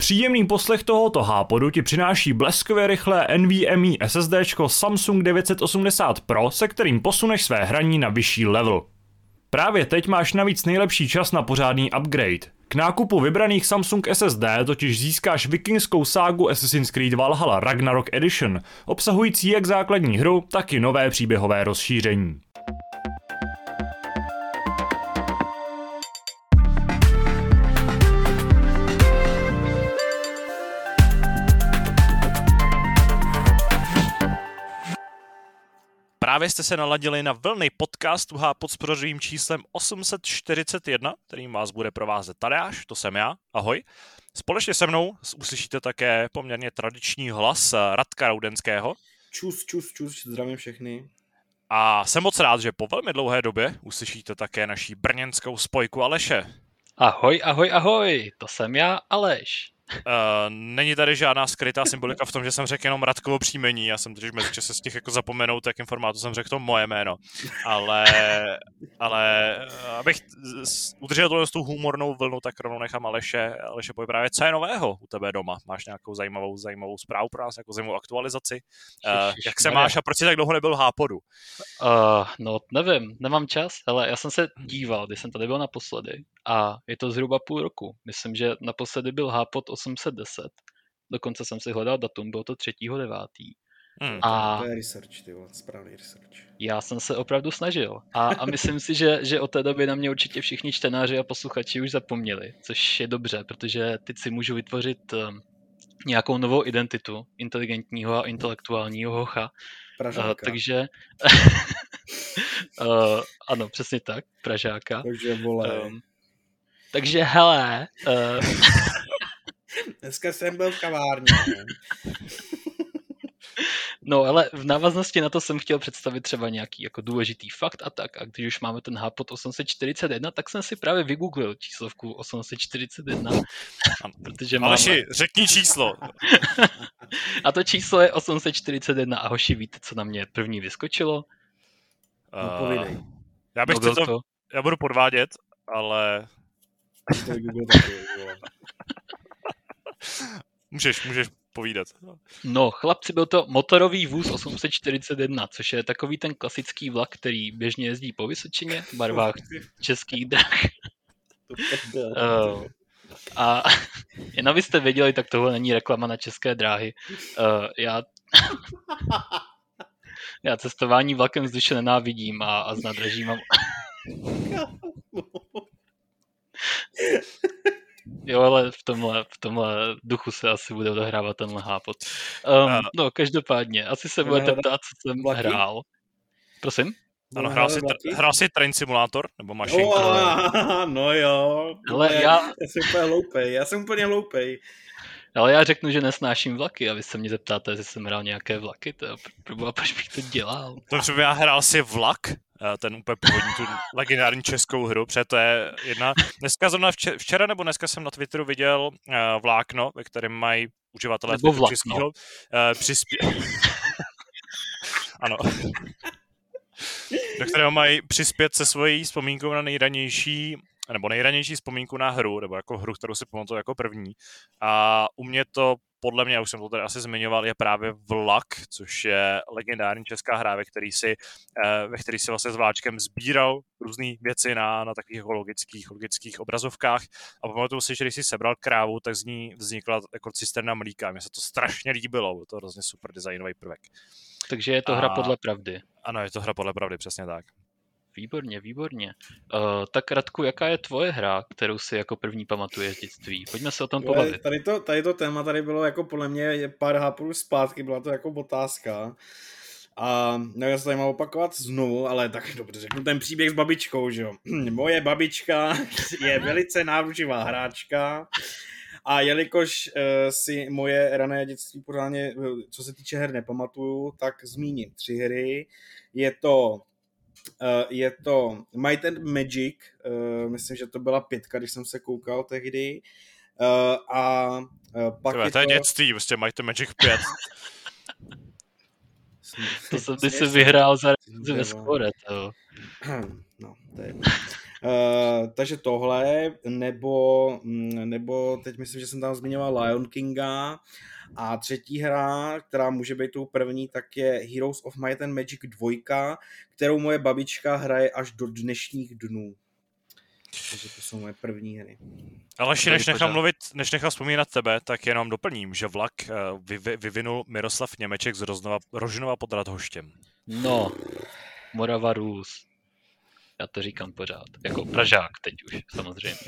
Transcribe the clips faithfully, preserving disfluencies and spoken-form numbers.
Příjemný poslech tohoto hápodu ti přináší bleskově rychlé NVMe SSDčko Samsung devět set osmdesát Pro, se kterým posuneš své hraní na vyšší level. Právě teď máš navíc nejlepší čas na pořádný upgrade. K nákupu vybraných Samsung S S D totiž získáš vikingskou ságu Assassin's Creed Valhalla Ragnarok Edition, obsahující jak základní hru, tak i nové příběhové rozšíření. Právě jste se naladili na vlny podcastu Hápod s pořadovým číslem osm set čtyřicet jedna, kterým vás bude provázet Tadeáš, to jsem já, ahoj. Společně se mnou uslyšíte také poměrně tradiční hlas Radka Raudenského. Čus, čus, čus, zdravím všechny. A jsem moc rád, že po velmi dlouhé době uslyšíte také naší brněnskou spojku Aleše. Ahoj, ahoj, ahoj, to jsem já, Aleš. Uh, není tady žádná skrytá symbolika v tom, že jsem řekl jenom Radkovo příjmení, já jsem totiž mezičase z těch jako zapomenout, jakým formátu jsem řekl to moje jméno, ale, ale abych udržel tohle s tou humornou vlnu, tak rovnou nechám Aleše, Aleše povyprávět, co je nového u tebe doma, máš nějakou zajímavou, zajímavou zprávu pro nás, nějakou zajímavou aktualizaci, uh, jak se máš a proč jsi tak dlouho nebyl v Hápodu? Uh, no nevím, nemám čas, ale já jsem se díval, když jsem tady byl naposledy a je to zhruba půl roku, myslím, že naposledy byl Hápod osm set deset. Dokonce jsem si hledal datum, bylo to třetího devátého Hmm, a to je research, ty vole, správný research. Já jsem se opravdu snažil. A, a myslím si, že, že od té doby na mě určitě všichni čtenáři a posluchači už zapomněli, což je dobře, protože teď si můžu vytvořit um, nějakou novou identitu inteligentního a intelektuálního hocha. Pražáka. Uh, takže... uh, ano, přesně tak, Pražáka. Takže vole. Um, takže hele... Uh, Dneska jsem byl v kavárně. No, ale v návaznosti na to jsem chtěl představit třeba nějaký jako důležitý fakt a tak. A když už máme ten Hápod osm set čtyřicet jedna, tak jsem si právě vygooglil číslovku osm set čtyřicet jedna. Protože máme... Aleši, řekni číslo. A to číslo je osm set čtyřicet jedna. A hoši, víte, co na mě první vyskočilo? No, povídej. Já bych no, to, to... Já budu podvádět, ale... Můžeš, můžeš povídat. No, chlapci, byl to motorový vůz osm set čtyřicet jedna, což je takový ten klasický vlak, který běžně jezdí po Vysočině v barvách českých drah. uh, a jen abyste věděli, tak tohle není reklama na České dráhy. Uh, já... já cestování vlakem vzduše nenávidím a, a z nádraží mám... Jo, ale v tomhle, v tomhle duchu se asi bude odehrávat tenhle Hápod. Um, no, každopádně, asi se budete ptát, co jsem vlaky? hrál. Prosím? Ano, hrál jsi, hrál jsi Train Simulator? Nebo mašinku? Oh, no jo. Ale já... já jsem úplně hloupej, já jsem úplně hloupej. Ale já řeknu, že nesnáším vlaky a vy se mě zeptáte, jestli jsem hrál nějaké vlaky, to je proboha, proč bych to dělal. To třeba já hrál si Vlak, ten úplně původní, tu legendární českou hru, protože to je jedna... Dneska zrovna včera nebo dneska jsem na Twitteru viděl uh, vlákno, ve kterém mají uživatelé českého uh, přispě... ano. Do kterého mají přispět se svojí vzpomínkou na nejranější nebo nejranější vzpomínku na hru, nebo jako hru, kterou si pamatuju jako první. A u mě to, podle mě, já už jsem to tady asi zmiňoval, je právě Vlak, což je legendární česká hra, ve který si, ve který si vlastně s vláčkem sbíral různé věci na, na takových jako logických, logických obrazovkách. A pamatuju si, že když si sebral krávu, tak z ní vznikla jako cisterna mlíka. Mně se to strašně líbilo, byl to hrozně super designový prvek. Takže je to A... hra podle pravdy. Ano, je to hra podle pravdy, přesně tak. Výborně, výborně. Uh, tak Radku, jaká je tvoje hra, kterou si jako první pamatuješ z dětství? Pojďme se o tom pobavit. Tady to, tady to téma tady bylo jako podle mě pár hápů zpátky, byla to jako otázka. A nevím, se tady mám opakovat znovu, ale tak dobře, řeknu ten příběh s babičkou, že jo. Moje babička je velice náručivá hráčka a jelikož uh, si moje rané dětství pořádně, co se týče her, nepamatuju, tak zmíním tři hry. Je to Uh, je to Might and Magic, uh, myslím, že to byla pětka, když jsem se koukal tehdy. Uh, a uh, pak Tebe, je to je to... dětství, prostě Might and Magic pět. To jsem by si vyhrál za ve skóre, to. No, to je... Uh, takže tohle, nebo, nebo teď myslím, že jsem tam zmiňoval Lion Kinga. A třetí hra, která může být tou první, tak je Heroes of Might and Magic dva, kterou moje babička hraje až do dnešních dnů. Takže to jsou moje první hry. Ale než nechám mluvit, než nechám vzpomínat tebe, tak jenom doplním, že vlak vy, vyvinul Miroslav Němeček z Roznova, Rožnova pod Radhoštěm. No, Morava Rus. Já to říkám pořád. Jako Pražák teď už, samozřejmě.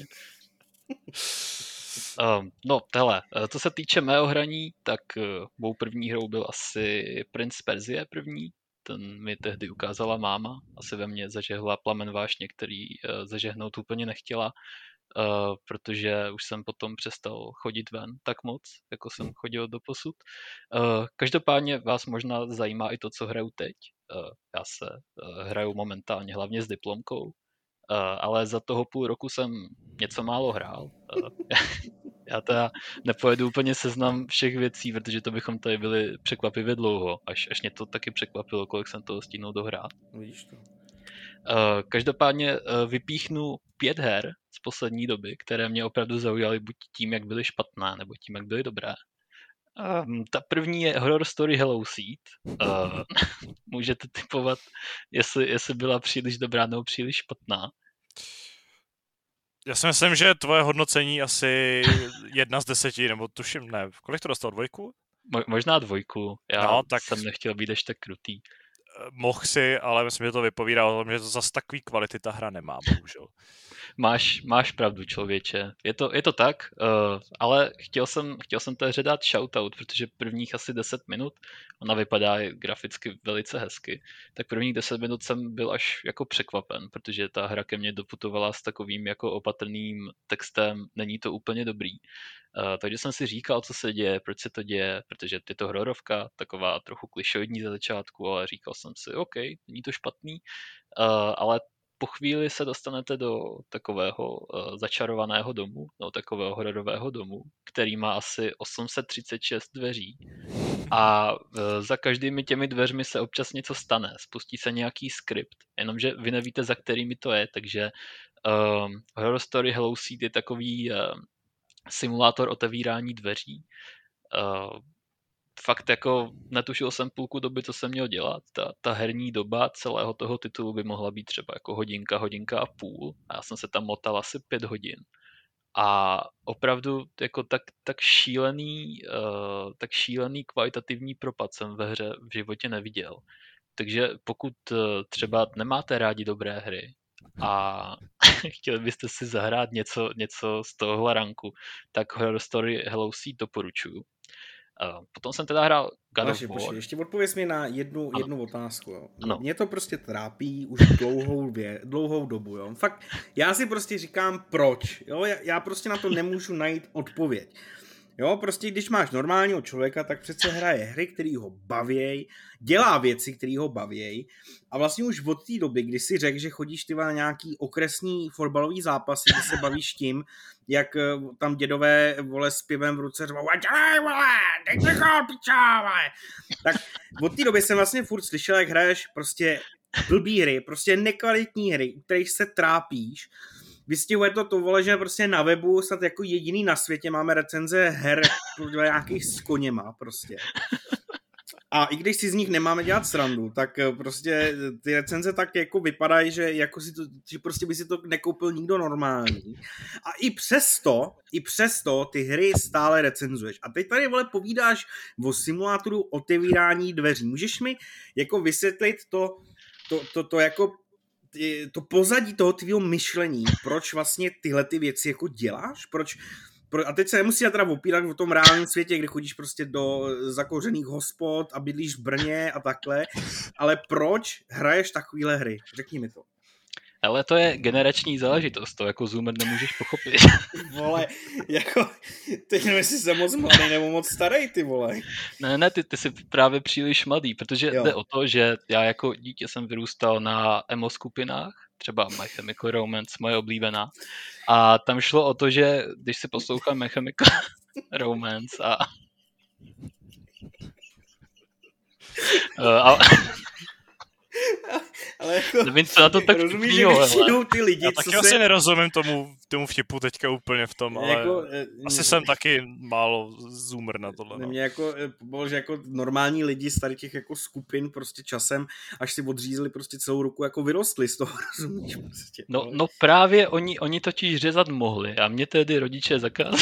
Um, no, hele, co se týče mého hraní, tak uh, mou první hrou byl asi Prince Persie první. Ten mi tehdy ukázala máma. Asi ve mně zažehla plamen vášně, který uh, zažehnout úplně nechtěla, uh, protože už jsem potom přestal chodit ven tak moc, jako jsem chodil doposud. Uh, každopádně vás možná zajímá i to, co hraju teď. Uh, já se uh, hraju momentálně hlavně s diplomkou, uh, ale za toho půl roku jsem něco málo hrál. Uh, já teda nepojedu úplně seznam všech věcí, protože to bychom tady byli překvapivě dlouho, až, až mě to taky překvapilo, kolik jsem toho stihnul dohrát. Víš to. Uh, každopádně uh, vypíchnu pět her z poslední doby, které mě opravdu zaujaly buď tím, jak byly špatné, nebo tím, jak byly dobré. Um, ta první je Horror Story Hello Seed. Uh, můžete tipovat, jestli, jestli byla příliš dobrá nebo příliš špatná. Já si myslím, že tvoje hodnocení asi jedna z deseti, nebo tuším, ne, kolik to dostal, dvojku? Mo- možná dvojku, já no, tak jsem nechtěl být až tak krutý. Mohl si, ale myslím, že to vypovídá o tom, že to zase takový kvality ta hra nemá, bohužel. Máš, máš pravdu, člověče. Je to, je to tak, uh, ale chtěl jsem, chtěl jsem té hře dát shoutout, protože prvních asi deset minut, ona vypadá graficky velice hezky, tak prvních deset minut jsem byl až jako překvapen, protože ta hra ke mně doputovala s takovým jako opatrným textem, není to úplně dobrý. Uh, takže jsem si říkal, co se děje, proč se to děje, protože je to hororovka, taková trochu klišoidní za začátku, ale říkal jsem si, OK, není to špatný, uh, ale po chvíli se dostanete do takového uh, začarovaného domu, no takového hororového domu, který má asi osm set třicet šest dveří a uh, za každými těmi dveřmi se občas něco stane, spustí se nějaký skript, jenomže vy nevíte, za kterými to je, takže uh, Horror Story Hello Seed je takový uh, simulátor otevírání dveří. Uh, fakt jako netušil jsem půlku doby, co jsem měl dělat. Ta, ta herní doba celého toho titulu by mohla být třeba jako hodinka, hodinka a půl. A já jsem se tam motal asi pět hodin. A opravdu jako tak, tak šílený, uh, tak šílený kvalitativní propad jsem ve hře v životě neviděl. Takže pokud uh, třeba nemáte rádi dobré hry a chtěli byste si zahrát něco, něco z tohohle ranku, tak Horror Story Hello Seed doporučuju. Uh, potom jsem teda hrál God Naši, of War. Počkej, ještě odpověz mi na jednu, jednu otázku. Jo. Ano. Mě to prostě trápí už dlouhou, vě, dlouhou dobu. Jo. Fakt, já si prostě říkám proč. Jo. Já, já prostě na to nemůžu najít odpověď. Jo, prostě když máš normálního člověka, tak přece hraje hry, který ho bavějí, dělá věci, které ho bavějí. A vlastně už od té doby, kdy si řekl, že chodíš ty na nějaký okresní fotbalový zápasy, kdy se bavíš tím, jak tam dědové, vole, s pivem v ruce řvou, tak od té doby jsem vlastně furt slyšel, jak hraješ prostě blbý hry, prostě nekvalitní hry, u kterých se trápíš. Vystihuje to to, vole, že prostě na webu snad jako jediný na světě máme recenze her nějakých s koněma prostě. A i když si z nich nemáme dělat srandu, tak prostě ty recenze tak jako vypadají, že, jako si to, že prostě by si to nekoupil nikdo normální. A i přesto, i přesto ty hry stále recenzuješ. A teď tady, vole, povídáš o simulátoru otevírání dveří. Můžeš mi jako vysvětlit to, to, to, to jako to pozadí toho tvýho myšlení, proč vlastně tyhle ty věci jako děláš? Proč, pro, a teď se nemusí teda opírat o tom reálném světě, kde chodíš prostě do zakouřených hospod a bydlíš v Brně a takhle, ale proč hraješ takovýhle hry? Řekni mi to. Ale to je generační záležitost, to jako zoomer nemůžeš pochopit. Vole, jako, teď nevím, jestli jsem moc mladý nebo moc starý, ty vole. Ne, ne, ty, ty jsi právě příliš mladý, protože jo. Jde o to, že já jako dítě jsem vyrůstal na emo skupinách, třeba My Chemical Romance, moje oblíbená, a tam šlo o to, že když si poslouchám My Chemical Romance a... a... Ale jako, nevím, co na to tak rozumíš, že vtipnýho, většinou ty lidi, Já co taky se... asi nerozumím tomu, tomu vtipu teďka úplně v tom, ale Jako, asi jsem taky málo zoomer na tohle. No. Mě jako, bylo, že jako normální lidi z tady těch jako skupin prostě časem, až si odřízli prostě celou ruku, jako vyrostli z toho, rozumíš prostě. No, ale... no právě oni, oni totiž řezat mohli a mě tedy rodiče zakázali.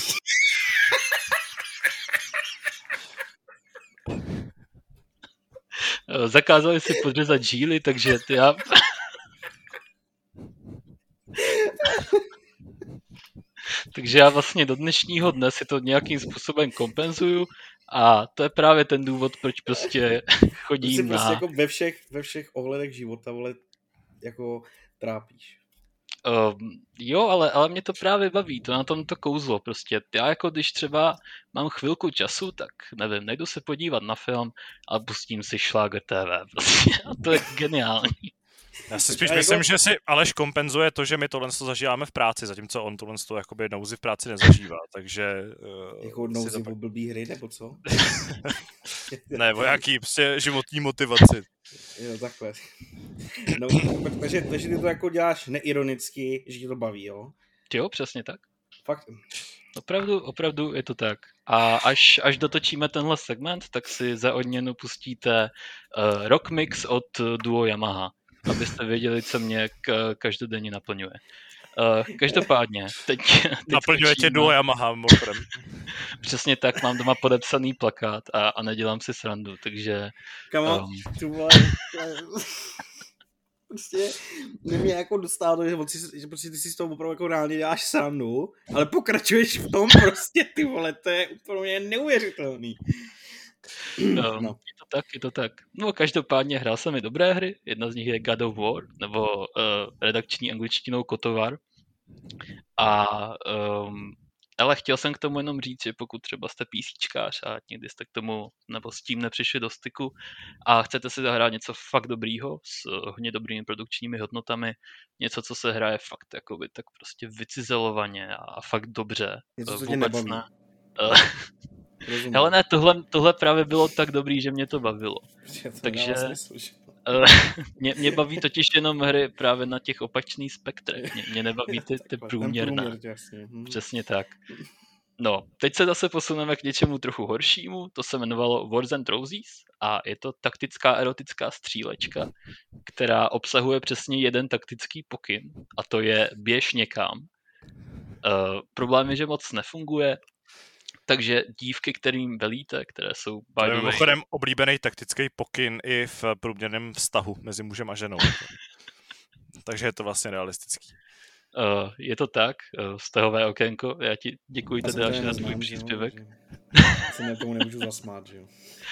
Zakázali si podřezat žíly, takže já... takže já vlastně do dnešního dne si to nějakým způsobem kompenzuju a to je právě ten důvod, proč prostě chodím to si na... prostě jako ve všech, ve všech ohledech života, vole, jako trápíš. Um, jo, ale, ale mě to právě baví, to na tom to kouzlo prostě. Já jako když třeba mám chvilku času, tak nevím, nejdu se podívat na film a pustím si Šláger T V prostě a to je geniální. Já si spíš myslím, že si Aleš kompenzuje to, že my tohle zažíváme v práci, zatímco on tohle jakoby nouzi v práci nezažívá, takže... Uh, jako nouzi v blbý hry, nebo co? Ne, o jaký prostě životní motivaci. Jo, takhle. No, takže, takže ty to jako děláš neironicky, že ti to baví, jo? Jo, přesně tak. Fakt. Opravdu, opravdu je to tak. A až, až dotočíme tenhle segment, tak si za odměnu pustíte uh, rock mix od duo Yamaha, abyste věděli, co mě k- každodenně naplňuje. Uh, každopádně, teď... teď naplňuje točíme... tě duo Yamaha, mimochodem. Přesně tak, mám doma podepsaný plakát a, a nedělám si srandu, takže... Come on, um... tu vole, prostě mě jako dostalo to, že, si, že prostě ty si s toho opravdu jako reálně děláš srandu, ale pokračuješ v tom prostě, ty vole, to je úplně neuvěřitelný. Um, no. Je to tak, je to tak. No každopádně hrál jsem i dobré hry, jedna z nich je God of War, nebo uh, redakční angličtinou Kotovar. A um, ale chtěl jsem k tomu jenom říct, že pokud třeba jste PCčkář a někdy jste k tomu nebo s tím nepřišli do styku a chcete si zahrát něco fakt dobrýho s hodně dobrými produkčními hodnotami, něco, co se hraje fakt jakoby tak prostě vycizelovaně a fakt dobře. Něco, co vůbec tě ne. Rozumím. Hele ne, tohle, tohle právě bylo tak dobrý, že mě to bavilo. To Takže smysl, mě, mě baví totiž jenom hry právě na těch opačných spektrech. Mě, mě nebaví ty, ty průměrné. Průměr, jasně. Hm. Přesně tak. No, teď se zase posuneme k něčemu trochu horšímu. To se jmenovalo Wars and Roses a je to taktická erotická střílečka, která obsahuje přesně jeden taktický pokyn a to je běž někam. Uh, problém je, že moc nefunguje, takže dívky, kterým velíte, které jsou... To je mimochodem oblíbený taktický pokyn i v průměrném vztahu mezi mužem a ženou. Takže je to vlastně realistický. Uh, je to tak, uh, vztahové okénko, já ti děkuji tedy až za tvůj příspěvek. Se mě tomu nemůžu zasmát, že jo.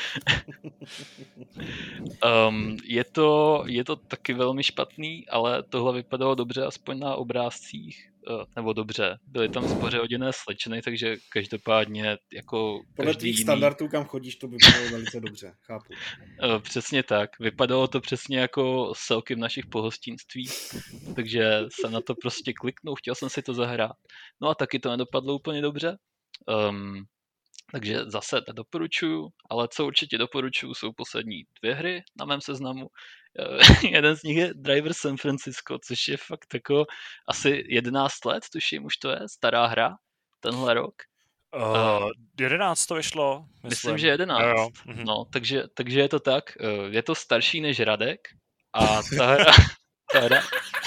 um, je, to, je to taky velmi špatný, ale tohle vypadalo dobře, aspoň na obrázcích, uh, nebo dobře, byly tam spořehodněné slečny, takže každopádně jako podle tvých jiný... standardů, kam chodíš, to vypadalo velice dobře, chápu. Uh, přesně tak, vypadalo to přesně jako s celkem našich pohostinství, takže jsem na to prostě kliknul, chtěl jsem si to zahrát. No a taky to nedopadlo úplně dobře. Um, Takže zase nedoporučuju, ale co určitě doporučuju, jsou poslední dvě hry na mém seznamu. Jeden z nich je Driver San Francisco, což je fakt jako asi jedenáct let, tuším už to je, stará hra, tenhle rok. Uh, jedenáct to vyšlo? Myslím, myslím že jedenáct. Jo, jo. No, takže, takže je to tak, je to starší než Radek a ta hra... ta hra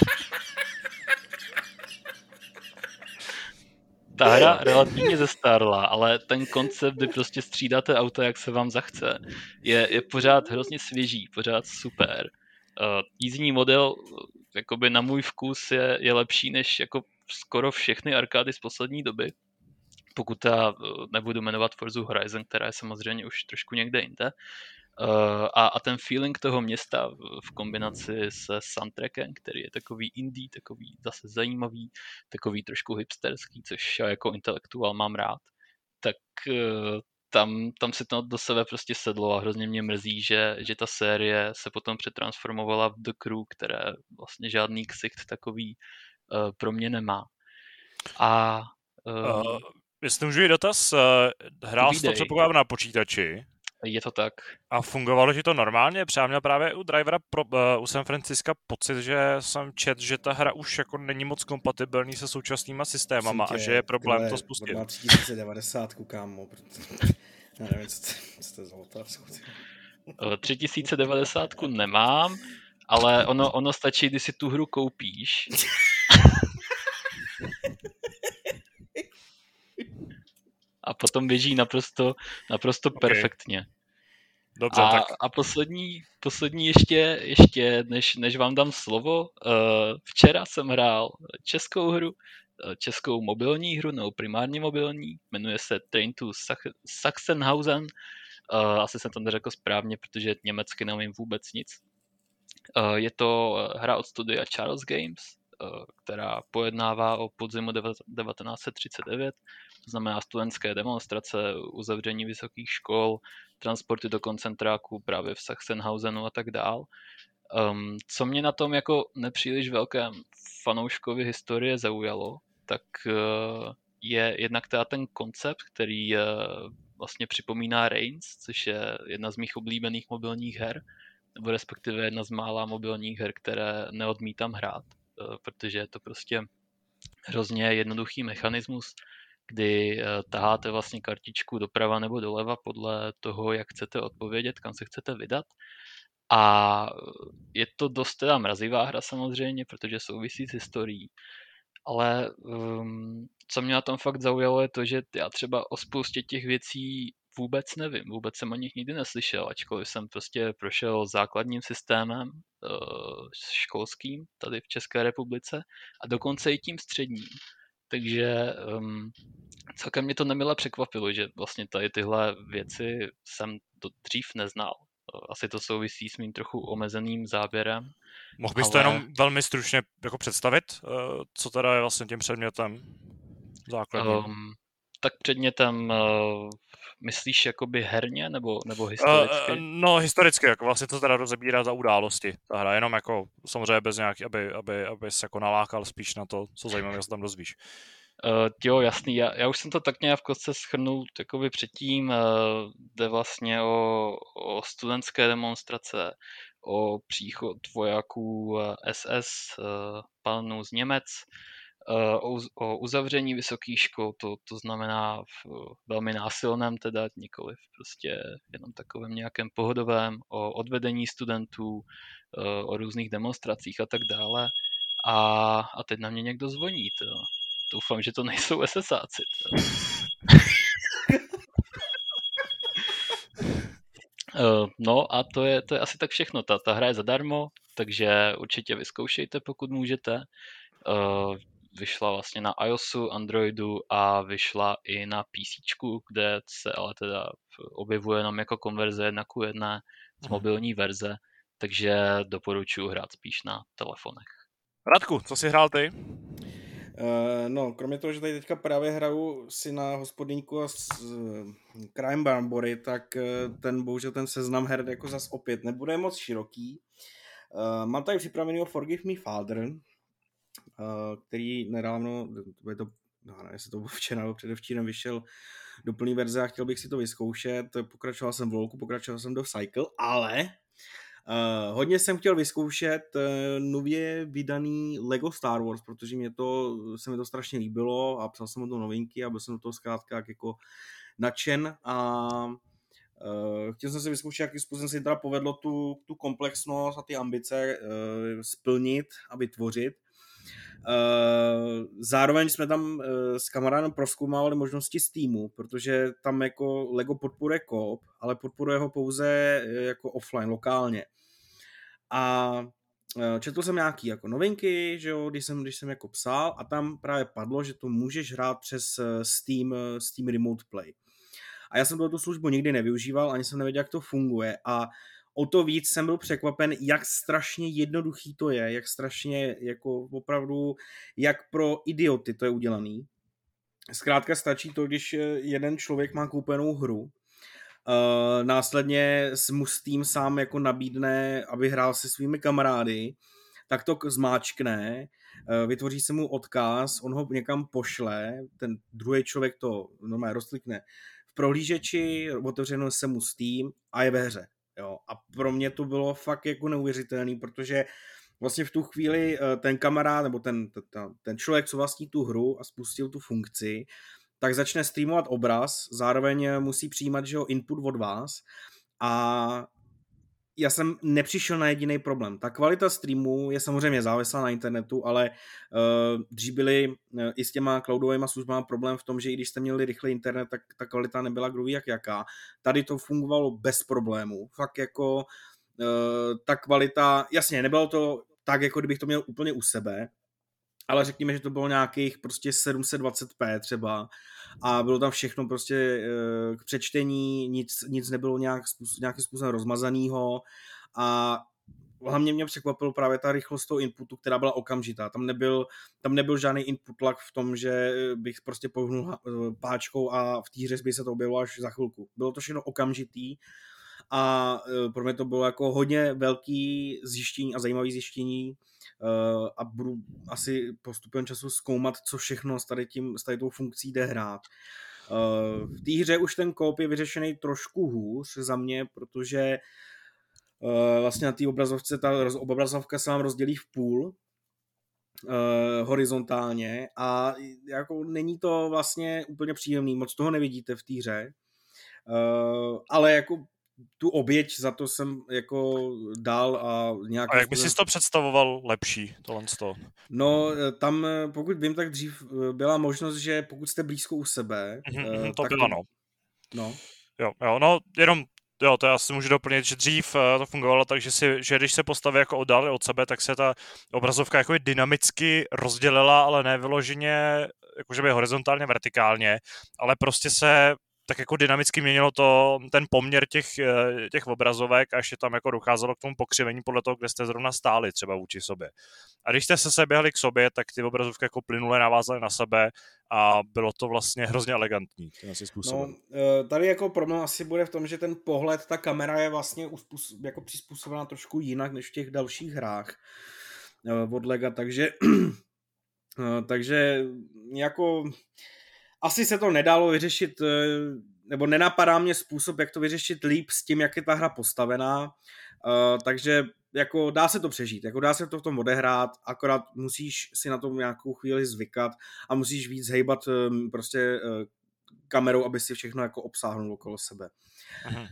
Ta hra relativně zestárla, ale ten koncept, kdy prostě střídáte auta, jak se vám zachce, je, je pořád hrozně svěží, pořád super. Uh, jízdní model jakoby na můj vkus je, je lepší než jako skoro všechny arkády z poslední doby. Pokud já nebudu jmenovat Forza Horizon, která je samozřejmě už trošku někde jinde. Uh, a, a ten feeling toho města v kombinaci se soundtrackem, který je takový indie, takový zase zajímavý, takový trošku hipsterský, což já jako intelektuál mám rád, tak uh, tam, tam se to do sebe prostě sedlo a hrozně mě mrzí, že, že ta série se potom přetransformovala v The Crew, které vlastně žádný ksicht takový uh, pro mě nemá. A uh, uh, jestli můžu jít dotaz, uh, hrál jsi to předpokládám na počítači? Je to tak. A fungovalo ti to normálně? Třeba měl právě u Drivera pro, uh, u San Francisca pocit, že jsem čet, že ta hra už jako není moc kompatibilní se současnýma systémama Tě, a že je problém tyhle, to spustit. má tři tisíce devadesát, kámo. Já nevím, co to, co to je za otázku. tři tisíce devadesát nemám, ale ono, ono stačí, když si tu hru koupíš. A potom běží naprosto, naprosto okay. perfektně. Dobře, a, tak. a poslední, poslední ještě, ještě než, než vám dám slovo, uh, včera jsem hrál českou hru, českou mobilní hru, nebo primárně mobilní, jmenuje se Train to Sachsenhausen. Uh, asi jsem to neřekl správně, protože německy neumím vůbec nic. Uh, je to hra od studia Charles Games, uh, která pojednává o podzimu devatenáct set třicet devět, to znamená studentské demonstrace, uzavření vysokých škol, transporty do koncentráků právě v Sachsenhausenu a tak dál. Um, co mě na tom jako nepříliš velkém fanouškovi historie zaujalo, tak uh, je jednak teda ten koncept, který uh, vlastně připomíná Reigns, což je jedna z mých oblíbených mobilních her, nebo respektive jedna z mála mobilních her, které neodmítám hrát, uh, protože je to prostě hrozně jednoduchý mechanismus, kdy uh, taháte vlastně kartičku doprava nebo doleva podle toho, jak chcete odpovědět, kam se chcete vydat. A je to dost teda mrazivá hra samozřejmě, protože souvisí s historií. Ale um, co mě na tom fakt zaujalo je to, že já třeba o spoustě těch věcí vůbec nevím, vůbec jsem o nich nikdy neslyšel, ačkoliv jsem prostě prošel základním systémem uh, školským tady v České republice a dokonce i tím středním. Takže um, celkem mě to nemile překvapilo, že vlastně tady tyhle věci jsem to dřív neznal. Asi to souvisí s mým trochu omezeným záběrem. Mohl bys ale... to jenom velmi stručně jako představit, co teda je vlastně tím předmětem základním? Um, tak předmětem uh, myslíš jakoby herně nebo, nebo historicky? Uh, no historicky, jako vlastně to teda rozebírá za události. Ta hra jenom jako samozřejmě bez nějaký, aby, aby, aby se jako nalákal spíš na to, co zajímavé se tam dozvíš. Uh, jo, jasný, já, já už jsem to tak nějak v kostce shrnul takový předtím, uh, jde vlastně o, o studentské demonstrace, o příchod vojáků S S, uh, pánů z Němec, uh, o, o uzavření vysokých škol, to, to znamená v velmi násilném teda, nikoliv prostě jenom takovém nějakém pohodovém, o odvedení studentů, uh, o různých demonstracích a tak dále. A, a teď na mě někdo zvoní, to. Doufám, že to nejsou SSáci. No a to je, to je asi tak všechno. Ta, ta hra je zadarmo, takže určitě vyzkoušejte, pokud můžete. Vyšla vlastně na iOSu, Androidu a vyšla i na PCčku, kde se ale teda objevuje nám jako konverze jedna ku jedné z mobilní verze, takže doporučuji hrát spíš na telefonech. Radku, co jsi hrál ty? Uh, no, kromě toho, že tady teďka právě hraju si na hospodyňku a s uh, Crime Barbory, tak uh, ten bohužel ten seznam her jako zas opět nebude moc široký. Uh, mám tady připravený Forgive Me Father, uh, který nedávno, to je to, no, ne, jestli to včera nebo předevčírem vyšel do plný verze a chtěl bych si to vyzkoušet. Pokračoval jsem v LoLku, pokračoval jsem do Cycle, ale Uh, hodně jsem chtěl vyzkoušet uh, nově vydaný Lego Star Wars, protože mě to, se mi to strašně líbilo a psal jsem o to novinky a byl jsem do toho zkrátka jako nadšen a uh, chtěl jsem si vyzkoušet, jakým způsobem se teda povedlo tu, tu komplexnost a ty ambice uh, splnit a vytvořit. Uh, zároveň jsme tam uh, s kamarádem prozkoumávali možnosti Steamu, protože tam jako Lego podporuje co-op, ale podporuje ho pouze uh, jako offline, lokálně. A uh, četl jsem nějaký jako novinky, že jo, když jsem, když jsem jako psal a tam právě padlo, že to můžeš hrát přes uh, Steam, uh, Steam Remote Play. A já jsem tu službu nikdy nevyužíval, ani jsem nevěděl, jak to funguje a o to víc jsem byl překvapen, jak strašně jednoduchý to je, jak strašně jako opravdu, jak pro idioty to je udělaný. Zkrátka stačí to, když jeden člověk má koupenou hru, uh, následně mu Steam sám jako nabídne, aby hrál se svými kamarády, tak to zmáčkne, uh, vytvoří se mu odkaz, on ho někam pošle, ten druhý člověk to normálně rozklikne v prohlížeči, otevřeno se mu Steam a je ve hře. Jo. A pro mě to bylo fakt jako neuvěřitelný, protože vlastně v tu chvíli ten kamarád, nebo ten, ten, ten člověk, co vlastní tu hru a spustil tu funkci, tak začne streamovat obraz, zároveň musí přijímat, že jo, input od vás a já jsem nepřišel na jediný problém. Ta kvalita streamu je samozřejmě závislá na internetu, ale uh, dřív byly uh, i s těma cloudovými službami problém v tom, že i když jste měli rychlý internet, tak ta kvalita nebyla kdo ví jak jaká. Tady to fungovalo bez problémů. Fakt jako uh, ta kvalita, jasně, nebylo to tak, jako kdybych to měl úplně u sebe, ale řekněme, že to bylo nějakých prostě sedm set dvacet pé třeba a bylo tam všechno prostě k přečtení, nic, nic nebylo nějak způsob, nějakým způsobem rozmazanýho a hlavně mě překvapilo právě ta rychlost toho inputu, která byla okamžitá. Tam nebyl, tam nebyl žádný input lag v tom, že bych prostě pohnul páčkou a v té hře by se to objevilo až za chvilku. Bylo to všechno okamžitý a pro mě to bylo jako hodně velký zjištění a zajímavý zjištění a budu asi postupem času zkoumat, co všechno s tady, tím, s tady tou funkcí jde hrát. V té hře už ten koop je vyřešený trošku hůř za mě, protože vlastně na té obrazovce ta obrazovka se vám rozdělí v půl horizontálně a jako není to vlastně úplně příjemný, moc toho nevidíte v té hře, ale jako tu oběť za to jsem jako dal a nějak... A jak bys si to představoval lepší, tohle z toho? No, tam, pokud vím, tak dřív byla možnost, že pokud jste blízko u sebe... Mm-hmm, to tak bylo, to... no. No. Jo, jo, no, jenom, jo, to já si můžu doplnit, že dřív to fungovalo tak, že, si, že když se postaví jako oddálně od sebe, tak se ta obrazovka jako dynamicky rozdělila, ale ne vyloženě, jakože by horizontálně, vertikálně, ale prostě se tak jako dynamicky měnilo to, ten poměr těch, těch obrazovek a ještě tam jako docházelo k tomu pokřivení podle toho, kde jste zrovna stáli třeba vůči sobě. A když jste se seběhli k sobě, tak ty obrazovky jako plynule navázaly na sebe a bylo to vlastně hrozně elegantní. No, tady jako problém asi bude v tom, že ten pohled, ta kamera je vlastně jako přizpůsobená trošku jinak než v těch dalších hrách od Lega, takže takže jako asi se to nedalo vyřešit, nebo nenapadá mě způsob, jak to vyřešit líp s tím, jak je ta hra postavená, takže jako dá se to přežít, jako dá se to v tom odehrát, akorát musíš si na tom nějakou chvíli zvykat a musíš víc hejbat prostě kamerou, aby si všechno jako obsáhnul okolo sebe. Aha.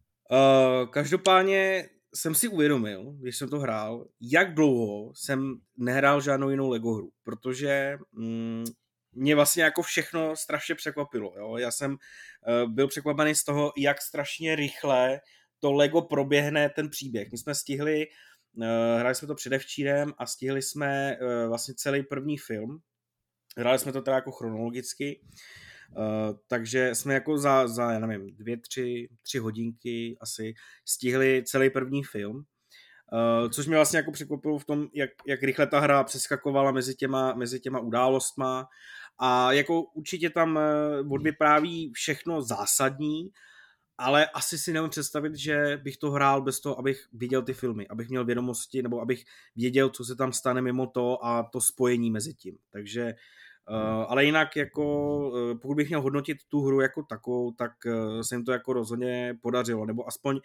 Každopádně jsem si uvědomil, když jsem to hrál, jak dlouho jsem nehrál žádnou jinou Lego hru, protože mm, mě vlastně jako všechno strašně překvapilo. Jo? Já jsem uh, byl překvapený z toho, jak strašně rychle to Lego proběhne ten příběh. My jsme stihli, uh, hráli jsme to předevčírem a stihli jsme uh, vlastně celý první film. Hráli jsme to teda jako chronologicky, uh, takže jsme jako za, za, já nevím, dvě, tři, tři hodinky asi stihli celý první film. Uh, což mě vlastně jako překvapilo v tom, jak, jak rychle ta hra přeskakovala mezi těma, mezi těma událostma a jako určitě tam uh, odvypráví všechno zásadní, ale asi si nemůžu představit, že bych to hrál bez toho, abych viděl ty filmy, abych měl vědomosti, nebo abych věděl, co se tam stane mimo to a to spojení mezi tím. Takže, uh, ale jinak jako, uh, pokud bych měl hodnotit tu hru jako takovou, tak uh, se jim to jako rozhodně podařilo, nebo aspoň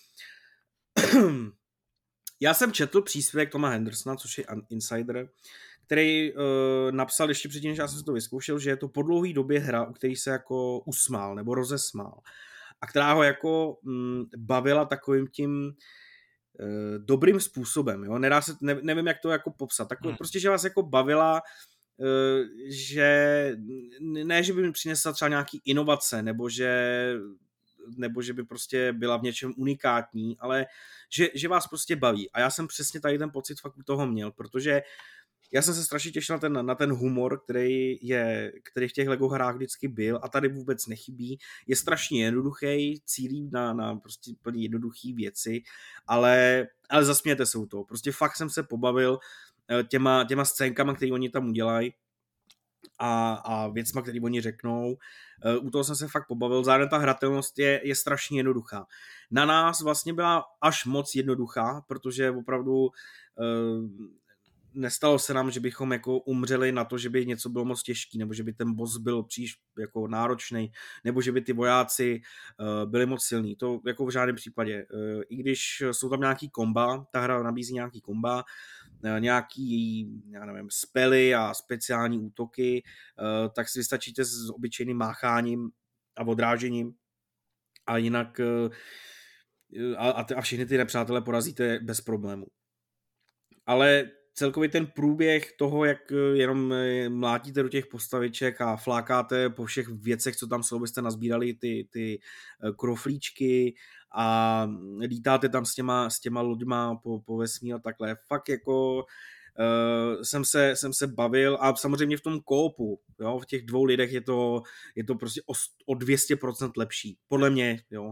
já jsem četl příspěvek Toma Hendersona, což je insider, který uh, napsal ještě předtím, než já jsem si to vyzkoušel, že je to po dlouhé době hra, u který se jako usmál nebo rozesmál a která ho jako mm, bavila takovým tím uh, dobrým způsobem. Jo? Nedá se, ne, nevím, jak to jako popsat. Takový, hmm. Prostě, že vás jako bavila, uh, že ne, že by mi přinesla třeba nějaký inovace, nebo že nebo že by prostě byla v něčem unikátní, ale že, že vás prostě baví. A já jsem přesně tady ten pocit fakt u toho měl, protože já jsem se strašně těšil na ten, na ten humor, který, je, který v těch Lego hrách vždycky byl a tady vůbec nechybí. Je strašně jednoduchý, cílí na, na prostě plně jednoduché věci, ale, ale zasmějete se u toho. Prostě fakt jsem se pobavil těma, těma scénkama, které oni tam udělají a, a věcma, které oni řeknou. U toho jsem se fakt pobavil. Zároveň ta hratelnost je, je strašně jednoduchá. Na nás vlastně byla až moc jednoduchá, protože opravdu nestalo se nám, že bychom jako umřeli na to, že by něco bylo moc těžký, nebo že by ten boss byl příliš jako náročný, nebo že by ty vojáci uh, byli moc silní. To jako v žádném případě. Uh, I když jsou tam nějaký komba, ta hra nabízí nějaký komba, uh, nějaký, já nevím, spely a speciální útoky, uh, tak si vystačíte s obyčejným mácháním a odrážením a jinak uh, a, a všechny ty nepřátelé porazíte bez problému. Ale celkově ten průběh toho, jak jenom mlátíte do těch postaviček a flákáte po všech věcech, co tam jsou, byste nazbírali ty, ty kroflíčky a lítáte tam s těma, s těma loďma po, po vesmíru a takhle. Fakt jako uh, jsem, se, jsem se bavil a samozřejmě v tom koopu, jo, v těch dvou lidech je to, je to prostě o, o dvě stě procent lepší. Podle mě, jo.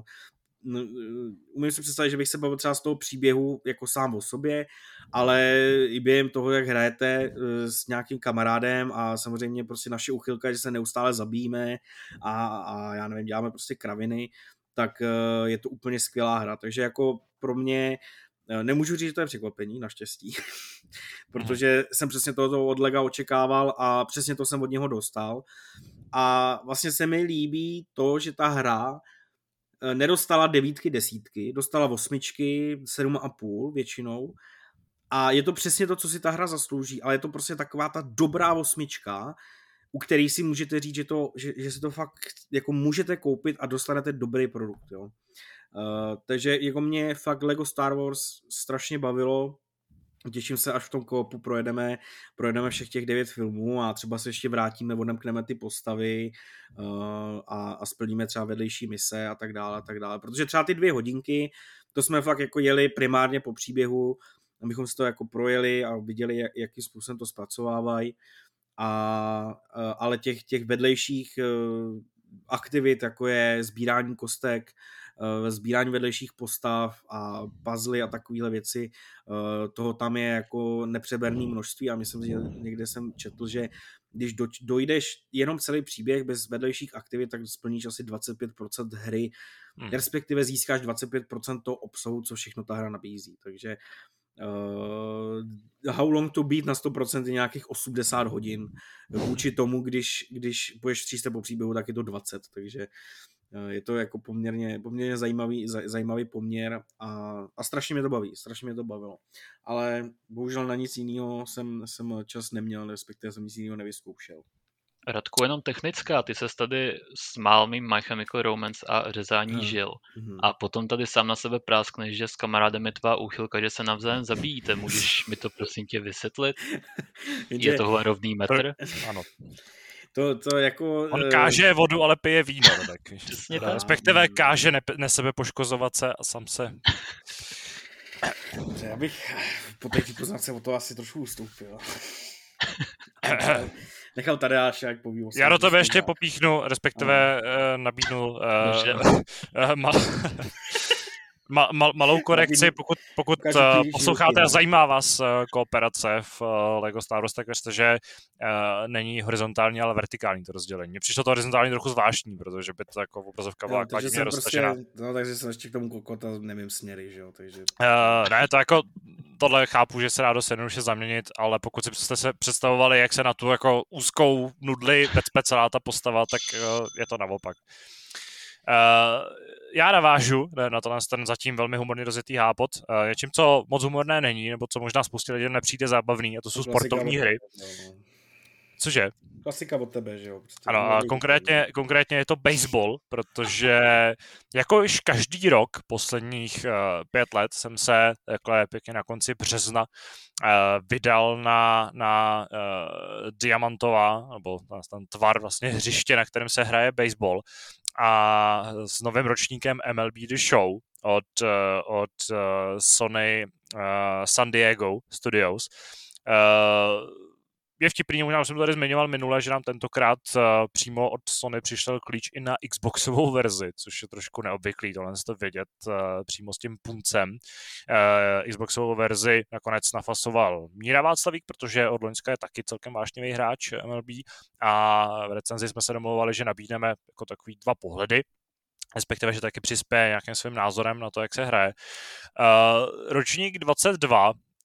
Umím si představit, že bych se bavil třeba z toho příběhu jako sám o sobě, ale i během toho, jak hrajete s nějakým kamarádem a samozřejmě prostě naše uchylka, že se neustále zabijíme a, a já nevím, děláme prostě kraviny, tak je to úplně skvělá hra. Takže jako pro mě nemůžu říct, že to je překvapení, naštěstí, protože jsem přesně tohoto od Lega očekával a přesně to jsem od něho dostal. A vlastně se mi líbí to, že ta hra nedostala devítky, desítky, dostala osmičky, sedm a půl většinou a je to přesně to, co si ta hra zaslouží, ale je to prostě taková ta dobrá osmička, u který si můžete říct, že, to, že, že si to fakt jako můžete koupit a dostanete dobrý produkt. Jo. Uh, takže jako mě fakt Lego Star Wars strašně bavilo. Těším se, až v tom koopu projedeme, projedeme všech těch devět filmů a třeba se ještě vrátíme, odemkneme ty postavy uh, a, a splníme třeba vedlejší mise a tak dále, a tak dále. Protože třeba ty dvě hodinky, to jsme fakt jako jeli primárně po příběhu, abychom si to jako projeli a viděli, jak, jakým způsobem to zpracovávají. A, uh, ale těch, těch vedlejších uh, aktivit, jako je sbírání kostek, sbírání vedlejších postav a puzzly a takovéhle věci, toho tam je jako nepřeberné množství a myslím, že někde jsem četl, že když do, dojdeš jenom celý příběh bez vedlejších aktivit, tak splníš asi dvacet pět procent hry, hmm. respektive získáš dvacet pět procent toho obsahu, co všechno ta hra nabízí. Takže uh, How Long to Beat na sto procent je nějakých osmdesát hodin. Vůči tomu, když, když půjdeš vstříc po příběhu, tak je to dvacet, takže je to jako poměrně, poměrně zajímavý, zajímavý poměr a, a strašně mě to baví, strašně mě to bavilo. Ale bohužel na nic jiného jsem, jsem čas neměl, respektive jsem nic jiného nevyzkoušel. Radku, jenom technická, ty ses tady smál mým My Chemical Romance a řezání hmm. žil. Hmm. A potom tady sám na sebe práskneš, že s kamarádem je tvá úchylka, že se navzájem zabijíte. Můžeš mi to prosím tě vysvětlit? Je tohle rovný metr? Ano. To, to jako... On káže vodu, ale pije víno. Tak. Přesně tak. Respektive káže ne, nesebe poškozovat se a sám se... Dobře, já bych po té poznámce o to asi trošku ustoupil. Nechal Tadeáše, jak poví o Já do tebe ještě popíchnu, respektive uh, nabídnu uh, uh, ma, ma, ma, malou korekci, pokud, pokud uh, posloucháte a zajímá vás uh, kooperace v uh, Lego Star Wars, tak věřte, že uh, není horizontální, ale vertikální to rozdělení. Mně přišlo to horizontální trochu zvláštní, protože by to jako obrazovka byla kladně roztažená. Prostě, no, takže jsem ještě k tomu kokota nevím směry, že jo, takže... Uh, ne, to jako... Tohle chápu, že se dá dost jednoduše zaměnit, ale pokud si jste se představovali, jak se na tu jako úzkou nudli vecpe celá ta postava, tak uh, je to naopak. Uh, já navážu na to ten zatím velmi humorný rozjetý hápot. Uh, něčím, co moc humorné není, nebo co možná spoustě lidem nepřijde zábavný, a to jsou sportovní hry. Cože? Klasika od tebe, že jo? Prostě ano, a konkrétně, konkrétně je to baseball, protože jako již každý rok, posledních uh, pět let, jsem se takhle pěkně na konci března uh, vydal na, na uh, Diamantová, nebo ten tvar vlastně hřiště, na kterém se hraje baseball, a s novým ročníkem M L B The Show od, uh, od uh, Sony uh, San Diego Studios. Uh, Je vtipný, možná jsem to tady zmiňoval minule, že nám tentokrát uh, přímo od Sony přišel klíč i na Xboxovou verzi, což je trošku neobvyklý, tohle se to vědět uh, přímo s tím puncem. Uh, Xboxovou verzi nakonec nafasoval Míra Václavík, protože od loňska je taky celkem vášnivý hráč M L B a v recenzi jsme se domluvali, že nabídneme jako takový dva pohledy, respektive, že taky přispěje nějakým svým názorem na to, jak se hraje. Uh, ročník dvacet dva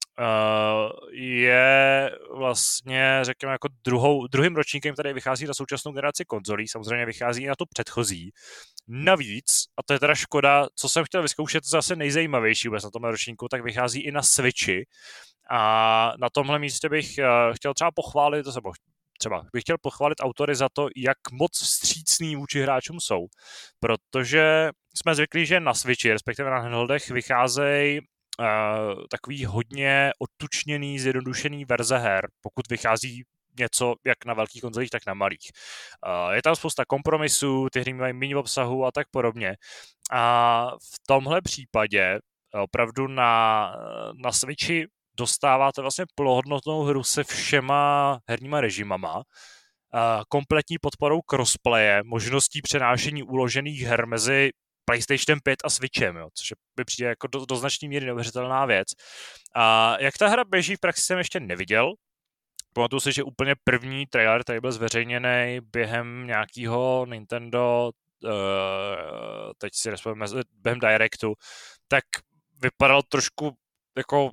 je vlastně, řekněme, jako druhou, druhým ročníkem, který vychází na současnou generaci konzolí, samozřejmě vychází i na tu předchozí. Navíc, a to je teda škoda, co jsem chtěl vyzkoušet, zase nejzajímavější vůbec na tomhle ročníku, tak vychází i na Switchi. A na tomhle místě bych chtěl třeba pochválit, to nebo třeba bych chtěl pochválit autory za to, jak moc vstřícný vůči hráčům jsou. Protože jsme zvyklí, že na Switchi, respektive na handheldech, vycházejí Uh, takový hodně odtučněný, zjednodušený verze her, pokud vychází něco jak na velkých konzolích, tak na malých. Uh, je tam spousta kompromisů, ty hry mají méně obsahu a tak podobně. A v tomhle případě opravdu na, na Switchi dostáváte vlastně plnohodnotnou hru se všema herníma režimama, uh, kompletní podporou crossplaye, možností přenášení uložených her mezi PlayStation pět a Switchem, jo, což by přijde jako do, do značné míry neuvěřitelná věc. A jak ta hra běží v praxi, jsem ještě neviděl. Pamatuju si, že úplně první trailer, který byl zveřejněný během nějakého Nintendo, uh, teď si nespomínám, během Directu, tak vypadal trošku jako,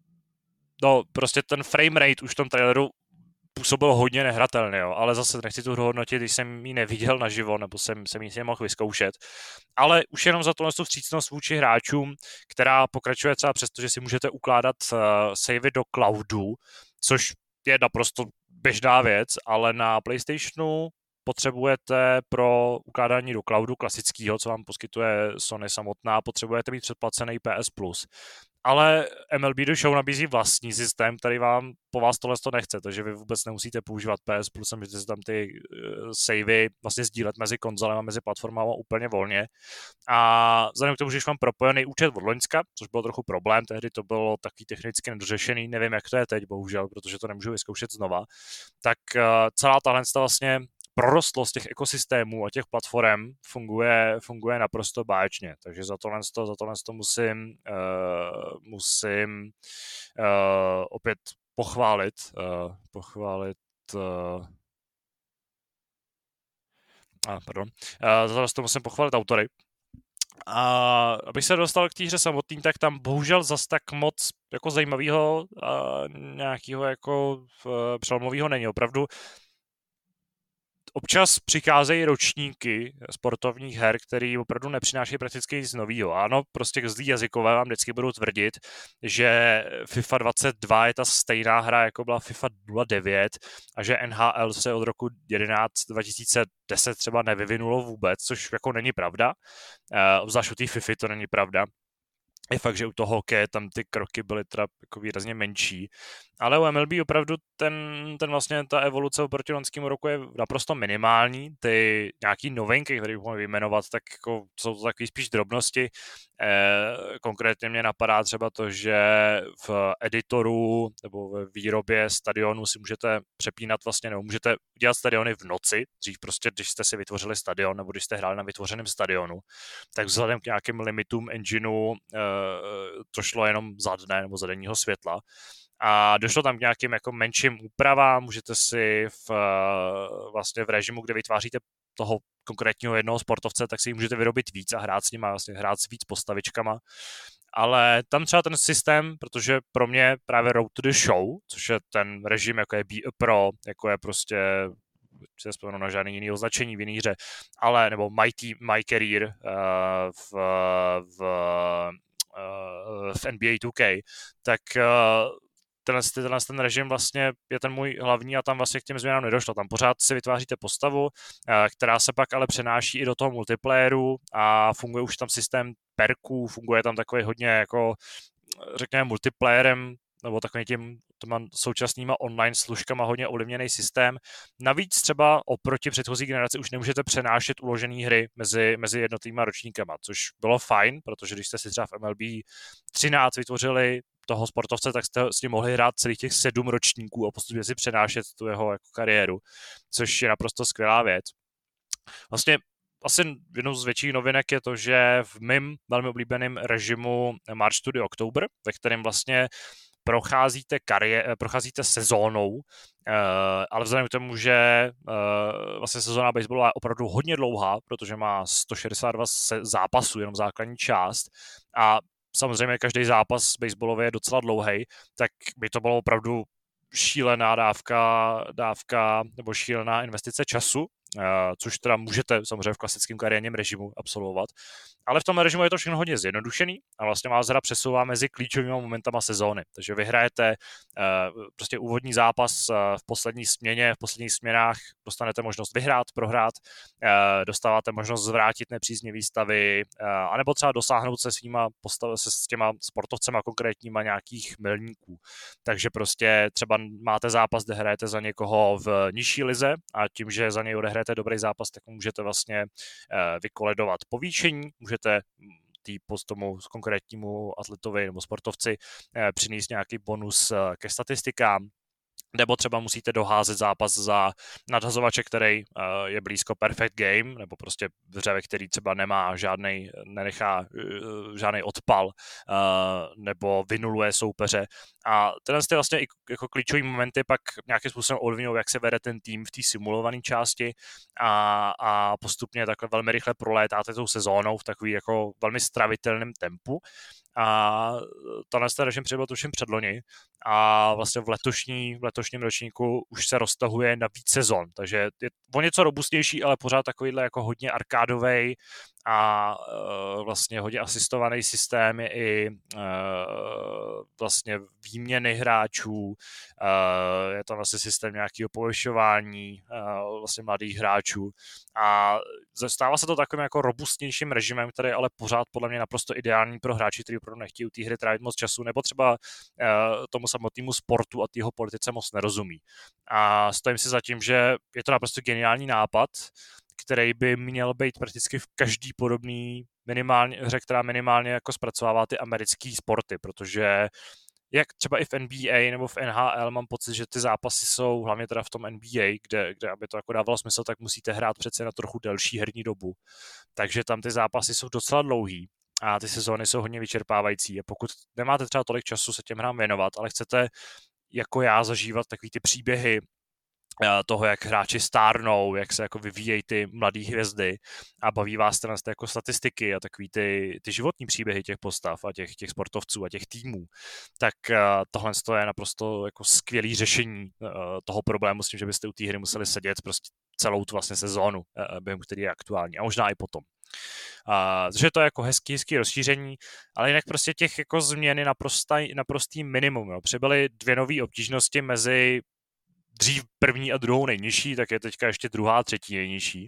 no prostě ten frame rate už v tom traileru působil hodně nehratelně, jo, ale zase nechci tu hru hodnotit, když jsem ji neviděl naživo, nebo jsem, jsem ji nemohl vyzkoušet. Ale už jenom za tohle vstřícnost vůči hráčům, která pokračuje třeba přesto, že si můžete ukládat uh, savey do cloudu, což je naprosto běžná věc, ale na PlayStationu potřebujete pro ukládání do cloudu klasického, co vám poskytuje Sony samotná, potřebujete mít předplacený P S Plus. Ale M L B The Show nabízí vlastní systém, který vám po vás tohle to nechce, takže vy vůbec nemusíte používat P S Plus, můžete si tam ty uh, savey vlastně sdílet mezi konzolemi a mezi platformami úplně volně. A vzhledem k tomu, že už mám propojený účet od loňska, což byl trochu problém, tehdy to bylo taky technicky nedořešený, nevím, jak to je teď, bohužel, protože to nemůžu vyzkoušet znova, tak uh, celá tahle vlastně prorostlost těch ekosystémů a těch platform funguje, funguje naprosto báječně. Takže za tohle, za tohle musím, uh, musím uh, opět pochválit, uh, pochválit uh, ah, pardon, uh, za tohle musím pochválit autory. A abych se dostal k té hře samotný, tak tam bohužel zas tak moc jako zajímavého uh, nějakého jako uh, přelomového není. Opravdu občas přicházejí ročníky sportovních her, které opravdu nepřinášejí prakticky nic nového. Ano, prostě zlí jazykové vám vždycky budou tvrdit, že FIFA dvacet dva je ta stejná hra, jako byla FIFA nula devět a že N H L se od roku jedenáct dva tisíce deset třeba nevyvinulo vůbec, což jako není pravda. Obzvlášť u té FIFA to není pravda. Je fakt, že u toho hokeje tam ty kroky byly teda jako výrazně menší. Ale u M L B opravdu ten, ten vlastně ta evoluce oproti loňskému roku je naprosto minimální. Ty nějaký novinky, které bych mohl vyjmenovat, tak jako jsou to takové spíš drobnosti. Eh, konkrétně mě napadá třeba to, že v editoru nebo ve výrobě stadionu si můžete přepínat vlastně, nebo můžete dělat stadiony v noci. Dřív prostě, když jste si vytvořili stadion nebo když jste hráli na vytvořeném stadionu, tak vzhledem k nějakým limitům engineu eh, to šlo jenom za dne nebo za denního světla. A došlo tam k nějakým jako menším úpravám, můžete si v, vlastně v režimu, kde vytváříte toho konkrétního jednoho sportovce, tak si ji můžete vyrobit víc a hrát s ním a vlastně hrát s víc postavičkama. Ale tam třeba ten systém, protože pro mě právě Road to the Show, což je ten režim, jako je Be a Pro, jako je prostě, si nespomenu na žádný jiný označení v jiný hře, ale, nebo My, team, My Career uh, v, v, uh, v N B A two K, tak uh, Tenhle, tenhle ten režim vlastně je ten můj hlavní a tam vlastně k těm změnám nedošlo. Tam pořád si vytváříte postavu, která se pak ale přenáší i do toho multiplayeru a funguje už tam systém perků, funguje tam takový hodně jako, řekněme, multiplayerem nebo takovým tím současnýma online služkama hodně ovlivněný systém. Navíc třeba oproti předchozí generaci už nemůžete přenášet uložené hry mezi, mezi jednotlivýma ročníkama, což bylo fajn, protože když jste si třeba v M L B třináct vytvořili toho sportovce, tak jste s ním mohli hrát celých těch sedm ročníků a postupně si přenášet tu jeho jako kariéru, což je naprosto skvělá věc. Vlastně asi jednou z větších novinek je to, že v mém velmi oblíbeném režimu March to the October, ve kterém vlastně procházíte, karié- procházíte sezónou, uh, ale vzhledem k tomu, že uh, vlastně sezóna baseballu je opravdu hodně dlouhá, protože má sto šedesát dva se- zápasů, jenom základní část, a samozřejmě každý zápas baseballový je docela dlouhý, tak by to bylo opravdu šílená dávka, dávka nebo šílená investice času, což teda můžete samozřejmě v klasickém kariérním režimu absolvovat. Ale v tom režimu je to všechno hodně zjednodušený a vlastně vás hra přesouvá mezi klíčovými momentama sezóny. Takže vyhrajete prostě úvodní zápas v poslední směně, v posledních směnách dostanete možnost vyhrát, prohrát, dostáváte možnost zvrátit nepříznivý stavy, anebo třeba dosáhnout se svýma postav, se s těma sportovcema konkrétníma nějakých milníků. Takže prostě třeba máte zápas, kde hrajete za někoho v nižší lize a tím, že za něj odehrajete dobrý zápas, tak můžete vlastně vykoledovat povýšení, můžete tý post tomu konkrétnímu atletovi nebo sportovci přinést nějaký bonus ke statistikám, nebo třeba musíte doházet zápas za nadhazovače, který uh, je blízko perfect game, nebo prostě dřeve, který třeba nemá žádnej, nenechá uh, žádný odpal, uh, nebo vynuluje soupeře. A tenhle ty vlastně i jako klíčový momenty pak nějakým způsobem ovlivňují, jak se vede ten tým v té simulované části a, a postupně takhle velmi rychle prolétáte tou sezónou v takový jako velmi stravitelném tempu. A tenhle režim přibyl tuším předloni a vlastně v, letošní, v letošním ročníku už se roztahuje na víc sezon, takže je o něco robustnější, ale pořád takovýhle jako hodně arkádovej a uh, vlastně hodně asistovaný systém je i uh, vlastně výměny hráčů, uh, je tam vlastně systém nějakého povyšování uh, vlastně mladých hráčů a stává se to takovým jako robustnějším režimem, který je ale pořád podle mě naprosto ideální pro hráči, kteří opravdu nechtějí u té hry trávit moc času, nebo třeba uh, tomu samotnému sportu a té jeho politice moc nerozumí. A stojím si za tím, že je to naprosto geniální nápad, který by měl být prakticky v každý podobný minimálně, hře, která minimálně jako zpracovává ty americké sporty, protože jak třeba i v N B A nebo v N H L mám pocit, že ty zápasy jsou, hlavně teda v tom N B A, kde, kde aby to jako dávalo smysl, tak musíte hrát přece na trochu delší herní dobu. Takže tam ty zápasy jsou docela dlouhý a ty sezóny jsou hodně vyčerpávající a pokud nemáte třeba tolik času se těm hrám věnovat, ale chcete jako já zažívat takový ty příběhy toho, jak hráči stárnou, jak se jako vyvíjejí ty mladé hvězdy a baví vás teda jako statistiky a takový ty, ty životní příběhy těch postav a těch, těch sportovců a těch týmů, tak tohle je naprosto jako skvělý řešení toho problému s tím, že byste u té hry museli sedět prostě celou tu vlastně sezónu, během který je aktuální a možná i potom. Uh, že to je jako hezký, hezký rozšíření, ale jinak prostě těch jako změny naprostý, naprostý minimum. Jo. Přibyly dvě nové obtížnosti mezi dřív první a druhou nejnižší, tak je teďka ještě druhá a třetí nejnižší.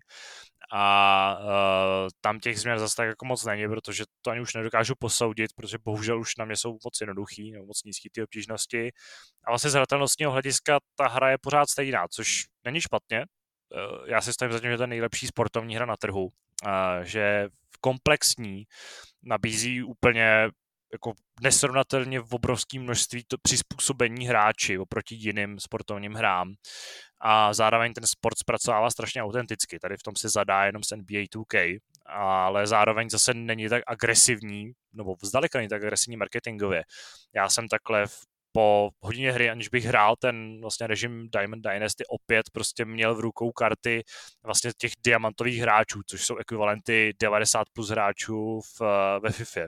A uh, tam těch změn zase tak jako moc není, protože to ani už nedokážu posoudit, protože bohužel už na mě jsou moc jednoduchý, nebo moc nízký ty obtížnosti. A vlastně z hratelnostního hlediska ta hra je pořád stejná, což není špatně. Uh, já si stojím za tím, že to je nejlepší sportovní hra na trhu. Uh, že komplexní nabízí úplně jako nesrovnatelně v obrovském množství to přizpůsobení hráči oproti jiným sportovním hrám. A zároveň ten sport zpracovává strašně autenticky. Tady v tom se zadá jenom z N B A two K, ale zároveň zase není tak agresivní, nebo vzdaleka není tak agresivní marketingově. Já jsem takhle v po hodině hry, aniž bych hrál ten vlastně režim Diamond Dynasty, opět prostě měl v rukou karty vlastně těch diamantových hráčů, což jsou ekvivalenty devadesát plus hráčů v, ve FIFA.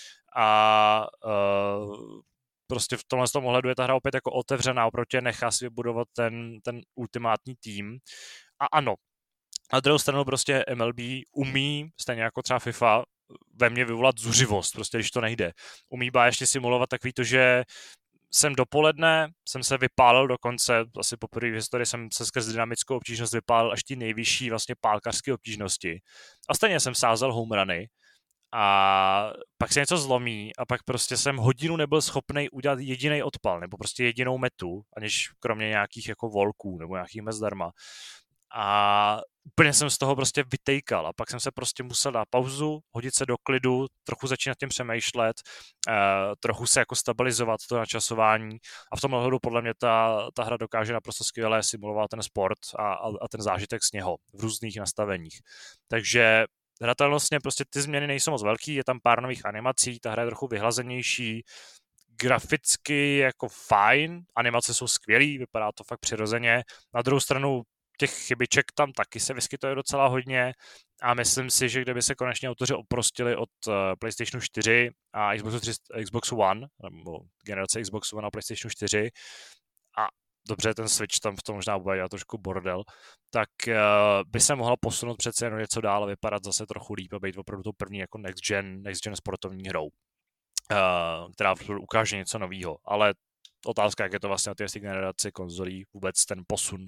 A uh, prostě v tomhle tom ohledu je ta hra opět jako otevřená, oproti nechá si vybudovat ten, ten ultimátní tým. A ano, na druhou stranu prostě M L B umí, stejně jako třeba FIFA, ve mně vyvolat zuřivost, prostě když to nejde. Umí bá ještě simulovat takový to, že jsem dopoledne, jsem se vypálil dokonce, asi poprvé v historii jsem se skrz dynamickou obtížnost vypálil až ty nejvyšší vlastně pálkařské obtížnosti. A stejně jsem sázel home runy a pak se něco zlomí a pak prostě jsem hodinu nebyl schopný udělat jediný odpal, nebo prostě jedinou metu, aniž kromě nějakých jako volků nebo nějakých mez zdarma. A úplně jsem z toho prostě vytejkal a pak jsem se prostě musel dát pauzu, hodit se do klidu, trochu začínat tím přemýšlet, eh, trochu se jako stabilizovat to načasování a v tom ohledu podle mě ta, ta hra dokáže naprosto skvěle simulovat ten sport a, a, a ten zážitek z něho v různých nastaveních. Takže hratelnostně prostě ty změny nejsou moc velký, je tam pár nových animací, ta hra je trochu vyhlazenější, graficky jako fajn, animace jsou skvělý, vypadá to fakt přirozeně, na druhou stranu těch chybiček tam taky se vyskytuje docela hodně a myslím si, že kdyby se konečně autoři oprostili od PlayStationu čtyři a Xboxu, tři, Xboxu One, nebo generace Xboxu One a PlayStationu čtyři a dobře, ten Switch tam v tom možná bude dělat trošku bordel, tak uh, by se mohla posunout přece jenom něco dál a vypadat zase trochu líp a být opravdu tou první jako next gen, next gen sportovní hrou, uh, která ukáže něco nového, ale otázka, jak je to vlastně na té generaci konzolí, vůbec ten posun uh,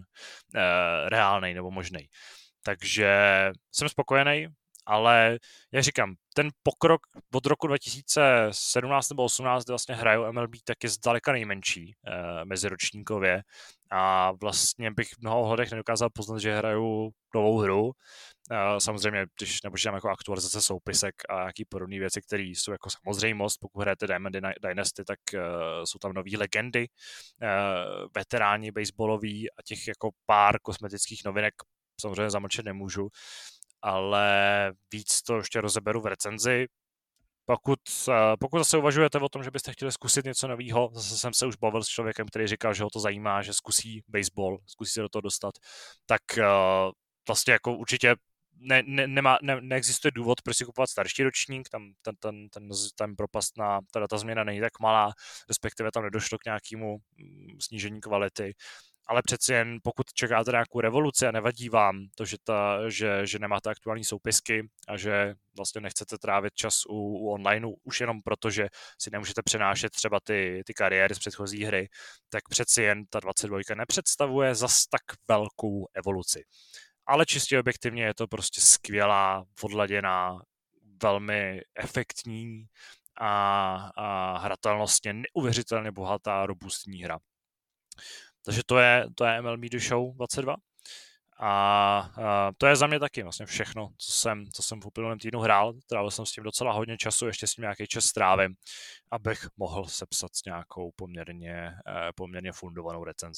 reálnej nebo možnej. Takže jsem spokojený, ale jak říkám, ten pokrok od roku dva tisíce sedmnáct nebo osmnáct, kdy vlastně hrajou M L B, tak je zdaleka nejmenší eh, meziročníkově a vlastně bych v mnoha ohledech nedokázal poznat, že hraju novou hru. Eh, samozřejmě, když nepočítám jako aktualizace soupisek a nějaký podobné věci, které jsou jako samozřejmost, pokud hrajete Diamond Dynasty, tak eh, jsou tam nový legendy, eh, veteráni baseballoví a těch jako pár kosmetických novinek samozřejmě zamlčet nemůžu, ale víc to ještě rozeberu v recenzi. Pokud, pokud zase uvažujete o tom, že byste chtěli zkusit něco nového, zase jsem se už bavil s člověkem, který říkal, že ho to zajímá, že zkusí baseball, zkusí se do toho dostat, tak vlastně jako určitě ne, ne, nemá, ne, neexistuje důvod, proč si kupovat starší ročník, tam ten, ten, ten, ten propast na, ta, ta změna není tak malá, respektive tam nedošlo k nějakému snížení kvality. Ale přeci jen, pokud čekáte nějakou revoluci a nevadí vám to, že, ta, že, že nemáte aktuální soupisky a že vlastně nechcete trávit čas u, u onlineu už jenom proto, že si nemůžete přenášet třeba ty, ty kariéry z předchozí hry, tak přeci jen ta dvacet dva nepředstavuje zas tak velkou evoluci. Ale čistě objektivně je to prostě skvělá, odladěná, velmi efektní a, a hratelnostně neuvěřitelně bohatá, robustní hra. Takže to je, to je M L B The Show dvacet dva. A, a to je za mě taky vlastně všechno, co jsem, co jsem v uplynulém týdnu hrál. Trávil jsem s tím docela hodně času, ještě s tím nějaký čas strávím, abych mohl sepsat nějakou poměrně, poměrně fundovanou recenzi.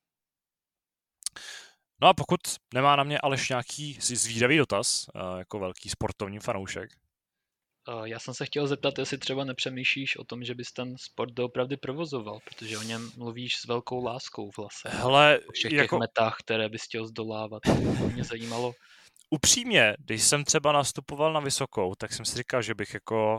No a pokud nemá na mě Aleš nějaký zvídavý dotaz, jako velký sportovní fanoušek. Já jsem se chtěl zeptat, jestli třeba nepřemýšlíš o tom, že bys ten sport doopravdy provozoval, protože o něm mluvíš s velkou láskou vlastně. Hele, o všech jako... těch metách, které bys chtěl zdolávat. To mě zajímalo. Upřímně, když jsem třeba nastupoval na vysokou, tak jsem si říkal, že bych jako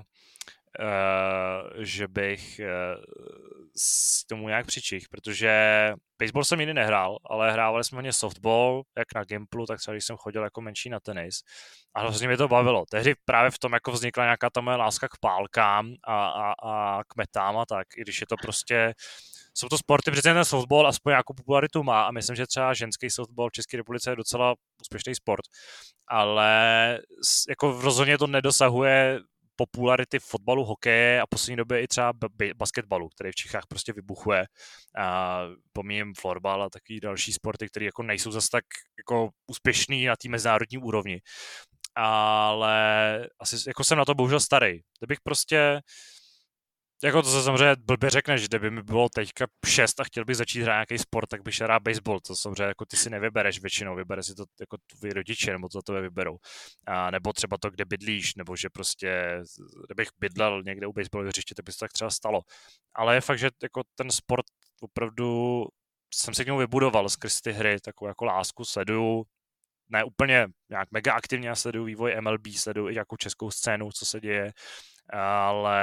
Uh, že bych uh, s tomu nějak přičich, protože baseball jsem jiný nehrál, ale hrávali jsme hodně softball, jak na Gimplu, tak třeba když jsem chodil jako menší na tenis. A hrozně mě to bavilo. Tehdy právě v tom jako vznikla nějaká ta moje láska k pálkám a, a, a k metám a tak, i když je to prostě jsou to sporty, přece ten softball aspoň nějakou popularitu má a myslím, že třeba ženský softball v České republice je docela úspěšný sport, ale jako rozhodně to nedosahuje popularity fotbalu, hokeje a poslední době i třeba basketbalu, který v Čechách prostě vybuchuje. A pomíjím florbal a takový další sporty, které jako nejsou zase tak jako úspěšný na té mezinárodní úrovni. Ale asi jako jsem na to bohužel starý. Kdybych prostě jako to se samozřejmě blbě řekneš, že kdyby mi bylo teďka šest a chtěl bych začít hrát nějaký sport, tak bych šel hrát baseball, to samozřejmě jako ty si nevybereš většinou, vybere si to jako tvoji rodiče, nebo to za tebe vyberou. A nebo třeba to, kde bydlíš, nebo že prostě, kdybych bydlel někde u baseballového hřiště, tak by se tak třeba stalo. Ale je fakt, že jako ten sport opravdu jsem se k němu vybudoval skrz ty hry, takovou jako lásku, sleduju, ne úplně nějak mega aktivně, sleduju vývoj M L B, sleduju i nějakou českou scénu, co se děje, ale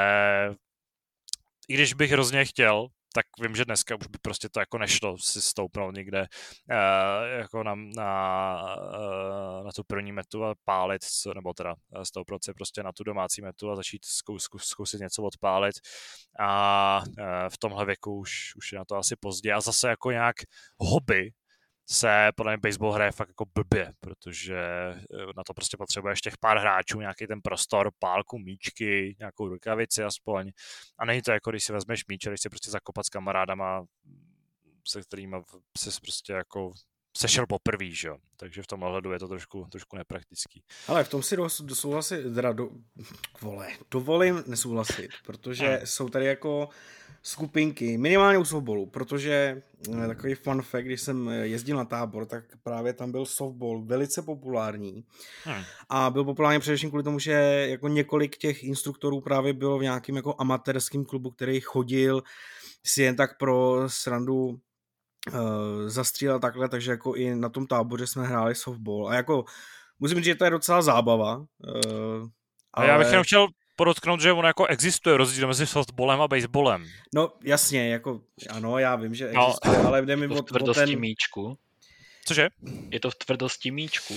i když bych hrozně chtěl, tak vím, že dneska už by prostě to jako nešlo si stoupnout někde uh, jako na, na, uh, na tu první metu a pálit, nebo teda stoupnout si prostě na tu domácí metu a začít zkus, zkus, zkusit něco odpálit. A uh, v tomhle věku už, už je na to asi pozdě. A zase jako nějak hobby se podle mě baseball hraje fakt jako blbě, protože na to prostě potřebuješ těch pár hráčů, nějaký ten prostor, pálku, míčky, nějakou rukavici aspoň. A není to jako, když si vezmeš míč a když si prostě zakopat s kamarádama, se kterými se prostě jako sešel poprvé, že jo. Takže v tom ohledu je to trošku, trošku nepraktický. Ale v tom si souhlasit, teda do, vole, dovolím nesouhlasit, protože hmm. jsou tady jako skupinky, minimálně u softballu, protože takový fun fact, když jsem jezdil na tábor, tak právě tam byl softball velice populární hmm. a byl populární především kvůli tomu, že jako několik těch instruktorů právě bylo v nějakém jako amatérském klubu, který chodil si jen tak pro srandu uh, zastřílel takhle, takže jako i na tom táboře jsme hráli softball a jako musím říct, že to je docela zábava. Uh, ale... A já bych jenom chtěl podotknout, že on jako existuje rozdíl mezi softballem a baseballem. No jasně, jako ano, já vím, že existuje, no, ale jde mi o, o, o tvrdosti ten... míčku. Cože? Je to v tvrdosti míčku.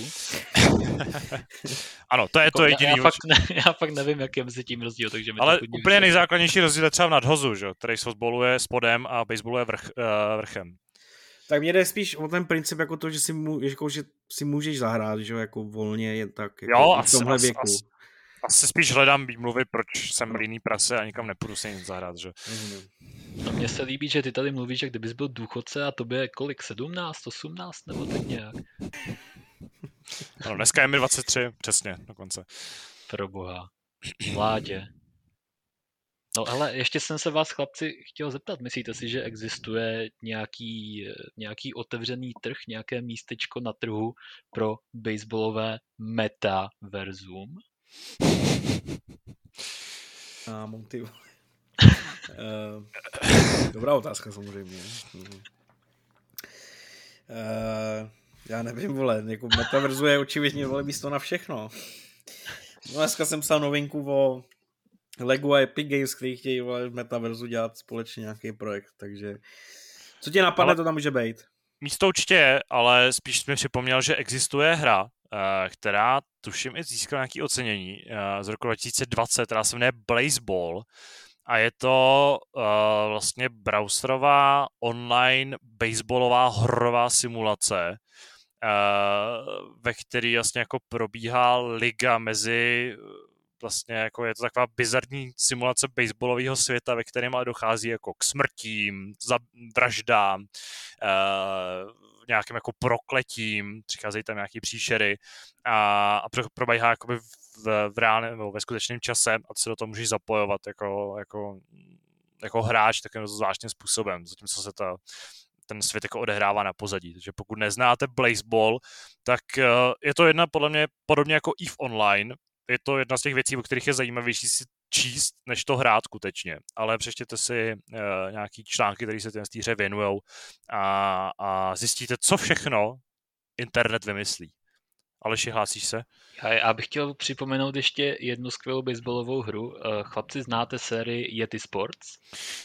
Ano, to je jako, to jediný. Já, já, fakt ne, já fakt nevím, jak je mezi tím rozdíl, takže mi ale to úplně vyšel. Nejzákladnější rozdíl je třeba v nadhozu, že? Který softballu je spodem a baseballu je vrch, uh, vrchem. Tak mě jde spíš o ten princip jako to, že si, mu, jako, že si můžeš zahrát, že jako volně je tak jako jo, v tomhle asi, věku. Asi, asi spíš hledám výmluvy, proč jsem líný prase a nikam nepůjdu se nic zahrát, že? No mně se líbí, že ty tady mluvíš, že kdybys byl důchodce a tobě je kolik, sedmnáct, osmnáct nebo tak nějak. No, dneska je mi dvacet tři, přesně, dokonce. Proboha. Mládě. No ale ještě jsem se vás, chlapci, chtěl zeptat. Myslíte si, že existuje nějaký, nějaký otevřený trh, nějaké místečko na trhu pro baseballové metaverzum? A motiv. uh, dobrá otázka samozřejmě. Uh, já nevím, vole, jako metaverzu je očividně vole místo na všechno. No, dneska jsem psal novinku o Lego a Epic Games, který chtějí v metaverzu dělat společně nějaký projekt, takže co tě napadne, ale to tam může být? Místo určitě je, ale spíš mi připomněl, že existuje hra, která tuším i získala nějaké ocenění z roku dva tisíce dvacet, která se jmenuje Blazeball a je to uh, vlastně browserová online baseballová hororová simulace, uh, ve který vlastně jako probíhá liga mezi vlastně jako je to taková bizarní simulace baseballového světa, ve kterém ale dochází jako k smrtím, vraždám, uh, nějakým jako prokletím, přicházejí tam nějaký příšery a, a probíhá jakoby v, v reálném nebo ve skutečném čase a ty se do toho můžeš zapojovat jako, jako, jako hráč takovým zvláštním způsobem, zatímco se ta ten svět jako odehrává na pozadí. Takže pokud neznáte Blazeball, tak uh, je to jedna podle mě podobně jako EVE Online. Je to jedna z těch věcí, o kterých je zajímavější si číst, než to hrát skutečně. Ale přečtěte si uh, nějaký články, které se té hře věnujou a, a zjistíte, co všechno internet vymyslí. Aleši, hlásíš se? Já, já bych chtěl připomenout ještě jednu skvělou baseballovou hru. Uh, chlapci, znáte sérii Yeti Sports?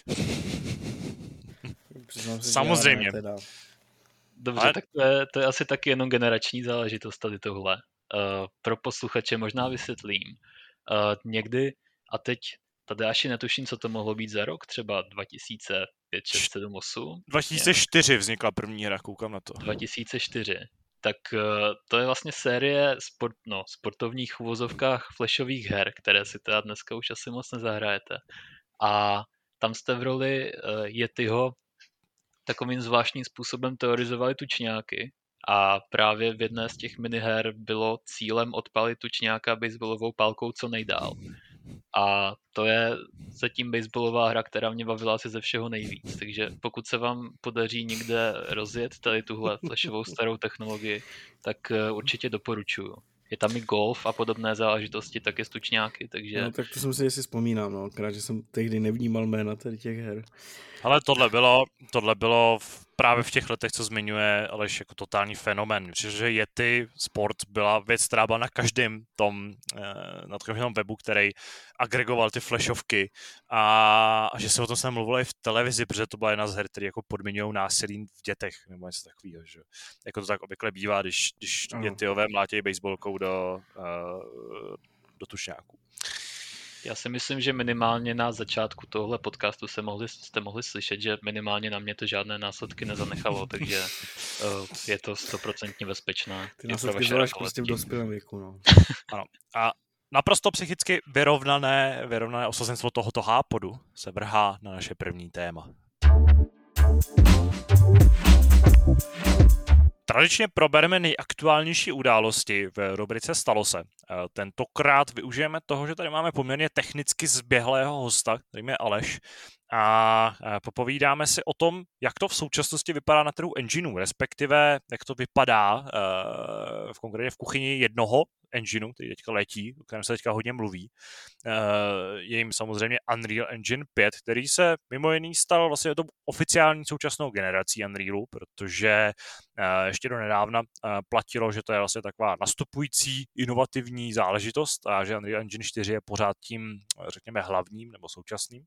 Samozřejmě. Dobře, ale... tak to je, to je asi taky jenom generační záležitost tady tohle. Uh, pro posluchače možná vysvětlím. Uh, někdy, a teď tady až netuším, co to mohlo být za rok, třeba dva tisíce pět, šest, sedm, osm? dva tisíce čtyři vznikla první hra, koukám na to. dva tisíce čtyři. Tak uh, to je vlastně série sport, no, sportovních uvozovkách flashových her, které si teda dneska už asi moc nezahrajete. A tam jste v roli uh, Yetiho takovým zvláštním způsobem teorizovali tučňáky a právě v jedné z těch miniher bylo cílem odpalit tučňáka baseballovou pálkou co nejdál. A to je zatím baseballová hra, která mě bavila asi ze všeho nejvíc. Takže pokud se vám podaří někde rozjet tady tuhle flashovou starou technologii, tak určitě doporučuju. Je tam i golf a podobné záležitosti, taky stučňáky, takže... No tak to jsem si jestli vzpomínám, no, krát, že jsem tehdy nevnímal jména tady těch her. Ale tohle bylo, tohle bylo v, právě v těch letech, co zmiňuje Aleš, jako totální fenomén. Protože Yeti Sport byla věc, která byla na každém tom, na každém webu, který agregoval ty flashovky a, a že se o tom jsem mluvil i v televizi, protože to byla jedna z her, které jako podmiňují násilí v dětech nebo něco takového, že jako to tak obvykle bývá, když, když Yetiové mlátějí baseballkou do, do tušňáků. Já si myslím, že minimálně na začátku tohle podcastu se mohli, jste mohli slyšet, že minimálně na mě to žádné následky nezanechalo, takže uh, je to stoprocentně bezpečné. Ty následky zvoláš prostě v dospělém věku, no. Ano. A naprosto psychicky vyrovnané, vyrovnané osazenstvo tohoto hápodu se vrhá na naše první téma. Tradičně probereme nejaktuálnější události v rubrice Stalo se. Tentokrát využijeme toho, že tady máme poměrně technicky zběhlého hosta, kterým je Aleš, a popovídáme si o tom, jak to v současnosti vypadá na trhu engineu, respektive jak to vypadá v konkrétně v kuchyni jednoho engineu, který teďka letí, o kterém se teďka hodně mluví. Je jim samozřejmě Unreal Engine pět, který se mimo jiný stal vlastně tou oficiální současnou generací Unrealu, protože ještě do nedávna platilo, že to je vlastně taková nastupující inovativní záležitost a že Unreal Engine čtyři je pořád tím, řekněme, hlavním nebo současným.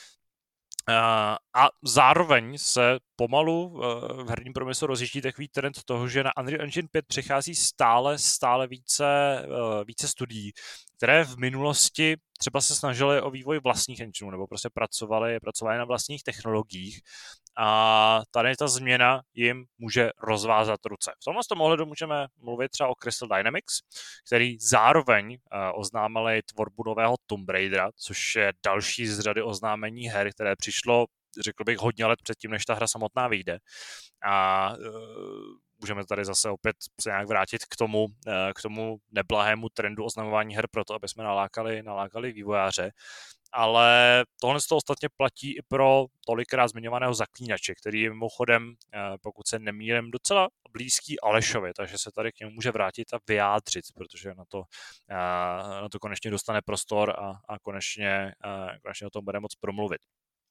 A zároveň se pomalu v herním průmyslu rozjíždí takový trend toho, že na Unreal Engine pět přichází stále, stále více, více studií, které v minulosti třeba se snažili o vývoj vlastních engineů nebo prostě pracovali, pracovali na vlastních technologiích a tady ta změna jim může rozvázat ruce. V tomhle tom ohledu můžeme mluvit třeba o Crystal Dynamics, který zároveň oznámili tvorbu nového Tomb Raidera, což je další z řady oznámení her, které přišlo, řekl bych, hodně let předtím, než ta hra samotná vyjde. A můžeme tady zase opět se nějak vrátit k tomu, k tomu neblahému trendu oznamování her proto, aby jsme nalákali, nalákali vývojáře. Ale tohle z toho ostatně platí i pro tolikrát zmiňovaného Zaklínače, který je mimochodem, pokud se nemýlím, docela blízký Alešovi, takže se tady k němu může vrátit a vyjádřit, protože na to, na to konečně dostane prostor a, a konečně, a konečně o tom bude moc promluvit.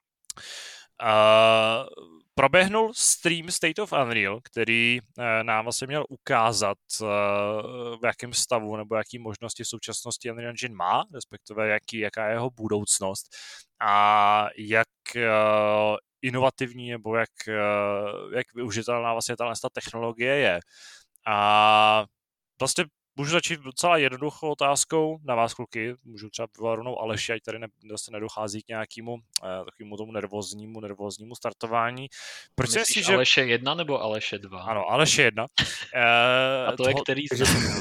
Uh, proběhnul stream State of Unreal, který uh, nám vlastně měl ukázat, uh, v jakém stavu nebo jaký možnosti v současnosti Unreal Engine má, respektive jaký, jaká je jeho budoucnost a jak uh, inovativní nebo jak, uh, jak využitelná vlastně ta technologie je. A vlastně můžu začít docela jednoduchou otázkou na vás, kluky. Můžu třeba vyvolat rovnou Aleši, ať tady ne, zase nedochází k nějakému eh, takovému tomu nervóznímu, nervóznímu startování. Proč Myslíš si, že... Aleše jedna nebo Aleše dva? Ano, Aleše jedna. Eh, A to toho... je který z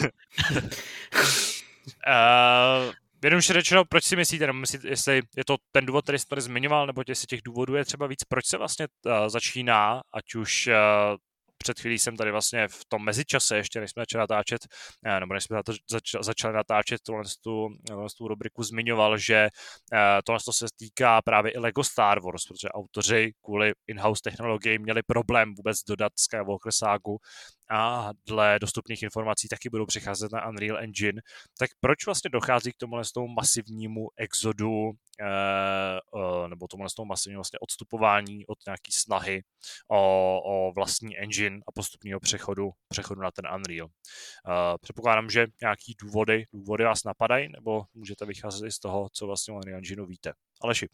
uh, Jednoduše řečeno, proč si myslíte, nebo myslíte, jestli je to ten důvod, který jste tady zmiňoval, nebo jestli těch důvodů je třeba víc, proč se vlastně uh, začíná, ať už uh, před chvílí jsem tady vlastně v tom mezičase, ještě než jsme začali natáčet, nebo než jsme zač, začali natáčet tuhle tu, tu rubriku, zmiňoval, že tohle se týká právě i Lego Star Wars, protože autoři kvůli in-house technologii měli problém vůbec dodat Skywalker ságu a dle dostupných informací taky budou přicházet na Unreal Engine. Tak proč vlastně dochází k tomuhle tomu masivnímu exodu nebo tomuhle tomu masivnímu vlastně odstupování od nějaký snahy o, o vlastní engine a postupného přechodu, přechodu na ten Unreal? Předpokládám, že nějaký důvody, důvody vás napadají, nebo můžete vycházet i z toho, co vlastně o Unreal Engineu víte. Aleši.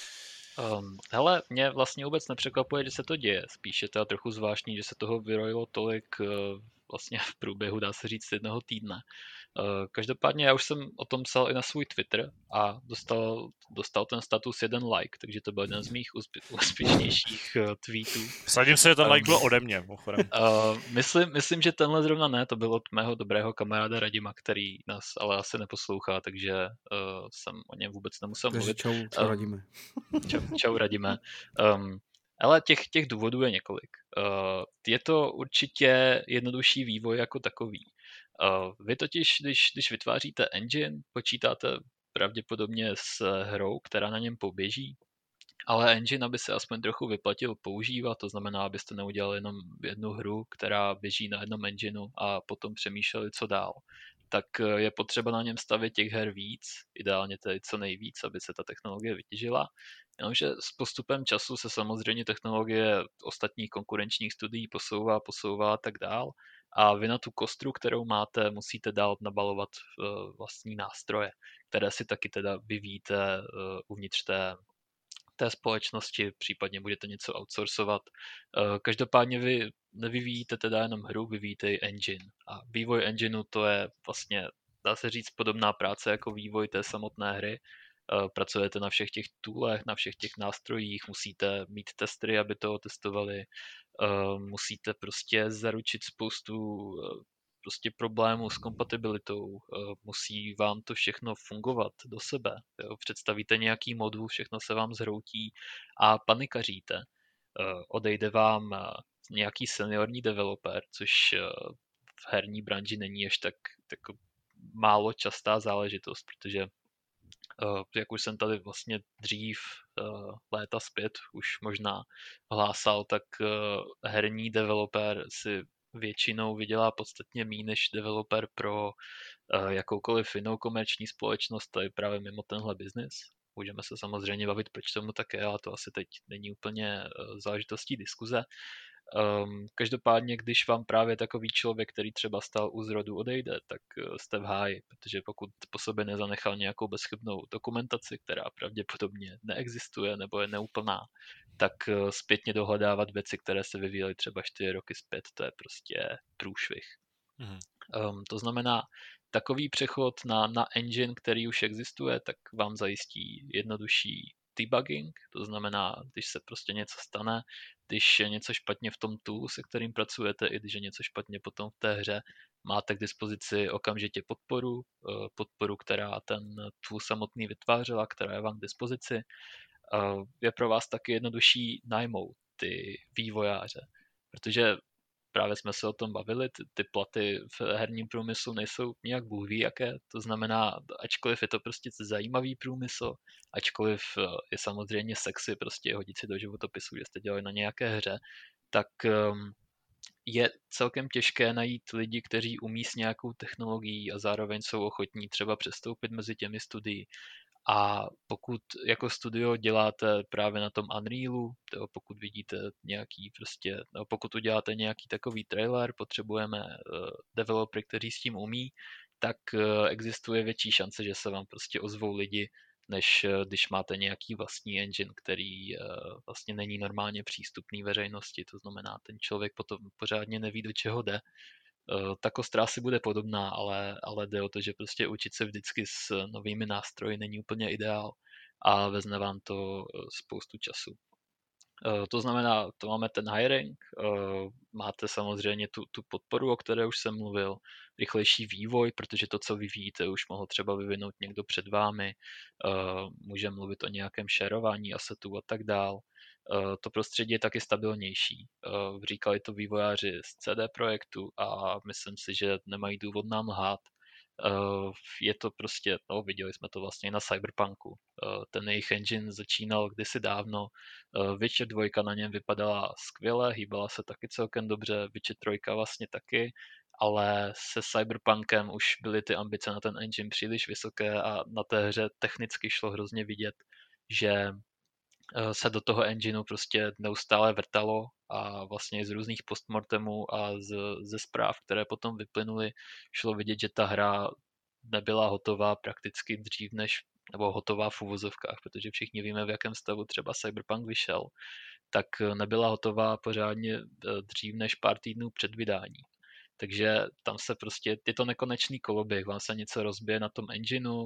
Um, hele, mě vlastně vůbec nepřekvapuje, že se to děje. Spíš je to trochu zvláštní, že se toho vyrojilo tolik uh, vlastně v průběhu, dá se říct, jednoho týdne. Uh, každopádně já už jsem o tom psal i na svůj Twitter a dostal, dostal ten status jeden like, takže to byl jeden z mých úspě- úspěšnějších uh, tweetů. Sadím se, že ten um, like byl ode mě. Uh, myslím, myslím, že tenhle zrovna ne, to byl od mého dobrého kamaráda Radima, který nás ale asi neposlouchá, takže uh, jsem o něm vůbec nemusel takže mluvit. Čau, čau um, Radime. Čau, čau Radime. Um, ale těch, těch důvodů je několik. Uh, je to určitě jednodušší vývoj jako takový. Uh, vy totiž, když, když vytváříte engine, počítáte pravděpodobně s hrou, která na něm poběží, ale engine, aby se aspoň trochu vyplatil používat, to znamená, abyste neudělali jenom jednu hru, která běží na jednom engineu a potom přemýšleli, co dál, tak je potřeba na něm stavět těch her víc, ideálně tedy co nejvíc, aby se ta technologie vytěžila. Jenomže s postupem času se samozřejmě technologie ostatních konkurenčních studií posouvá, posouvá a tak dál. A vy na tu kostru, kterou máte, musíte dál nabalovat vlastní nástroje, které si taky teda vyvíjíte uvnitř té, té společnosti, případně budete něco outsourcovat. Každopádně vy nevyvíjíte teda jenom hru, vyvíjíte i engine. A vývoj engineu to je vlastně, dá se říct, podobná práce jako vývoj té samotné hry. Pracujete na všech těch toolech, na všech těch nástrojích, musíte mít testery, aby to testovali, musíte prostě zaručit spoustu prostě problémů s kompatibilitou, musí vám to všechno fungovat do sebe. Jo? Představíte nějaký modul, všechno se vám zhroutí a panikaříte. Odejde vám nějaký seniorní developer, což v herní branži není až tak, tak málo častá záležitost, protože Uh, jak už jsem tady vlastně dřív uh, léta zpět už možná hlásal, tak uh, herní developer si většinou vydělá podstatně méně než developer pro uh, jakoukoliv jinou komerční společnost, to je právě mimo tenhle biznis. Můžeme se samozřejmě bavit, proč tomu tak je, ale to asi teď není úplně uh, záležitostí diskuze. Um, každopádně, když vám právě takový člověk, který třeba stál u zrodu, odejde, tak uh, jste v háji, protože pokud po sobě nezanechal nějakou bezchybnou dokumentaci, která pravděpodobně neexistuje nebo je neúplná, tak uh, zpětně dohledávat věci, které se vyvíjely třeba čtyři roky zpět, to je prostě průšvih. Mm. Um, to znamená, takový přechod na, na engine, který už existuje, tak vám zajistí jednodušší debugging, to znamená, když se prostě něco stane, když je něco špatně v tom toolu, se kterým pracujete, i když je něco špatně potom v té hře, máte k dispozici okamžitě podporu, podporu, která ten tool samotný vytvářela, která je vám k dispozici. Je pro vás taky jednodušší najmout ty vývojáře, protože právě jsme se o tom bavili, ty, ty platy v herním průmyslu nejsou nějak bůh ví jaké, to znamená, ačkoliv je to prostě zajímavý průmysl, ačkoliv je samozřejmě sexy prostě hodit si do životopisu, že jste dělali na nějaké hře, tak um, je celkem těžké najít lidi, kteří umí s nějakou technologií a zároveň jsou ochotní třeba přestoupit mezi těmi studii. A pokud jako studio děláte právě na tom Unrealu, to pokud vidíte nějaký prostě, no pokud uděláte nějaký takový trailer, potřebujeme uh, developery, kteří s tím umí, tak uh, existuje větší šance, že se vám prostě ozvou lidi, než uh, když máte nějaký vlastní engine, který uh, vlastně není normálně přístupný veřejnosti. To znamená, ten člověk potom pořádně neví, do čeho jde. Ta kostra asi bude podobná, ale, ale jde o to, že prostě učit se vždycky s novými nástroji není úplně ideál a vezme vám to spoustu času. To znamená, to máme ten hiring, máte samozřejmě tu, tu podporu, o které už jsem mluvil, rychlejší vývoj, protože to, co vyvíjíte, už mohl třeba vyvinout někdo před vámi, můžeme mluvit o nějakém šerování asetů a tak dál. To prostředí je taky stabilnější. Říkali to vývojáři z C D Projektu a myslím si, že nemají důvod nám lhát. Je to prostě, no viděli jsme to vlastně na Cyberpunku. Ten jejich engine začínal kdysi dávno, Witcher dva na něm vypadala skvěle, hýbala se taky celkem dobře, Witcher tři vlastně taky, ale se Cyberpunkem už byly ty ambice na ten engine příliš vysoké a na té hře technicky šlo hrozně vidět, že se do toho engineu prostě neustále vrtalo a vlastně z různých postmortemů a z, ze zpráv, které potom vyplynuly, šlo vidět, že ta hra nebyla hotová prakticky dřív než, nebo hotová v uvozovkách, protože všichni víme, v jakém stavu třeba Cyberpunk vyšel, tak nebyla hotová pořádně dřív než pár týdnů před vydání. Takže tam se prostě, je to nekonečný koloběh, vám se něco rozbije na tom engineu,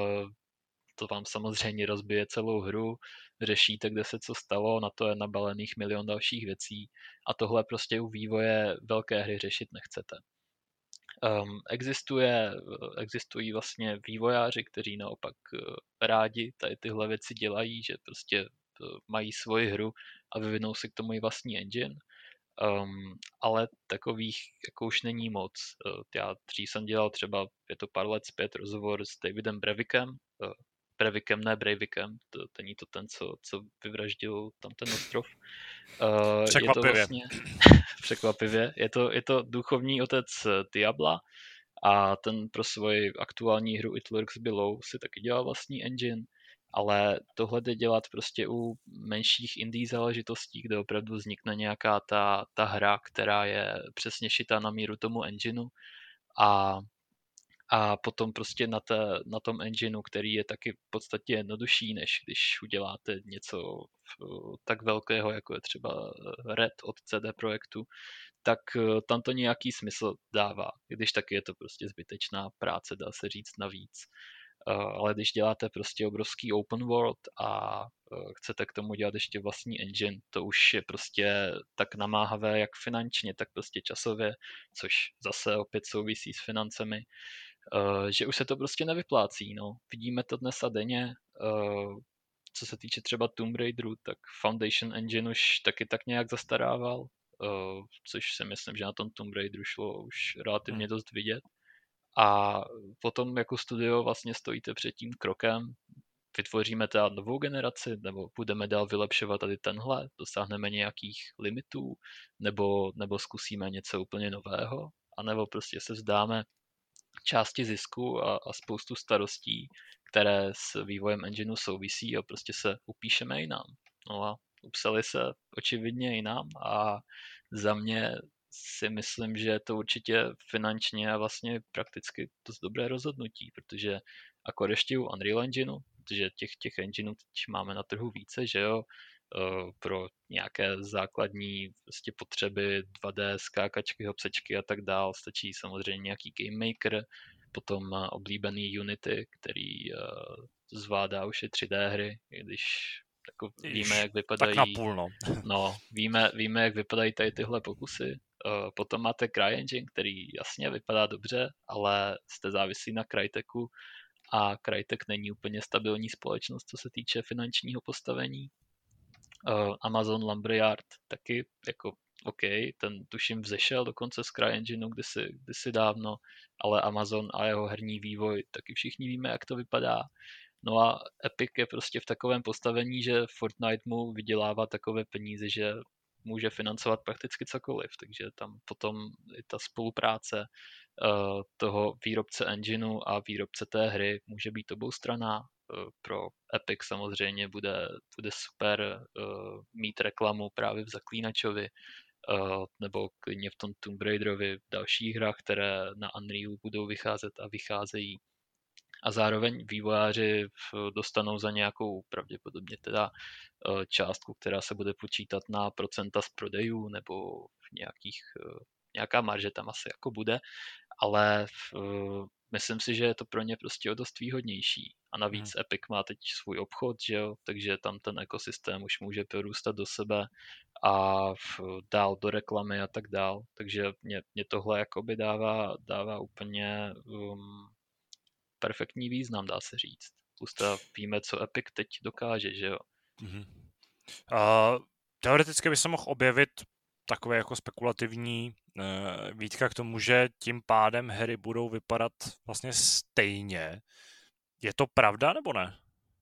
to vám samozřejmě rozbije celou hru, řešíte, kde se co stalo, na to je nabalených milion dalších věcí a tohle prostě u vývoje velké hry řešit nechcete. Um, existuje, existují vlastně vývojáři, kteří naopak rádi tady tyhle věci dělají, že prostě mají svoji hru a vyvinou si k tomu i vlastní engine. Um, ale takových jako už není moc. Uh, já dřív jsem dělal třeba, je to pár let zpět, rozhovor s Davidem Brevikem, uh, Brevikem, ne Breivikem, to, to není to ten, co, co vyvraždil tam ten ostrov. Uh, Překvapivě. Je to vlastně, překvapivě. Je to, je to duchovní otec Diabla a ten pro svoji aktuální hru It Lurks Below si taky dělal vlastní engine, ale tohle jde dělat prostě u menších indie záležitostí, kde opravdu vznikne nějaká ta, ta hra, která je přesně šitá na míru tomu engineu a a potom prostě na, té, na tom engineu, který je taky v podstatě jednodušší, než když uděláte něco tak velkého, jako je třeba Red od C D Projektu, tak tam to nějaký smysl dává, když taky je to prostě zbytečná práce, dá se říct navíc. Ale když děláte prostě obrovský open world a chcete k tomu dělat ještě vlastní engine, to už je prostě tak namáhavé jak finančně, tak prostě časově, což zase opět souvisí s financemi, že už se to prostě nevyplácí. No. Vidíme to dnes a denně. Co se týče třeba Tomb Raideru, tak Foundation Engine už taky tak nějak zastarával, což si myslím, že na tom Tomb Raideru šlo už relativně dost vidět. A potom jako studio vlastně stojíte před tím krokem, vytvoříme teda novou generaci, nebo budeme dál vylepšovat tady tenhle, dosáhneme nějakých limitů, nebo, nebo zkusíme něco úplně nového, anebo prostě se vzdáme části zisku a, a spoustu starostí, které s vývojem engineu souvisí a prostě se upíšeme jinam. No a upsali se očividně jinam a za mě si myslím, že je to určitě finančně a vlastně prakticky dost dobré rozhodnutí, protože akor ještě u Unreal Engineu, protože těch, těch engineů teď máme na trhu více, že jo, pro nějaké základní prostě potřeby dva dé, skákačky, hopsečky a tak dál. Stačí samozřejmě nějaký game maker, potom oblíbený Unity, který zvládá už i tři dé hry, i když jako víme, jak vypadají. Tak napůl, no. no víme, víme, jak vypadají tady tyhle pokusy. Potom máte CryEngine, který jasně vypadá dobře, ale jste závislí na Cryteku a Crytek není úplně stabilní společnost, co se týče finančního postavení. Uh, Amazon Lumberyard taky jako OK, ten tuším vzešel dokonce z CryEngineu kdysi, kdysi dávno, ale Amazon a jeho herní vývoj taky všichni víme, jak to vypadá. No a Epic je prostě v takovém postavení, že Fortnite mu vydělává takové peníze, že může financovat prakticky cokoliv, takže tam potom i ta spolupráce uh, toho výrobce engineu a výrobce té hry může být oboustranná. Pro Epic samozřejmě bude, bude super uh, mít reklamu právě v Zaklínačovi uh, nebo klidně v tom Tomb Raiderovi, v dalších hrách, které na Unrealu budou vycházet a vycházejí. A zároveň vývojáři dostanou za nějakou pravděpodobně teda uh, částku, která se bude počítat na procenta z prodejů nebo v nějakých, uh, nějaká marže tam asi jako bude, ale uh, myslím si, že je to pro ně prostě o dost výhodnější. A navíc hmm. Epic má teď svůj obchod, že jo, takže tam ten ekosystém už může prorůstat do sebe a v, dál do reklamy a tak dál. Takže mě, mě tohle jakoby dává, dává úplně um, perfektní význam, dá se říct. Plus ta víme, co Epic teď dokáže, že jo. Hmm. Uh, teoreticky by se mohl objevit takové jako spekulativní uh, výtka k tomu, že tím pádem hry budou vypadat vlastně stejně. Je to pravda, nebo ne?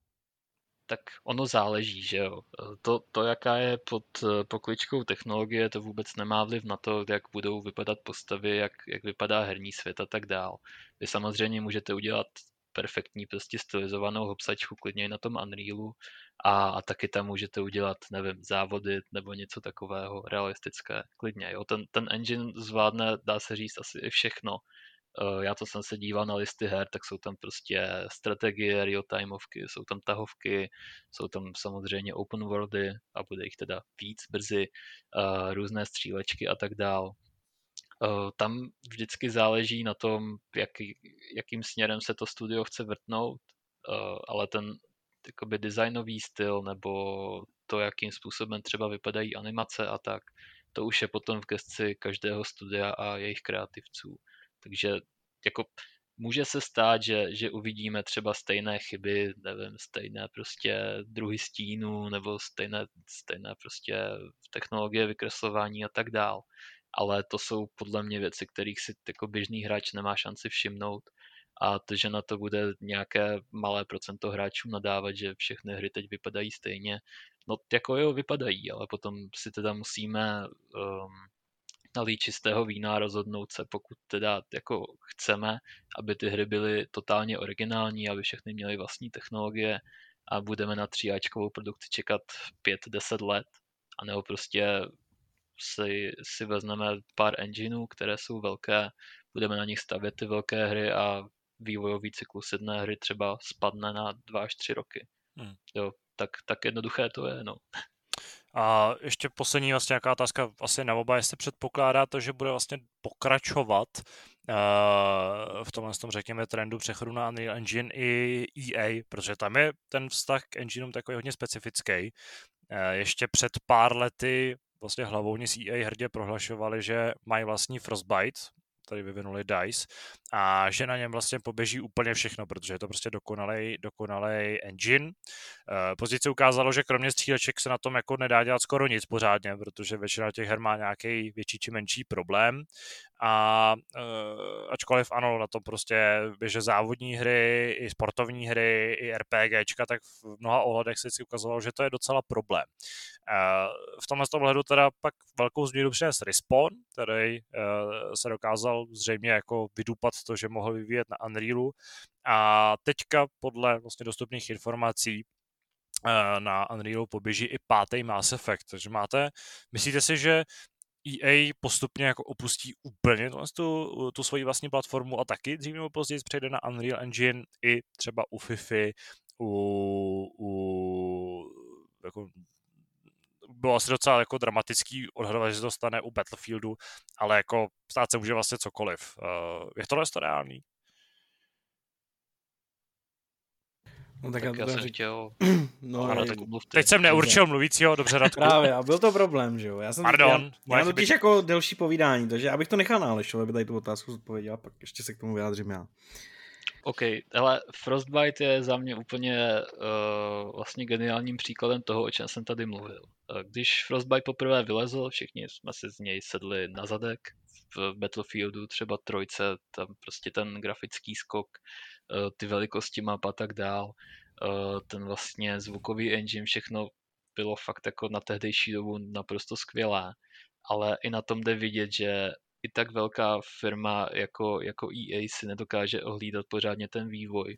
Tak ono záleží, že jo. To, to jaká je pod pokličkou technologie, to vůbec nemá vliv na to, jak budou vypadat postavy, jak, jak vypadá herní svět a tak dál. Vy samozřejmě můžete udělat perfektní prostě stylizovanou hopsačku klidně i na tom Unrealu a, a taky tam můžete udělat, nevím, závody nebo něco takového realistické, klidně. Jo. Ten, ten engine zvládne, dá se říct, asi i všechno. Já to jsem se díval na listy her, tak jsou tam prostě strategie, real-timeovky, jsou tam tahovky, jsou tam samozřejmě open worldy a bude jich teda víc brzy, různé střílečky a tak dál. Tam vždycky záleží na tom, jaký, jakým směrem se to studio chce vrtnout, ale ten jakoby designový styl nebo to, jakým způsobem třeba vypadají animace a tak, to už je potom v gesci každého studia a jejich kreativců. Takže jako může se stát, že, že uvidíme třeba stejné chyby, nevím, stejné prostě druhy stínů nebo stejné, stejné prostě technologie vykreslování a tak dál. Ale to jsou podle mě věci, kterých si jako běžný hráč nemá šanci všimnout. A to, že na to bude nějaké malé procento hráčů nadávat, že všechny hry teď vypadají stejně, no jako jo, vypadají, ale potom si teda musíme um, nalít čistého vína a rozhodnout se, pokud teda jako chceme, aby ty hry byly totálně originální, aby všechny měly vlastní technologie a budeme na tříáčkovou produkci čekat pět deset let, anebo prostě si, si vezmeme pár engineů, které jsou velké, budeme na nich stavět ty velké hry a vývojový cyklus jedné hry třeba spadne na dva až tři roky. Hmm. Jo, tak, tak jednoduché to je, no. A ještě poslední vlastně nějaká otázka asi na oba, jestli předpokládá to, že bude vlastně pokračovat uh, v tomhle tom, řekněme, trendu přechodu na Unreal Engine i E A, protože tam je ten vztah k engineům takový hodně specifický. Uh, ještě před pár lety vlastně hlavovně z E A hrdě prohlašovali, že mají vlastní Frostbite, tady vyvinuli DICE, a že na něm vlastně poběží úplně všechno, protože je to prostě dokonalej, dokonalej engine. Později se ukázalo, že kromě stříleček se na tom jako nedá dělat skoro nic pořádně, protože většina těch her má nějaký větší či menší problém. A uh, ačkoliv ano, na tom prostě běže závodní hry, i sportovní hry, i RPGčka, tak v mnoha ohledech se si ukazovalo, že to je docela problém. Uh, v tomhle ohledu teda pak velkou změnu přines Respawn, který uh, se dokázal zřejmě jako vydupat to, že mohl vyvíjet na Unrealu, a teďka podle vlastně dostupných informací uh, na Unrealu poběží i pátý Mass Effect, takže máte, myslíte si, že E A postupně jako opustí úplně tu, tu svoji vlastní platformu a taky dřív nebo později přejde na Unreal Engine i třeba u FIFA, u, u jako, bylo asi docela jako dramatický odhadovat, že se to stane u Battlefieldu, ale jako stát se může vlastně cokoliv. Uh, je tohle to reálný? No tak, tak já, to já jsem řík... chtěl... no, ano, je... tak umluvte. Teď jsem neurčil mluvícího, dobře, Radku. Právě, a byl to problém, že jo. Já jsem Pardon. Já, já totiž jako delší povídání, takže já bych to nechal na Alešovi, aby tady tu otázku zodpověděl, a pak ještě se k tomu vyjádřím já. OK, ale Frostbite je za mě úplně uh, vlastně geniálním příkladem toho, o čem jsem tady mluvil. Když Frostbite poprvé vylezl, všichni jsme si z něj sedli na zadek. V Battlefieldu třeba trojce, tam prostě ten grafický skok, uh, ty velikosti map a tak dál, uh, ten vlastně zvukový engine, všechno bylo fakt jako na tehdejší dobu naprosto skvělé. Ale i na tom jde vidět, že i tak velká firma jako, jako E A si nedokáže ohlídat pořádně ten vývoj.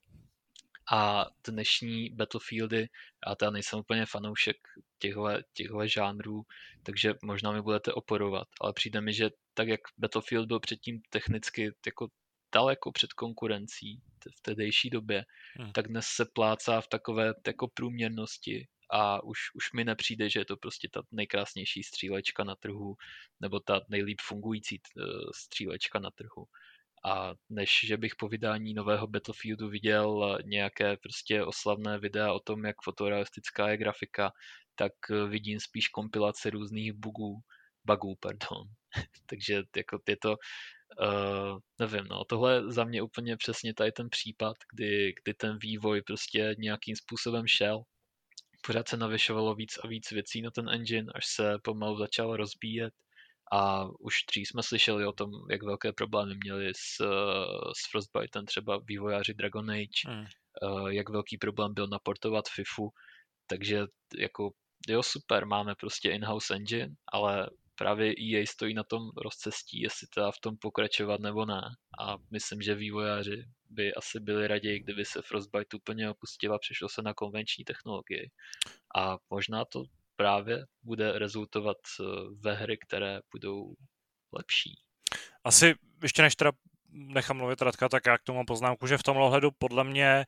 A dnešní Battlefieldy, já teda nejsem úplně fanoušek těchhle, těchhle žánrů, takže možná mi budete oporovat, ale přijde mi, že tak jak Battlefield byl předtím technicky jako daleko před konkurencí v tehdejší době, hmm. tak dnes se plácá v takové jako průměrnosti a už, už mi nepřijde, že je to prostě ta nejkrásnější střílečka na trhu nebo ta nejlíp fungující střílečka na trhu. A než že bych po vydání nového Battlefieldu viděl nějaké prostě oslavné videa o tom, jak fotorealistická je grafika, tak vidím spíš kompilace různých bugů, bugů, pardon. Takže jako je to, uh, nevím, no, tohle za mě úplně přesně tady ten případ, kdy, kdy ten vývoj prostě nějakým způsobem šel. Pořád se navyšovalo víc a víc věcí na ten engine, až se pomalu začal rozbíjet. A už dřív jsme slyšeli o tom, jak velké problémy měli s, s Frostbitem třeba vývojáři Dragon Age, hmm. jak velký problém byl naportovat FIFU, takže jako jo, super, máme prostě in-house engine, ale právě E A stojí na tom rozcestí, jestli teda v tom pokračovat nebo ne. A myslím, že vývojáři by asi byli raději, kdyby se Frostbite úplně opustila, přešlo se na konvenční technologii. A možná to právě bude rezultovat ve hry, které budou lepší. Asi ještě než teda nechám mluvit Radka, tak já k tomu poznámku, že v tomhle ohledu podle mě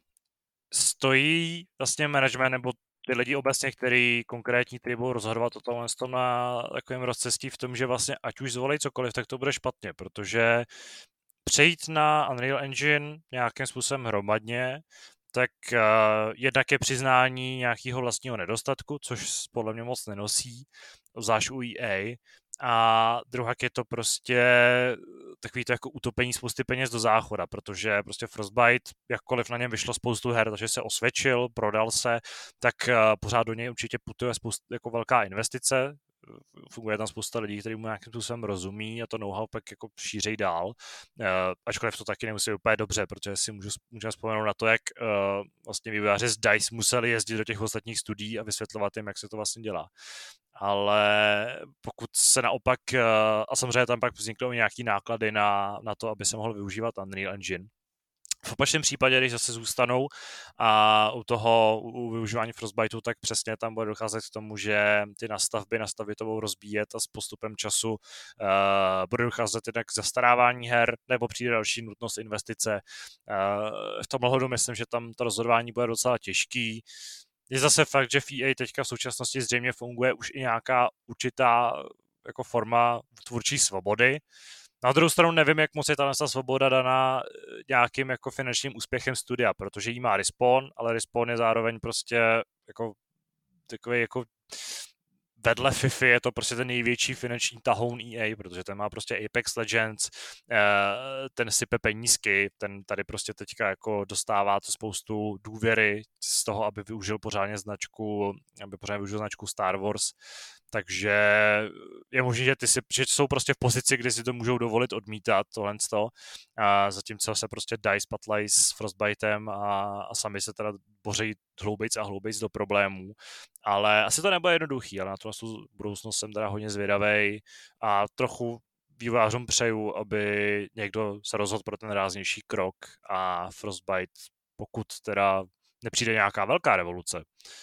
stojí vlastně management nebo ty lidi obecně, který konkrétní ty budou rozhodovat o tomhle tom na takovém rozcestí v tom, že vlastně ať už zvolej cokoliv, tak to bude špatně, protože přejít na Unreal Engine nějakým způsobem hromadně, tak uh, jednak je přiznání nějakého vlastního nedostatku, což podle mě moc nenosí, zvlášť u E A, a druhak je to prostě takový to jako utopení spousty peněz do záchoda, protože prostě Frostbite, jakkoliv na něm vyšlo spoustu her, takže se osvědčil, prodal se, tak uh, pořád do něj určitě putuje spoustu, jako velká investice, funguje tam spousta lidí, kteří mu nějakým způsobem rozumí a to know-how pak jako šířej dál. Uh, ačkoliv to taky nemusí úplně dobře, protože si můžu, můžeme vzpomenout na to, jak uh, vlastně vývojáři z DICE museli jezdit do těch ostatních studií a vysvětlovat jim, jak se to vlastně dělá. Ale pokud se naopak, uh, a samozřejmě tam pak vzniknou nějaký náklady na, na to, aby se mohl využívat Unreal Engine. V opačném případě, když zase zůstanou a u toho u využívání Frostbiteu, tak přesně tam bude docházet k tomu, že ty nastavby nastavby to budou rozbíjet a s postupem času uh, bude docházet jednak k zastarávání her nebo přijde další nutnost investice. Uh, v tomhle hodu myslím, že tam to rozhodování bude docela těžký. Je zase fakt, že v E A teďka v současnosti zřejmě funguje už i nějaká určitá jako forma tvůrčí svobody. Na druhou stranu nevím, jak moc je ta svoboda daná nějakým jako finančním úspěchem studia, protože jí má Respawn, ale Respawn je zároveň prostě jako takový jako vedle FIFA je to prostě ten největší finanční tahoun E A, protože ten má prostě Apex Legends, ten sype penízky, ten tady prostě teďka jako dostává to spoustu důvěry z toho, aby využil pořádně značku, aby pořádně využil značku Star Wars, takže je možné, že ty si, že jsou prostě v pozici, kdy si to můžou dovolit odmítat tohle z toho, a zatímco se prostě dají spatlají s Frostbitem a, a sami se teda boří hloubejc a hloubejc do problémů, ale asi to nebude jednoduchý, ale na to budoucnost jsem teda hodně zvědavej a trochu vývojářům přeju, aby někdo se rozhodl pro ten ráznější krok a Frostbite, pokud teda nepřijde nějaká velká revoluce,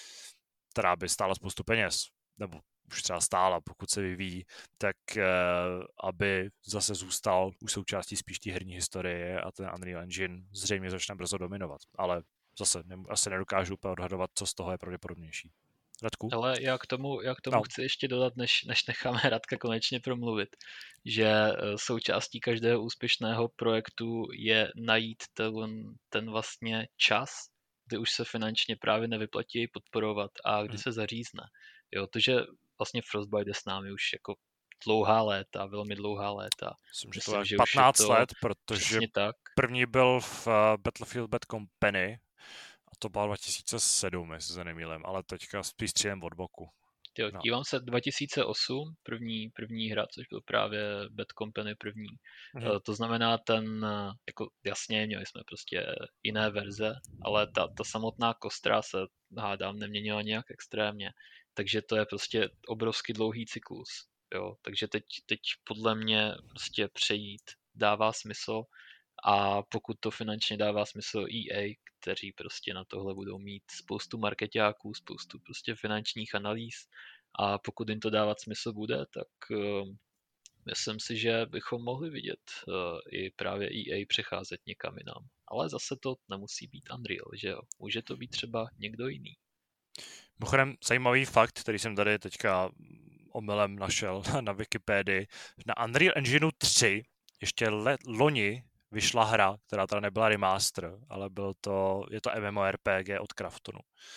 která by stála spoustu peněz, nebo už třeba stála, pokud se vyvíjí, tak uh, aby zase zůstal už součástí spíš té herní historie a ten Unreal Engine zřejmě začne brzo dominovat. Ale zase ne, asi nedokážu úplně odhadovat, co z toho je pravděpodobnější. Radku? Ale já k tomu, já k tomu no. chci ještě dodat, než, než necháme Radka konečně promluvit, že součástí každého úspěšného projektu je najít ten, ten vlastně čas, kdy už se finančně právě nevyplatí podporovat a kdy hmm. se zařízne. Jo, to, že vlastně Frostbite je s námi už jako dlouhá léta, velmi dlouhá léta. Myslím, že to je patnáct let, protože tak. první byl v Battlefield Bad Company a to bylo dva tisíce sedm, jestli se nemýlím, ale teďka spíš střílem od boku. Jo, no. Dívám se dva tisíce osm, první, první hra, což byl právě Bad Company první. Mm-hmm. To znamená ten, jako jasně, měli jsme prostě jiné verze, ale ta, ta samotná kostra se, hádám, neměnila nějak extrémně. Takže to je prostě obrovský dlouhý cyklus. Jo? Takže teď, teď podle mě prostě přejít dává smysl a pokud to finančně dává smysl E A, kteří prostě na tohle budou mít spoustu marketáků, spoustu prostě finančních analýz a pokud jim to dávat smysl bude, tak uh, myslím si, že bychom mohli vidět uh, i právě E A přecházet někam jinam. Ale zase to nemusí být Unreal, že jo? Může to být třeba někdo jiný. Mimochodem, zajímavý fakt, který jsem tady teďka omylem našel na Wikipedii. Na Unreal Engineu tři ještě le- loni vyšla hra, která teda nebyla remaster, ale byl to, je to MMORPG od Craftonu.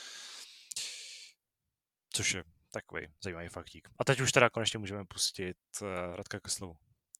Což je takový zajímavý faktík. A teď už teda konečně můžeme pustit uh, Radka ke slovu.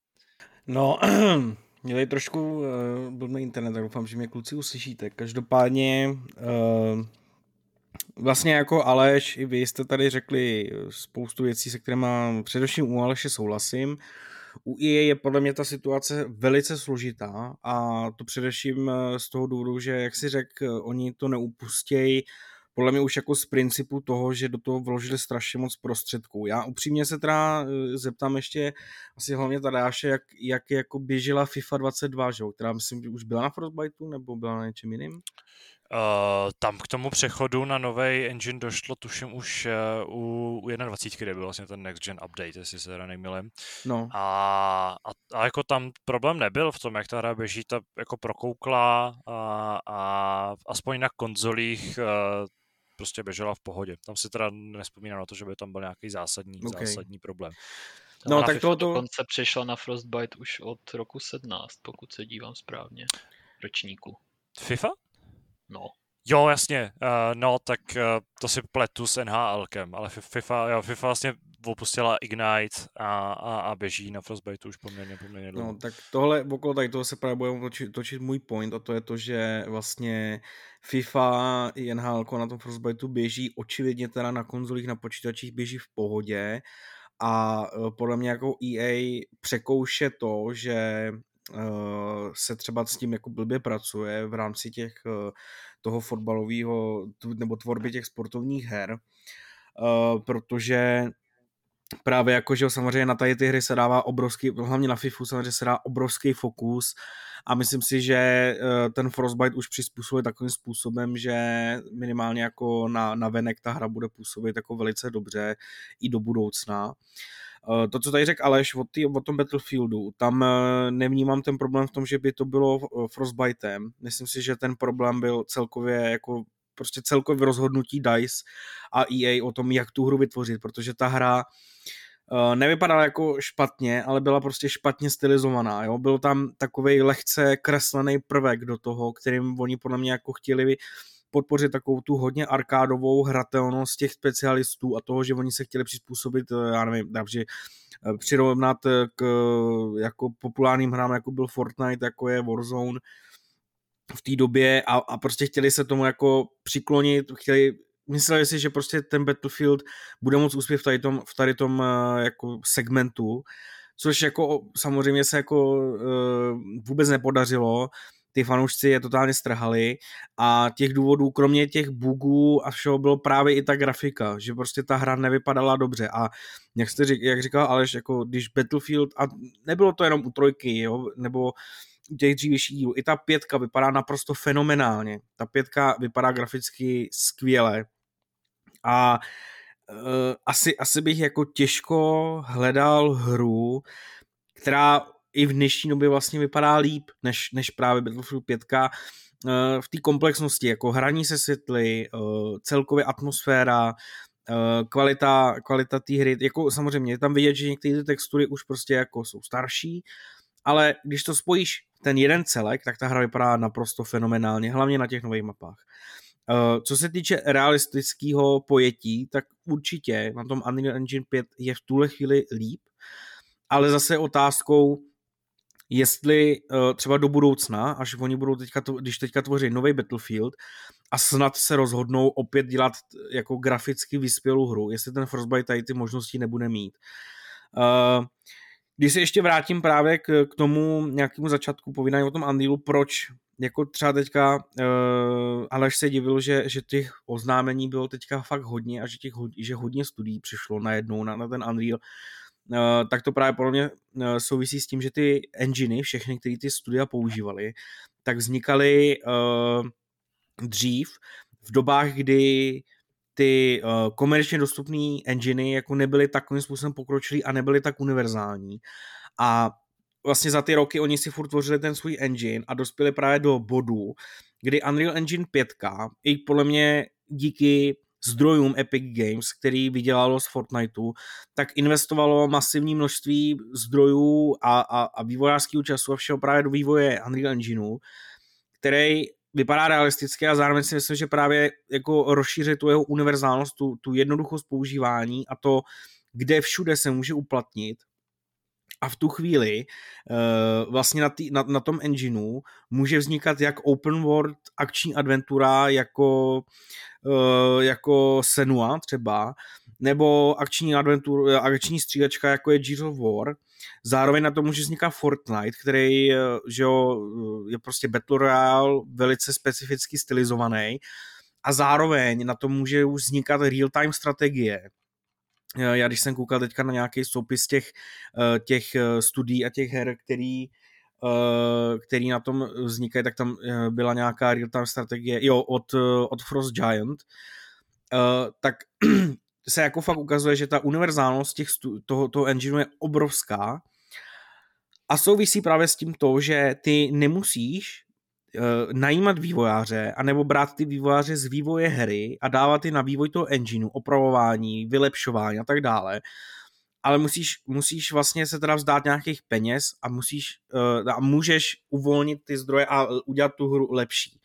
No, měli trošku uh, blbý internet, tak doufám, že mě kluci uslyšíte. Každopádně uh, vlastně jako Aleš, i vy jste tady řekli spoustu věcí, se kterými především u Aleše souhlasím. U E A je podle mě ta situace velice složitá a to především z toho důvodu, že jak si řekl, oni to neupustějí podle mě už jako z principu toho, že do toho vložili strašně moc prostředků. Já upřímně se teda zeptám ještě asi hlavně Tadáše, jak, jak jako běžela FIFA dvacet dva, že? Která myslím, že už byla na Frostbiteu nebo byla na něčem jiným? Uh, tam k tomu přechodu na nový engine došlo tuším už uh, u, u dvacet jedna, kde byl vlastně ten next gen update, jestli se teda nemýlím. No. A, a, a jako tam problém nebyl v tom, jak ta hra běží, ta jako prokoukla a, a aspoň na konzolích uh, prostě běžela v pohodě. Tam si teda nespomínám na to, že by tam byl nějaký zásadní, okay. zásadní problém. No, tak to dokonce přešla na Frostbite už od roku sedmnáct, pokud se dívám správně, ročníku. FIFA? No. Jo, jasně, uh, no, tak uh, to si pletu s NHLkem, ale FIFA, jo, FIFA vlastně opustila Ignite a, a, a běží na Frostbiteu už poměrně, poměrně dlouho. No, tak tohle, okolo tady toho se právě budeme točit, točit můj point a to je to, že vlastně FIFA i N H L na tom Frostbiteu běží očividně teda na konzolích, na počítačích běží v pohodě a uh, podle mě jako E A překouše to, že Uh, se třeba s tím jako blbě pracuje v rámci těch uh, toho fotbalového nebo tvorby těch sportovních her, uh, protože právě jako, že samozřejmě na tady ty hry se dává obrovský, hlavně na FIFA samozřejmě se dá obrovský fokus a myslím si, že uh, ten Frostbite už přizpůsobuje takovým způsobem, že minimálně jako na, na venek ta hra bude působit jako velice dobře i do budoucna. To, co tady řekl Aleš o, tý, o tom Battlefieldu, tam nevnímám ten problém v tom, že by to bylo Frostbitem. Myslím si, že ten problém byl celkově jako prostě celkově rozhodnutí D I C E a E A o tom, jak tu hru vytvořit, protože ta hra nevypadala jako špatně, ale byla prostě špatně stylizovaná. Jo? Byl tam takovej lehce kreslený prvek do toho, kterým oni podle mě jako chtěli podpořit takovou tu hodně arkádovou hratelnost těch specialistů a toho, že oni se chtěli přizpůsobit, já nevím, takže přirovnat k jako populárním hrám, jako byl Fortnite, jako je Warzone v té době a, a prostě chtěli se tomu jako přiklonit, chtěli, mysleli si, že prostě ten Battlefield bude moc úspěch v tady tom, v tady tom jako segmentu, což jako samozřejmě se jako vůbec nepodařilo, ty fanoušci je totálně strhali a těch důvodů, kromě těch bugů a všeho, bylo právě i ta grafika, že prostě ta hra nevypadala dobře a jak, jste řík, jak říkal Aleš, jako když Battlefield, a nebylo to jenom u trojky, jo, nebo u těch dřívějších dílů, i ta pětka vypadá naprosto fenomenálně, ta pětka vypadá graficky skvěle a uh, asi, asi bych jako těžko hledal hru, která i v dnešní době vlastně vypadá líp, než, než právě Battlefield pět v té komplexnosti, jako hraní se světly, celkově atmosféra, kvalita, kvalita té hry, jako samozřejmě je tam vidět, že některé ty textury už prostě jako jsou starší, ale když to spojíš ten jeden celek, tak ta hra vypadá naprosto fenomenálně, hlavně na těch nových mapách. Co se týče realistického pojetí, tak určitě na tom Unreal Engine pět je v tuhle chvíli líp, ale zase otázkou, jestli uh, třeba do budoucna, až oni budou teďka, když teďka tvoří nový Battlefield a snad se rozhodnou opět dělat jako graficky vyspělou hru, jestli ten Frostbite tady ty možnosti nebude mít. Uh, když se ještě vrátím právě k, k tomu nějakému začátku povídání o tom Unrealu, proč jako třeba teďka uh, Aleš se divil, že, že těch oznámení bylo teďka fakt hodně a že, těch, že hodně studií přišlo najednou na, na ten Unreal. Uh, tak to právě podle mě uh, souvisí s tím, že ty enginy, všechny, které ty studia používaly, tak vznikaly uh, dřív v dobách, kdy ty uh, komerčně dostupné enginy jako nebyly takovým způsobem pokročilý a nebyly tak univerzální. A vlastně za ty roky oni si furt tvořili ten svůj engine a dospěli právě do bodu, kdy Unreal Engine pět, i podle mě díky zdrojům Epic Games, který vydělalo z Fortniteu, tak investovalo masivní množství zdrojů a, a, a vývojářského času a všeho právě do vývoje Unreal Engineu, který vypadá realisticky a zároveň si myslím, že právě jako rozšíří tu jeho univerzálnost, tu, tu jednoduchost používání a to, kde všude se může uplatnit. A v tu chvíli uh, vlastně na, tý, na, na tom engineu může vznikat jak open world akční adventura jako, uh, jako Senua třeba, nebo akční adventura, akční střílečka jako je Gears of War. Zároveň na to může vznikat Fortnite, který že jo, je prostě Battle Royale, velice specificky stylizovaný. A zároveň na to může už vznikat real-time strategie. Já když jsem koukal teďka na nějaký soupis těch, těch studií a těch her, který, který na tom vznikají, tak tam byla nějaká real-time strategie, jo, od, od Frost Giant, tak se jako fakt ukazuje, že ta univerzálnost těch stu, toho, toho engineu je obrovská a souvisí právě s tím to, že ty nemusíš najímat vývojáře anebo brát ty vývojáře z vývoje hry a dávat je na vývoj toho engineu, opravování, vylepšování a tak dále, ale musíš, musíš vlastně se teda vzdát nějakých peněz a musíš a můžeš uvolnit ty zdroje a udělat tu hru lepší.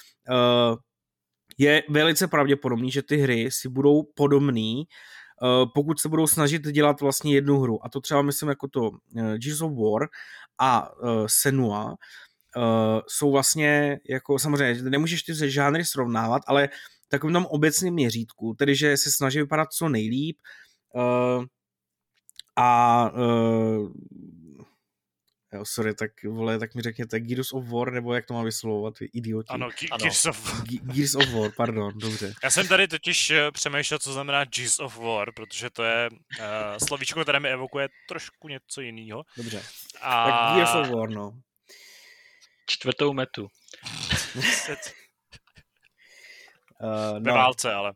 Je velice pravděpodobný, že ty hry si budou podobný, pokud se budou snažit dělat vlastně jednu hru, a to třeba myslím jako to Gears of War a Senua, Uh, jsou vlastně, jako samozřejmě, nemůžeš ty žánry srovnávat, ale v takovém tom obecném měřítku, tedy že se snaží vypadat co nejlíp uh, a uh, jo, sorry, tak vole, tak mi řekněte Gears of War, nebo jak to mám vyslovovat, vy idioti. Ano, Ge- Gears of War. Gears of War, pardon, dobře. Já jsem tady totiž přemýšlel, co znamená Gears of War, protože to je uh, slovíčko, které mi evokuje trošku něco jiného. Dobře, a... tak Gears of War, no. Čtvrtou metu. uh, Ve no. válce, ale.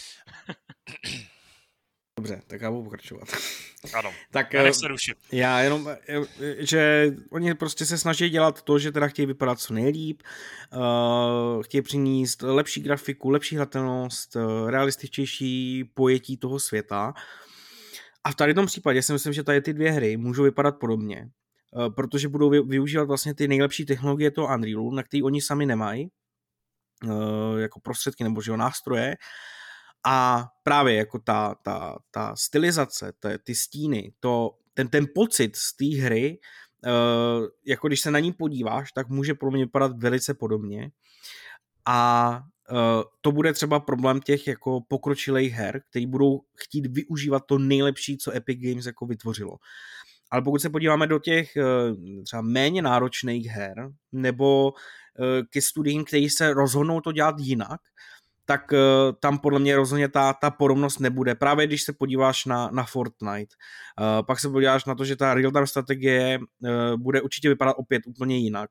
Dobře, tak já budu pokračovat. Ano, tak, já nechci rušit. Já jenom, že oni prostě se snaží dělat to, že teda chtějí vypadat co nejlíp, uh, chtějí přinést lepší grafiku, lepší hratelnost, uh, realističtější pojetí toho světa. A v tady tom případě si myslím, že tady ty dvě hry můžou vypadat podobně, uh, protože budou využívat vlastně ty nejlepší technologie toho Unrealu, na který oni sami nemají. jako prostředky nebo že jo, nástroje. A právě jako ta, ta, ta stylizace, ty, ty stíny, to, ten, ten pocit z té hry, jako když se na ní podíváš, tak může pro mě vypadat velice podobně. A to bude třeba problém těch jako pokročilých her, který budou chtít využívat to nejlepší, co Epic Games jako vytvořilo. Ale pokud se podíváme do těch třeba méně náročných her, nebo ke studiím, který se rozhodnou to dělat jinak, tak tam podle mě rozhodně ta, ta podobnost nebude. Právě když se podíváš na, na Fortnite, pak se podíváš na to, že ta real-time strategie bude určitě vypadat opět úplně jinak.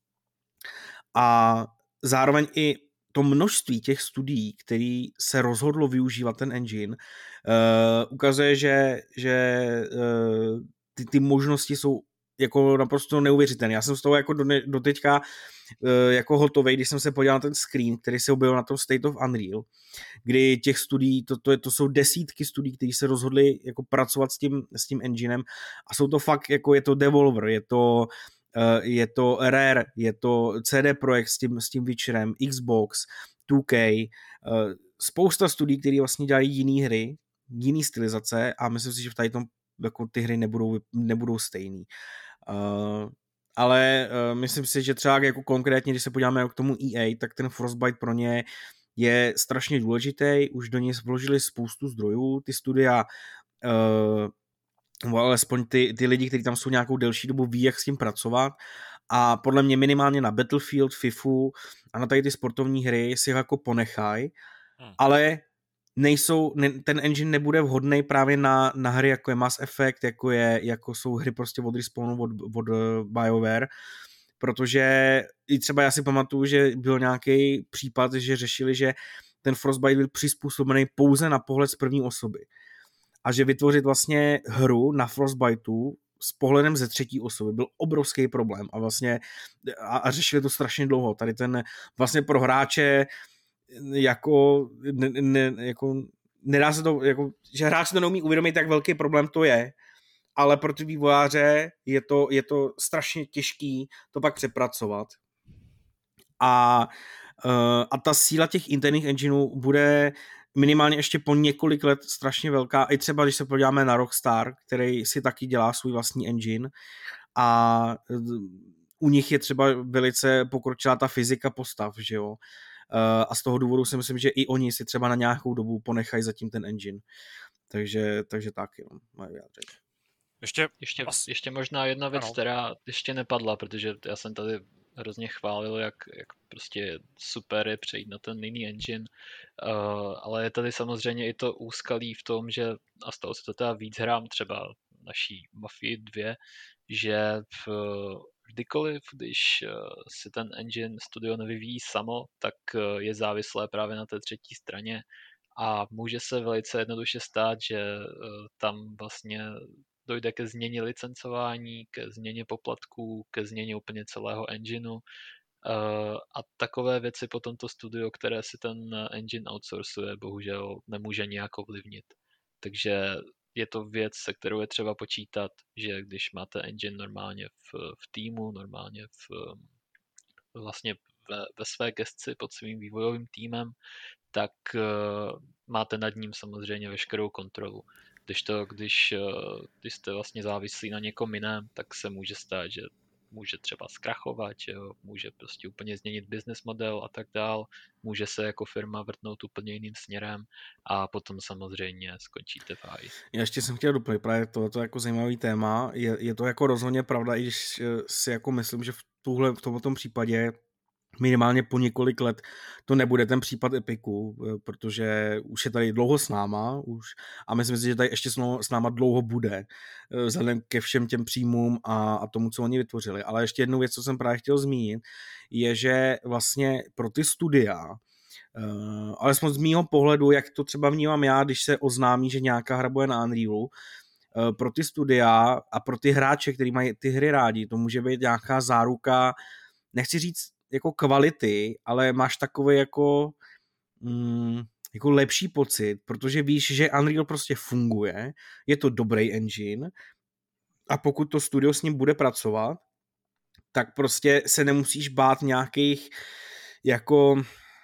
A zároveň i to množství těch studií, který se rozhodlo využívat ten engine, ukazuje, že, že ty, ty možnosti jsou jako naprosto neuvěřitelné. Já jsem z toho jako do, do teďka jako hotovej, když jsem se podíval na ten screen, který se objevil na tom State of Unreal, kdy těch studií, to, to, je, to jsou desítky studií, kteří se rozhodli jako pracovat s tím, s tím enginem a jsou to fakt, jako je to Devolver, je to, je to Rare, je to C D Projekt s tím, s tím Witcherem, Xbox, two K, spousta studií, které vlastně dělají jiné hry, jiný stylizace a myslím si, že v tady tom jako ty hry nebudou, nebudou stejný. Uh, ale uh, myslím si, že třeba jako konkrétně, když se podíváme k tomu E A, tak ten Frostbite pro ně je strašně důležitý, už do něj vložili spoustu zdrojů, ty studia, uh, alespoň ty, ty lidi, kteří tam jsou nějakou delší dobu, ví, jak s tím pracovat a podle mě minimálně na Battlefield, FIFU a na tady ty sportovní hry si ho jako ponechají, hmm. ale nejsou, ne, ten engine nebude vhodný právě na, na hry, jako je Mass Effect, jako, je, jako jsou hry prostě od Respawnu, od, od BioWare, protože i třeba já si pamatuju, že byl nějaký případ, že řešili, že ten Frostbite byl přizpůsobený pouze na pohled z první osoby a že vytvořit vlastně hru na Frostbiteu s pohledem ze třetí osoby byl obrovský problém a vlastně a, a řešili to strašně dlouho. Tady ten vlastně pro hráče jako, ne, ne, jako nedá se to, jako, že hráč to neumí uvědomit, jak velký problém to je, ale pro ty vývojáře je to, je to strašně těžký to pak přepracovat. A, a ta síla těch interních engineů bude minimálně ještě po několik let strašně velká. I třeba, když se podíváme na Rockstar, který si taky dělá svůj vlastní engine a u nich je třeba velice pokročilá ta fyzika postav, že jo. A z toho důvodu si myslím, že i oni si třeba na nějakou dobu ponechají zatím ten engine. Takže, takže tak, jo, mají vyjádřit. Ještě, ještě, ještě možná jedna věc, ano. která ještě nepadla, protože já jsem tady hrozně chválil, jak, jak prostě super je přejít na ten jiný engine, uh, ale je tady samozřejmě i to úskalí v tom, že, a stalo se to teda víc hrám, třeba naší Mafii dva, že v, kdykoliv, když si ten engine studio nevyvíjí samo, tak je závislé právě na té třetí straně a může se velice jednoduše stát, že tam vlastně dojde ke změně licencování, ke změně poplatků, ke změně úplně celého engineu a takové věci potom to studio, které si ten engine outsourcuje, bohužel nemůže nějak ovlivnit. Takže je to věc, se kterou je třeba počítat, že když máte engine normálně v, v týmu, normálně v, vlastně ve, ve své gesci pod svým vývojovým týmem, tak uh, máte nad ním samozřejmě veškerou kontrolu. Když, to, když, uh, když jste vlastně závislí na někom jiném, tak se může stát, že může třeba zkrachovat, že jo? Může prostě úplně změnit business model a tak dál, může se jako firma vrtnout úplně jiným směrem a potom samozřejmě skončíte v háji. Já ještě jsem chtěl doplnit, právě tohle jako zajímavý téma, je, je to jako rozhodně pravda, i když si jako myslím, že v, tuhle, v tomto případě minimálně po několik let to nebude ten případ Epiku, protože už je tady dlouho s náma už a myslím si, že tady ještě s náma dlouho bude vzhledem ke všem těm příjmům a, a tomu, co oni vytvořili. Ale ještě jednu věc, co jsem právě chtěl zmínit, je, že vlastně pro ty studia, uh, alespoň z mýho pohledu, jak to třeba vnímám já, když se oznámí, že nějaká hra bude na Unrealu, uh, pro ty studia a pro ty hráče, kteří mají ty hry rádi, to může být nějaká záruka, nechci říct jako kvality, ale máš takový jako, mm, jako lepší pocit, protože víš, že Unreal prostě funguje, je to dobrý engine a pokud to studio s ním bude pracovat, tak prostě se nemusíš bát nějakých jako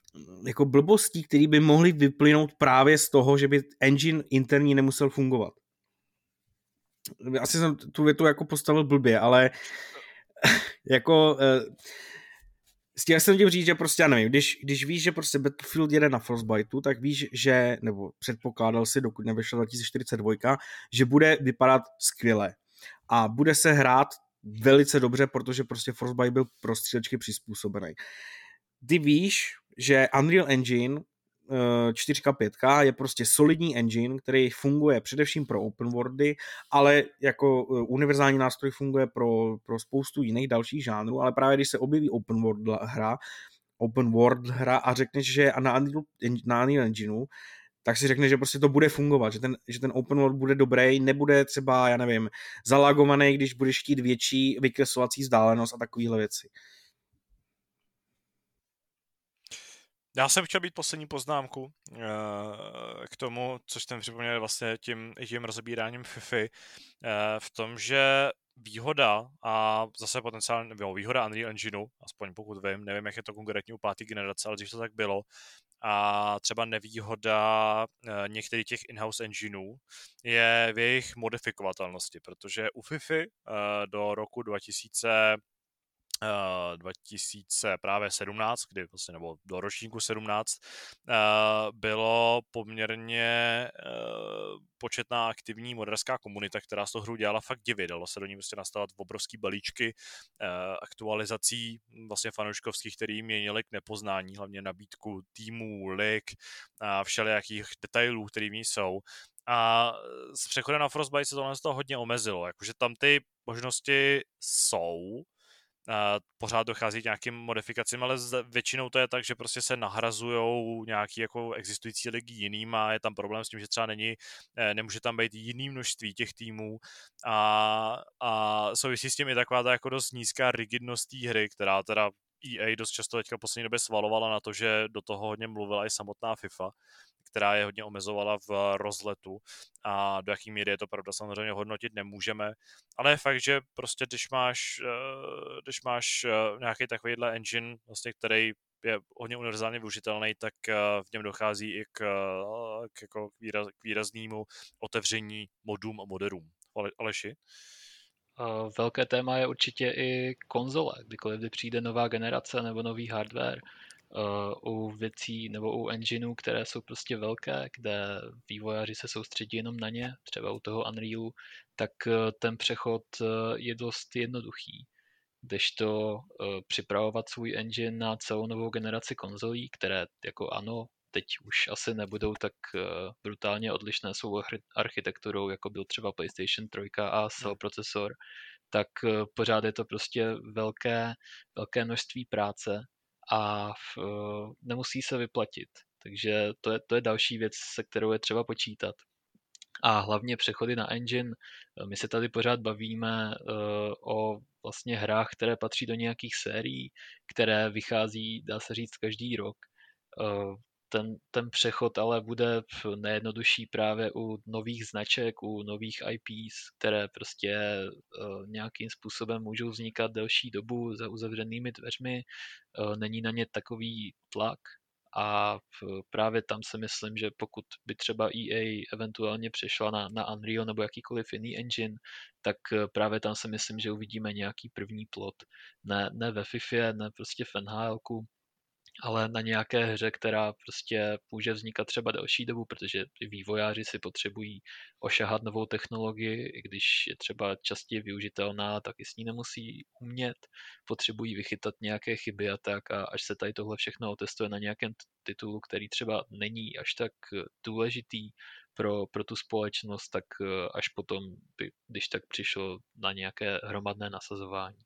jako blbostí, které by mohly vyplynout právě z toho, že by engine interní nemusel fungovat. Asi jsem tu větu jako postavil blbě, ale jako chtěl jsem tím říct, že prostě, já nevím, když, když víš, že prostě Battlefield jede na Frostbiteu, tak víš, že, nebo předpokládal si, dokud nevyšla dva tisíce čtyřicet dva, že bude vypadat skvěle. A bude se hrát velice dobře, protože prostě Frostbite byl pro střílečky přizpůsobený. Ty víš, že Unreal Engine čtyři pět je prostě solidní engine, který funguje především pro open worldy, ale jako univerzální nástroj funguje pro, pro spoustu jiných dalších žánrů, ale právě když se objeví open world hra, open world hra a řekneš, že na Unreal, na Unreal Engineu, tak si řekne, že prostě to bude fungovat, že ten, že ten open world bude dobrý, nebude třeba, já nevím, zalagovaný, když budeš chtít větší vykreslovací vzdálenost a takovéhle věci. Já jsem chtěl být poslední poznámku uh, k tomu, což jsem připomněl vlastně tím, tím rozebíráním FIFA, uh, v tom, že výhoda a zase potenciálně, no, výhoda Unreal Engineu, aspoň pokud vím, nevím, jak je to konkrétně u páté generace, ale dřív to tak bylo, a třeba nevýhoda uh, některých těch in-house engineů je v jejich modifikovatelnosti, protože u FIFA uh, do roku dva tisíce Uh, dva tisíce právě sedmnáct, kdy vlastně, nebo do ročníku sedmnáct, uh, bylo poměrně uh, početná aktivní moderská komunita, která z toho hru dělala fakt divy. Dalo se do ní prostě nastavovat obrovský balíčky uh, aktualizací vlastně fanouškovských, který měnili k nepoznání, hlavně nabídku týmů, lig a všelijakých detailů, který v ní jsou. A s přechodem na Frostbite se tohle z toho hodně omezilo, jakože tam ty možnosti jsou, Uh, pořád dochází k nějakým modifikacím, ale většinou to je tak, že prostě se nahrazujou nějaký jako existující ligy jinýma, je tam problém s tím, že třeba není, nemůže tam být jiný množství těch týmů a, a souvisí s tím i taková ta jako dost nízká rigidnost té hry, která teda E A dost často teďka v poslední době svalovala na to, že do toho hodně mluvila i samotná FIFA, která je hodně omezovala v rozletu a do jaký míry je to pravda samozřejmě hodnotit nemůžeme, ale je fakt, že prostě když máš, když máš nějaký takovýhle engine, vlastně, který je hodně univerzálně využitelný, tak v něm dochází i k, k, jako k, výraz, k výraznému otevření modům a moderům. Ale, Aleši? Velké téma je určitě i konzole, kdykoliv kdy přijde nová generace nebo nový hardware, Uh, u věcí nebo u engineů, které jsou prostě velké, kde vývojáři se soustředí jenom na ně, třeba u toho Unrealu, tak uh, ten přechod uh, je dost jednoduchý. Kdežto uh, připravovat svůj engine na celou novou generaci konzolí, které jako ano, teď už asi nebudou tak uh, brutálně odlišné svou architekturou, jako byl třeba PlayStation tři a cell procesor, tak uh, pořád je to prostě velké, velké množství práce a v, uh, nemusí se vyplatit. Takže to je, to je další věc, se kterou je třeba počítat. A hlavně přechody na engine. My se tady pořád bavíme uh, o vlastně hrách, které patří do nějakých sérií, které vychází, dá se říct, každý rok. Uh, ten, ten přechod ale bude nejjednodušší právě u nových značek, u nových I Ps, které prostě uh, nějakým způsobem můžou vznikat delší dobu za uzavřenými dveřmi. Uh, není na ně takový tlak a právě tam si myslím, že pokud by třeba E A eventuálně přešla na, na Unreal nebo jakýkoliv jiný engine, tak právě tam si myslím, že uvidíme nějaký první plot. Ne, ne ve FIFA, ne prostě v N H L ku, ale na nějaké hře, která prostě může vznikat třeba delší dobu, protože vývojáři si potřebují ošahat novou technologii, i když je třeba častěji využitelná, tak i s ní nemusí umět, potřebují vychytat nějaké chyby a tak a až se tady tohle všechno otestuje na nějakém titulu, který třeba není až tak důležitý pro, pro tu společnost, tak až potom by, když tak přišlo na nějaké hromadné nasazování.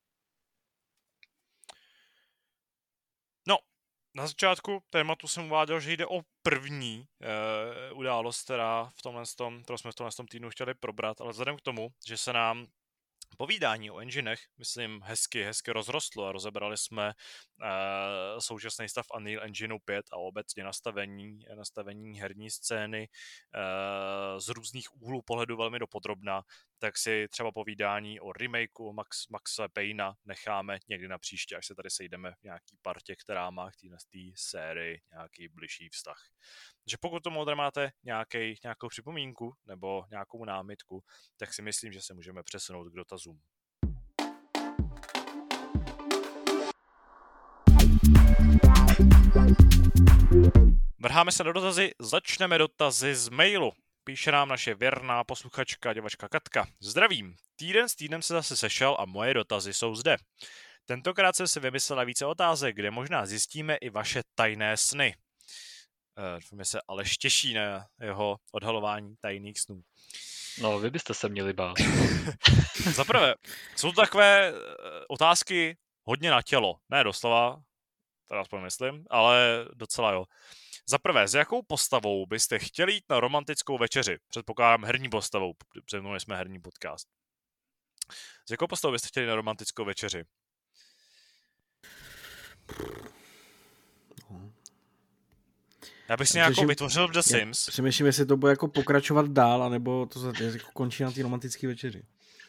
No, na začátku tématu jsem uváděl, že jde o první e, událost, která v tomhle tom, kterou jsme v tomhle tom týdnu chtěli probrat, ale vzhledem k tomu, že se nám povídání o enginech, myslím, hezky, hezky rozrostlo a rozebrali jsme uh, současný stav Unreal Engineu pět a obecně nastavení, nastavení herní scény uh, z různých úhlů pohledu velmi dopodrobna, tak si třeba povídání o remakeu Max, Maxe Payna necháme někdy na příště, až se tady sejdeme v nějaký partě, která má k téhle sérii nějaký bližší vztah. Takže pokud tomu máte nějaký, nějakou připomínku nebo nějakou námitku, tak si myslím, že se můžeme přesunout k dotazům. Vrháme se do dotazy, začneme dotazy z mailu. Píše nám naše věrná posluchačka, děvačka Katka. Zdravím, týden s týdnem se zase sešel a moje dotazy jsou zde. Tentokrát jsem si vymyslela více otázek, kde možná zjistíme i vaše tajné sny. Doufám, se Aleš těší na jeho odhalování tajných snů. No, vy byste se měli bát. Za prvé, jsou to takové otázky hodně na tělo. Ne doslova, teda aspoň myslím, ale docela jo. Za prvé, s jakou postavou byste chtěli jít na romantickou večeři? Předpokládám herní postavou, protože mnou jsme herní podcast. S jakou postavou byste chtěli na romantickou večeři? Já bych si nějakou Přemýšlím, vytvořil v The Sims. Přemýšlím, jestli to bude jako pokračovat dál, anebo to jako končí na té romantické večeři.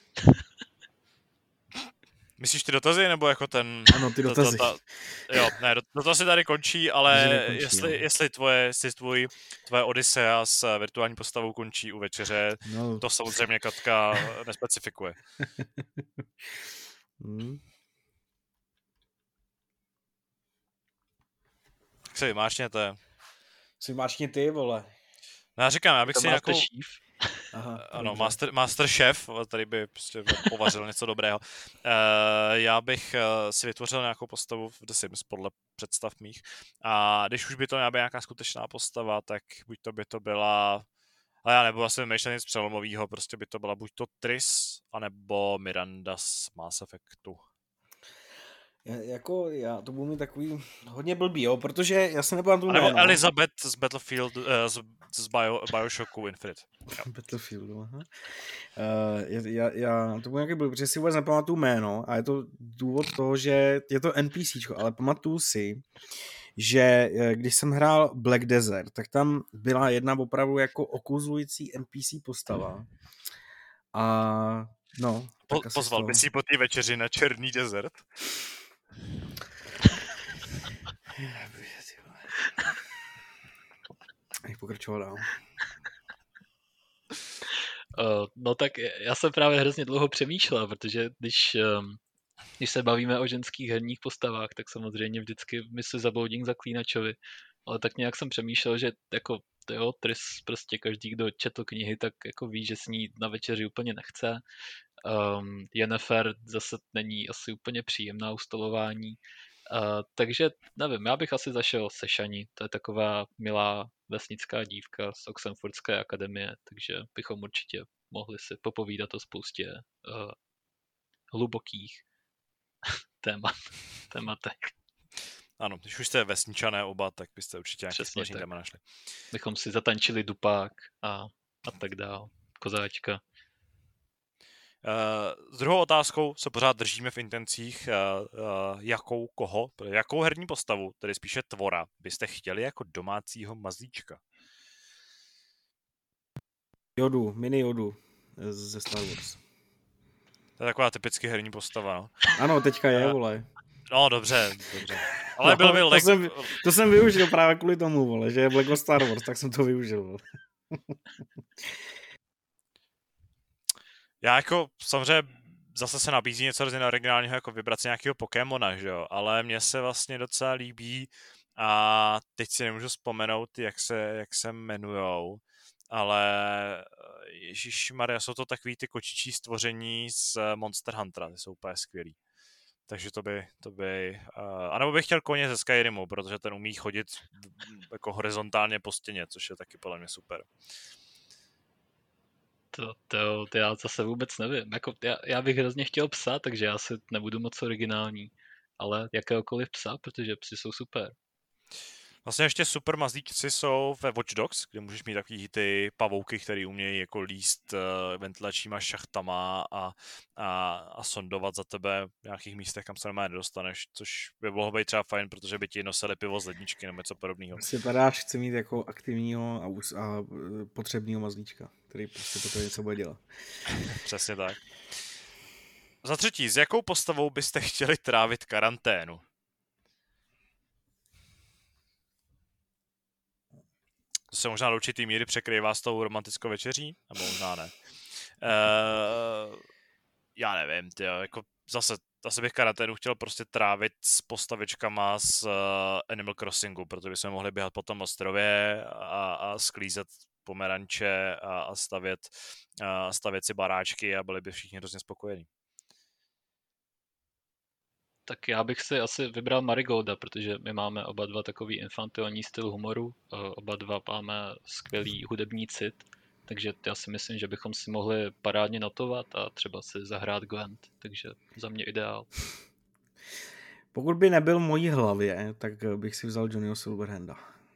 Myslíš ty dotazy, nebo jako ten... Ano, ty dotazy. Ta, ta, ta, jo, ne, dotazy tady končí, ale nekončí, jestli, jestli, tvoje, jestli tvůj, tvoje Odisea s virtuální postavou končí u večeře, no. To samozřejmě Katka nespecifikuje. hmm. Tak se vymáčněte. Si vymáčně ty, vole. No já říkám, já bych to si nějakou... Aha, ano, master, master chef, tady by prostě povařil něco dobrého. Uh, já bych uh, si vytvořil nějakou postavu v The Sims podle představ mých. A když už by to měla být nějaká skutečná postava, tak buď to by to byla... Ale já nebudu asi vymýšlet nic přelomového, prostě by to byla buď to Triss, anebo Miranda z Mass Effectu. Jako já to budu mít takový hodně blbý, jo, protože já se nebudám tu jméno. Nebo Elizabeth z Battlefield, uh, z, z Bio, Bioshocku Infinite. Battlefieldu, aha. Uh, já, já to budu nějaký blbý, protože si vůbec nepamatuju jméno a je to důvod toho, že je to NPCčko, ale pamatuju si, že když jsem hrál Black Desert, tak tam byla jedna opravdu jako okuzlující N P C postava a no. Po, pozval by si po té večeři na Černý desert. Jak pokračoval dál? Uh, no tak já jsem právě hrozně dlouho přemýšlel, protože když, um, když se bavíme o ženských herních postavách, tak samozřejmě vždycky myslím zabloudím zaklínačovi, ale tak nějak jsem přemýšlel, že jako jo, Triss prostě každý, kdo četl knihy, tak jako ví, že s ní na večeři úplně nechce. Um, Yennefer zase není asi úplně příjemná u stolování. Uh, takže nevím, já bych asi zašel se Shani, to je taková milá vesnická dívka z Oxenfordské akademie, takže bychom určitě mohli si popovídat o spoustě uh, hlubokých témat, tématek. Ano, když už jste vesničané oba, tak byste určitě nějaký společný téma našli. Bychom si zatančili dupák a, a tak dál, kozáčka. Uh, s druhou otázkou se pořád držíme v intencích, uh, uh, jakou koho, jakou herní postavu, tedy spíše tvora, byste chtěli jako domácího mazlíčka? Jodu, mini Jodu ze Star Wars. To je taková typicky herní postava, no. Ano, teďka je, uh, vole. No, dobře, dobře. Ale no, byl by to, leg... jsem, to jsem využil právě kvůli tomu, vole, že je Lego Star Wars, tak jsem to využil, vole. Já jako samozřejmě zase se nabízí něco hrozně originálního, jako vybrat si nějakého Pokémona, že jo, ale mně se vlastně docela líbí a teď si nemůžu vzpomenout, jak se, jak se jmenujou, ale ježišmarja, jsou to takový ty kočičí stvoření z Monster Huntera, ty jsou úplně skvělý. Takže to by, to by, uh, anebo bych chtěl koně ze Skyrimu, protože ten umí chodit jako horizontálně po stěně, což je taky podle mě super. To, to, to já zase vůbec nevím. Jako, já, já bych hrozně chtěl psa, takže já si nebudu moc originální. Ale jakéhokoliv psa, protože psi jsou super. Vlastně ještě super mazlíčci jsou ve Watch Dogs, kde můžeš mít takový ty pavouky, který umějí jako líst uh, ventilačníma šachtama a, a, a sondovat za tebe v nějakých místech, kam se normálně nedostaneš, což by mohlo být třeba fajn, protože by ti nosili pivo z ledničky nebo něco podobného. Prostě tadáš chce mít jako aktivního a, us- a potřebného mazlíčka, který prostě potom něco bude dělat. Přesně tak. Za třetí, s jakou postavou byste chtěli trávit karanténu? To se možná do určitý míry překrývá s tou romantickou večeří, nebo možná ne. Uh, já nevím, tyjo, jako zase, zase bych karanténu chtěl prostě trávit s postavičkama z uh, Animal Crossingu, protože bychom mohli běhat po tom ostrově a, a sklízet pomeranče a, a stavět, a stavět si baráčky a byli by všichni hrozně spokojení. Tak já bych si asi vybral Marigolda, protože my máme oba dva takový infantilní styl humoru, oba dva máme skvělý hudební cit, takže já si myslím, že bychom si mohli parádně notovat a třeba si zahrát Gwent, takže za mě ideál. Pokud by nebyl v mojí hlavě, tak bych si vzal Johnnyho Silverhanda.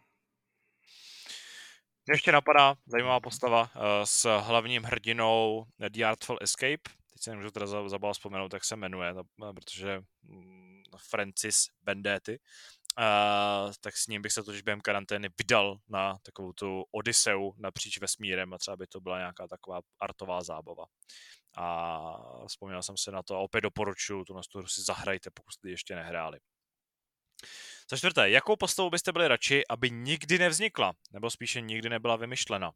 Mě ještě napadá zajímavá postava uh, s hlavním hrdinou The Artful Escape. Teď se nemůžu teda zabal vzpomenout, jak se jmenuje, protože mm, Francis Vendetti. Uh, tak s ním bych se totiž během karantény vydal na takovou tu odiseu napříč vesmírem a třeba by to byla nějaká taková artová zábava. A vzpomněl jsem se na to a opět doporučuji, tu hru si zahrajte, pokud jste ještě nehráli. Za čtvrté, jakou postavu byste byli radši, aby nikdy nevznikla, nebo spíše nikdy nebyla vymyšlena?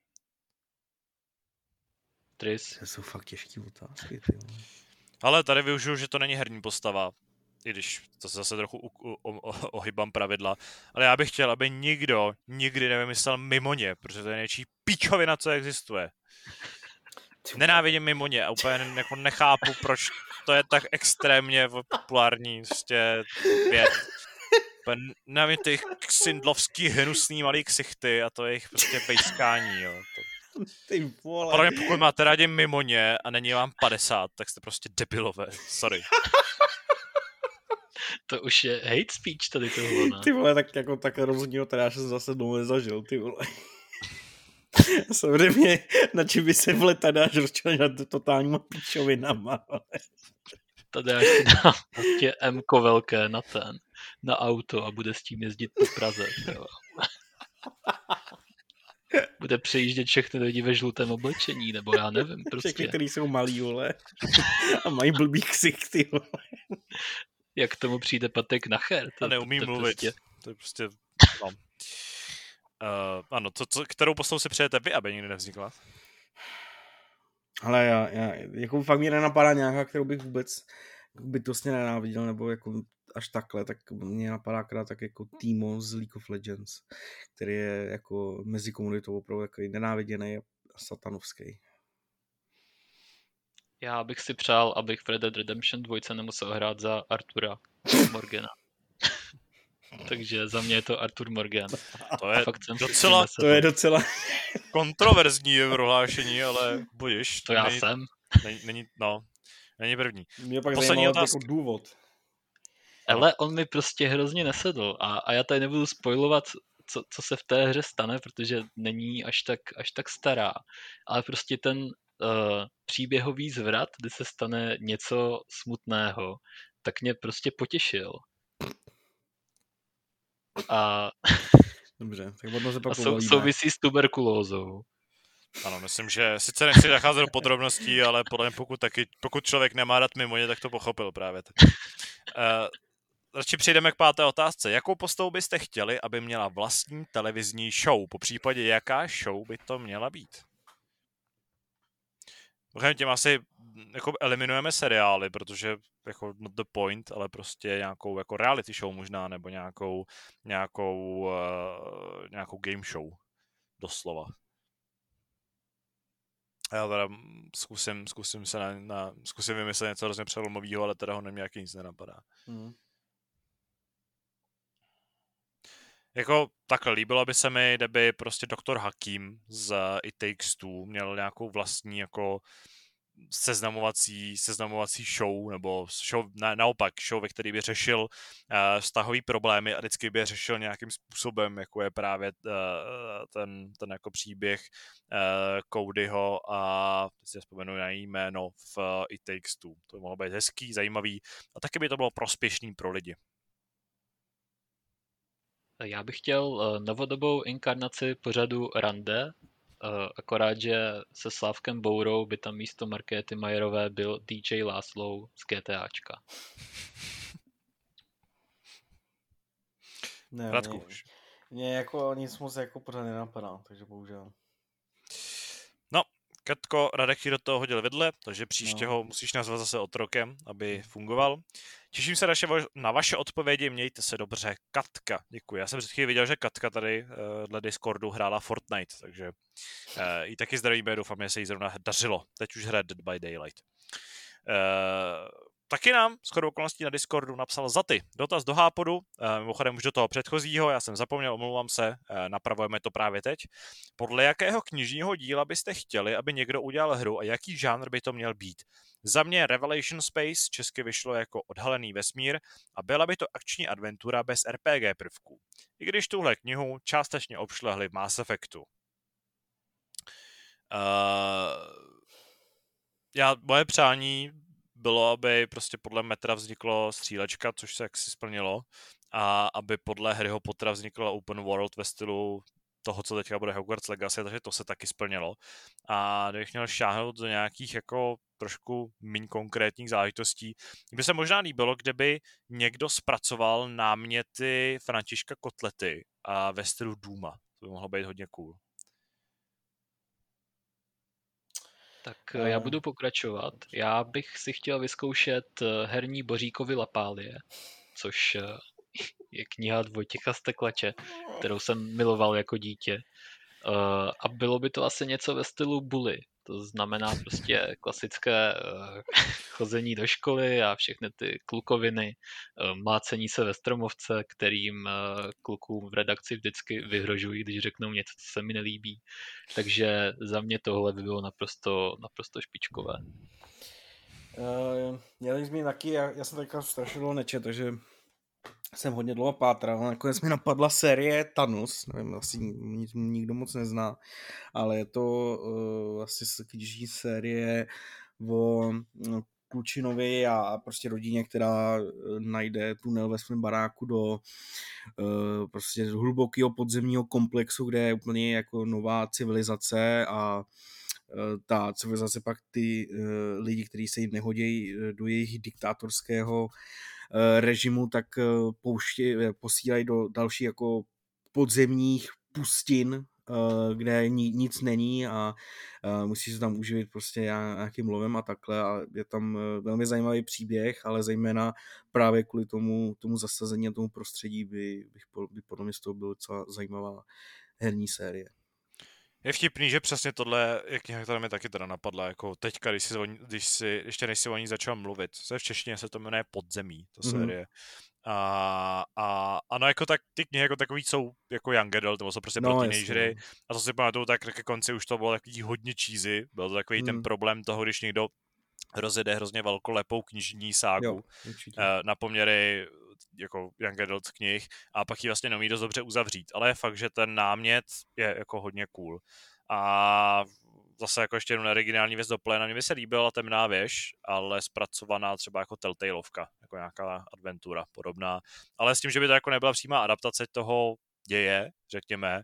Tris. To jsou fakt těžký otázky. Ale tady využiju, že to není herní postava, i když to se zase trochu ohybám pravidla, ale já bych chtěl, aby nikdo nikdy nevymyslel Mimoně, protože to je něčí píčovina, co existuje. Nenávidím Mimoně a úplně jako nechápu, proč to je tak extrémně populární prostě věc. Nevím, ty syndlovský hnusný malý ksichty a to je jejich prostě pejskání, jo. To... Ty vole. Podle mě, pokud máte rádi Mimoně a není vám padesát, tak jste prostě debilové, sorry. To už je hate speech tady tohle, ne? Ty vole, tak jako tak rozhodně teda, že jsem zase dlouho nezažil, ty vole. Samozřejmě, na čím by se vole Tadáš rozčil nad totálníma píčovinama, ale... Tadáš si dá prostě M-ko velké na ten, na auto a bude s tím jezdit po Praze, jo. Bude přejíždět všechny lidi ve žlutém oblečení, nebo já nevím, prostě. Všechny, který jsou malí, vole. A mají blbý ksichty, vole. Jak k tomu přijde Patek Nacher? To, a neumí to, to mluvit. Prostě... To je prostě... No. Uh, ano, to, co, kterou postavu si přejete vy, aby nikdy nevznikla? Ale já, já, jako fakt mě nenapadá nějaká, kterou bych vůbec bytostně nenáviděl, nebo jako až takhle, tak mě napadá krát tak jako Teemo z League of Legends, který je jako mezi komunitou opravdu takový nenáviděný a satanovský. Já bych si přál, abych v Red Dead Redemption dva nemusel hrát za Artura Morgana. Takže za mě je to Artur Morgan. To je docela, to je docela kontroverzní prohlášení, ale budiš. To já není, jsem. Není, není, no, není první. Mě pak Poslední zajímalo otázka. jako důvod. Ale on mi prostě hrozně nesedl a, a já tady nebudu spoilovat, co, co se v té hře stane, protože není až tak, až tak stará. Ale prostě ten uh, příběhový zvrat, kdy se stane něco smutného, tak mě prostě potěšil. A, Dobře, tak potom se pak a sou, souvisí s tuberkulózou. Ano, myslím, že sice nechci zacházet do podrobností, ale podle mě pokud, taky, pokud člověk nemá rád Mimoně, tak to pochopil právě. Tak. Uh, radši přejdeme k páté otázce. Jakou postavu byste chtěli, aby měla vlastní televizní show? Po případě, jaká show by to měla být? Tím asi jako eliminujeme seriály, protože jako not the point, ale prostě nějakou jako reality show možná, nebo nějakou, nějakou, uh, nějakou game show. Doslova. Já teda zkusím, zkusím se na, na zkusím vymyslet něco hrozně přelomového, ale teda ho nemě jaký nic nenapadá. Hmm. Jako takhle, líbilo by se mi, kdyby prostě doktor Hakim z It Takes Two měl nějakou vlastní jako seznamovací, seznamovací show, nebo show, na, naopak show, ve který by řešil uh, vztahový problémy a vždycky by řešil nějakým způsobem, jako je právě uh, ten, ten jako příběh uh, Codyho a teď si vzpomenu na její jméno v uh, It Takes Two. To by mohlo být hezký, zajímavý a taky by to bylo prospěšný pro lidi. Já bych chtěl uh, novodobou inkarnaci pořadu Rande, uh, akorát, že se Slávkem Bourou by tam místo Markéty Majerové byl D J Láslou z GTAčka. Ne, Radku. mě, mě jako nic moc jako pořád nenapadá, takže bohužel. No, Katko, Radek ti do toho hodil vidle, takže příště No. ho musíš nazvat zase otrokem, aby fungoval. Těším se na vaše odpovědi, mějte se dobře. Katka, děkuji. Já jsem před chvíli viděl, že Katka tady dle Discordu hrála Fortnite, takže uh, i taky zdravíme, doufám, že se jí zrovna dařilo. Teď už hraje Dead by Daylight. Uh, taky nám shodou okolností na Discordu napsal Zaty. Dotaz do Hápodu, uh, mimochodem už do toho předchozího, já jsem zapomněl, omlouvám se, uh, napravujeme to právě teď. Podle jakého knižního díla byste chtěli, aby někdo udělal hru a jaký žánr by to měl být? Za mě Revelation Space česky vyšlo jako Odhalený vesmír a byla by to akční adventura bez R P G prvků. I když tuhle knihu částečně obšlehli v Mass Effectu. Uh, já, moje přání bylo, aby prostě podle metra vzniklo střílečka, což se jaksi splnilo, a aby podle Harryho Pottera vznikla open world ve stylu toho, co teďka bude Hogwarts Legacy, takže to se taky splnilo. A kdybych měl šáhnout do nějakých jako trošku méně konkrétních záležitostí, by se možná líbilo, kdyby někdo zpracoval náměty Františka Kotlety a ve stylu Duma. To by mohlo být hodně cool. Tak já budu pokračovat. Já bych si chtěl vyzkoušet herní Boříkovi Lapálie, což je kniha od Vojtěcha Steklače, kterou jsem miloval jako dítě. A bylo by to asi něco ve stylu Bully. To znamená prostě klasické chození do školy a všechny ty klukoviny, mlácení se ve stromovce, kterým klukům v redakci vždycky vyhrožují, když řeknou něco, co se mi nelíbí. Takže za mě tohle by bylo naprosto, naprosto špičkové. Uh, já jsem taky, já, já jsem teďka strašně dlouho nečet, takže jsem hodně dlouho pátral. Nakonec mi napadla série Thanos, nevím, asi nikdo moc nezná, ale je to uh, asi knižní série o no, klučinovi a prostě rodině, která najde tunel ve svém baráku do uh, prostě hlubokého podzemního komplexu, kde je úplně jako nová civilizace a ta civilizace pak ty uh, lidi, kteří se jim nehodí do jejich diktátorského uh, režimu, tak uh, pouště, posílají do další jako podzemních pustin, uh, kde ni, nic není a uh, musí se tam uživit prostě nějakým lovem a takhle a je tam uh, velmi zajímavý příběh, ale zejména právě kvůli tomu, tomu zasazení a tomu prostředí by, bych, by podle mě z toho byla docela zajímavá herní série. Je vtipný, že přesně tohle je kniha, která mi taky teda napadla, jako teďka, když si, když si ještě než si o ní začal mluvit. Se v češtině se to jmenuje Podzemí, to série. Mm-hmm. A, a ano, jako tak, ty knihy jako takový jsou jako young adult, nebo jsou prostě no, pro teenagery. A to si pamatuju, tak ke konci už to bylo takový hodně cheesy. Byl to takový mm. ten problém toho, když někdo rozjede hrozně velkolepou knižní ságu jo, na poměry jako young adult knih a pak ji vlastně neumí dost dobře uzavřít, ale je fakt, že ten námět je jako hodně cool. A zase jako ještě jednou neoriginální věc do pléna, mně by se líbila Temná věž, ale zpracovaná třeba jako Telltaleovka, jako nějaká adventura podobná, ale s tím, že by to jako nebyla přímá adaptace toho děje, řekněme,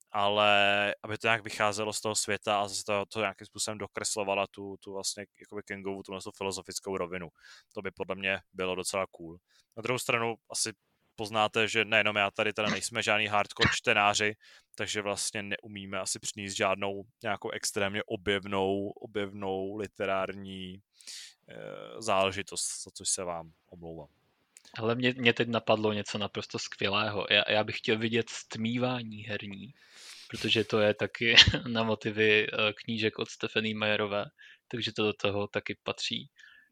ale aby to nějak vycházelo z toho světa a zase to, to nějakým způsobem dokreslovala tu, tu vlastně jakoby Kingovu, tu filozofickou rovinu. To by podle mě bylo docela cool. Na druhou stranu asi poznáte, že nejenom já tady teda nejsme žádný hardcore čtenáři, takže vlastně neumíme asi přinést žádnou nějakou extrémně objevnou, objevnou literární e, záležitost, za což se vám omlouvám. Ale mě, mě teď napadlo něco naprosto skvělého. Já, já bych chtěl vidět stmívání herní, protože to je taky na motivy knížek od Stephanie Meyerové, takže to do toho taky patří.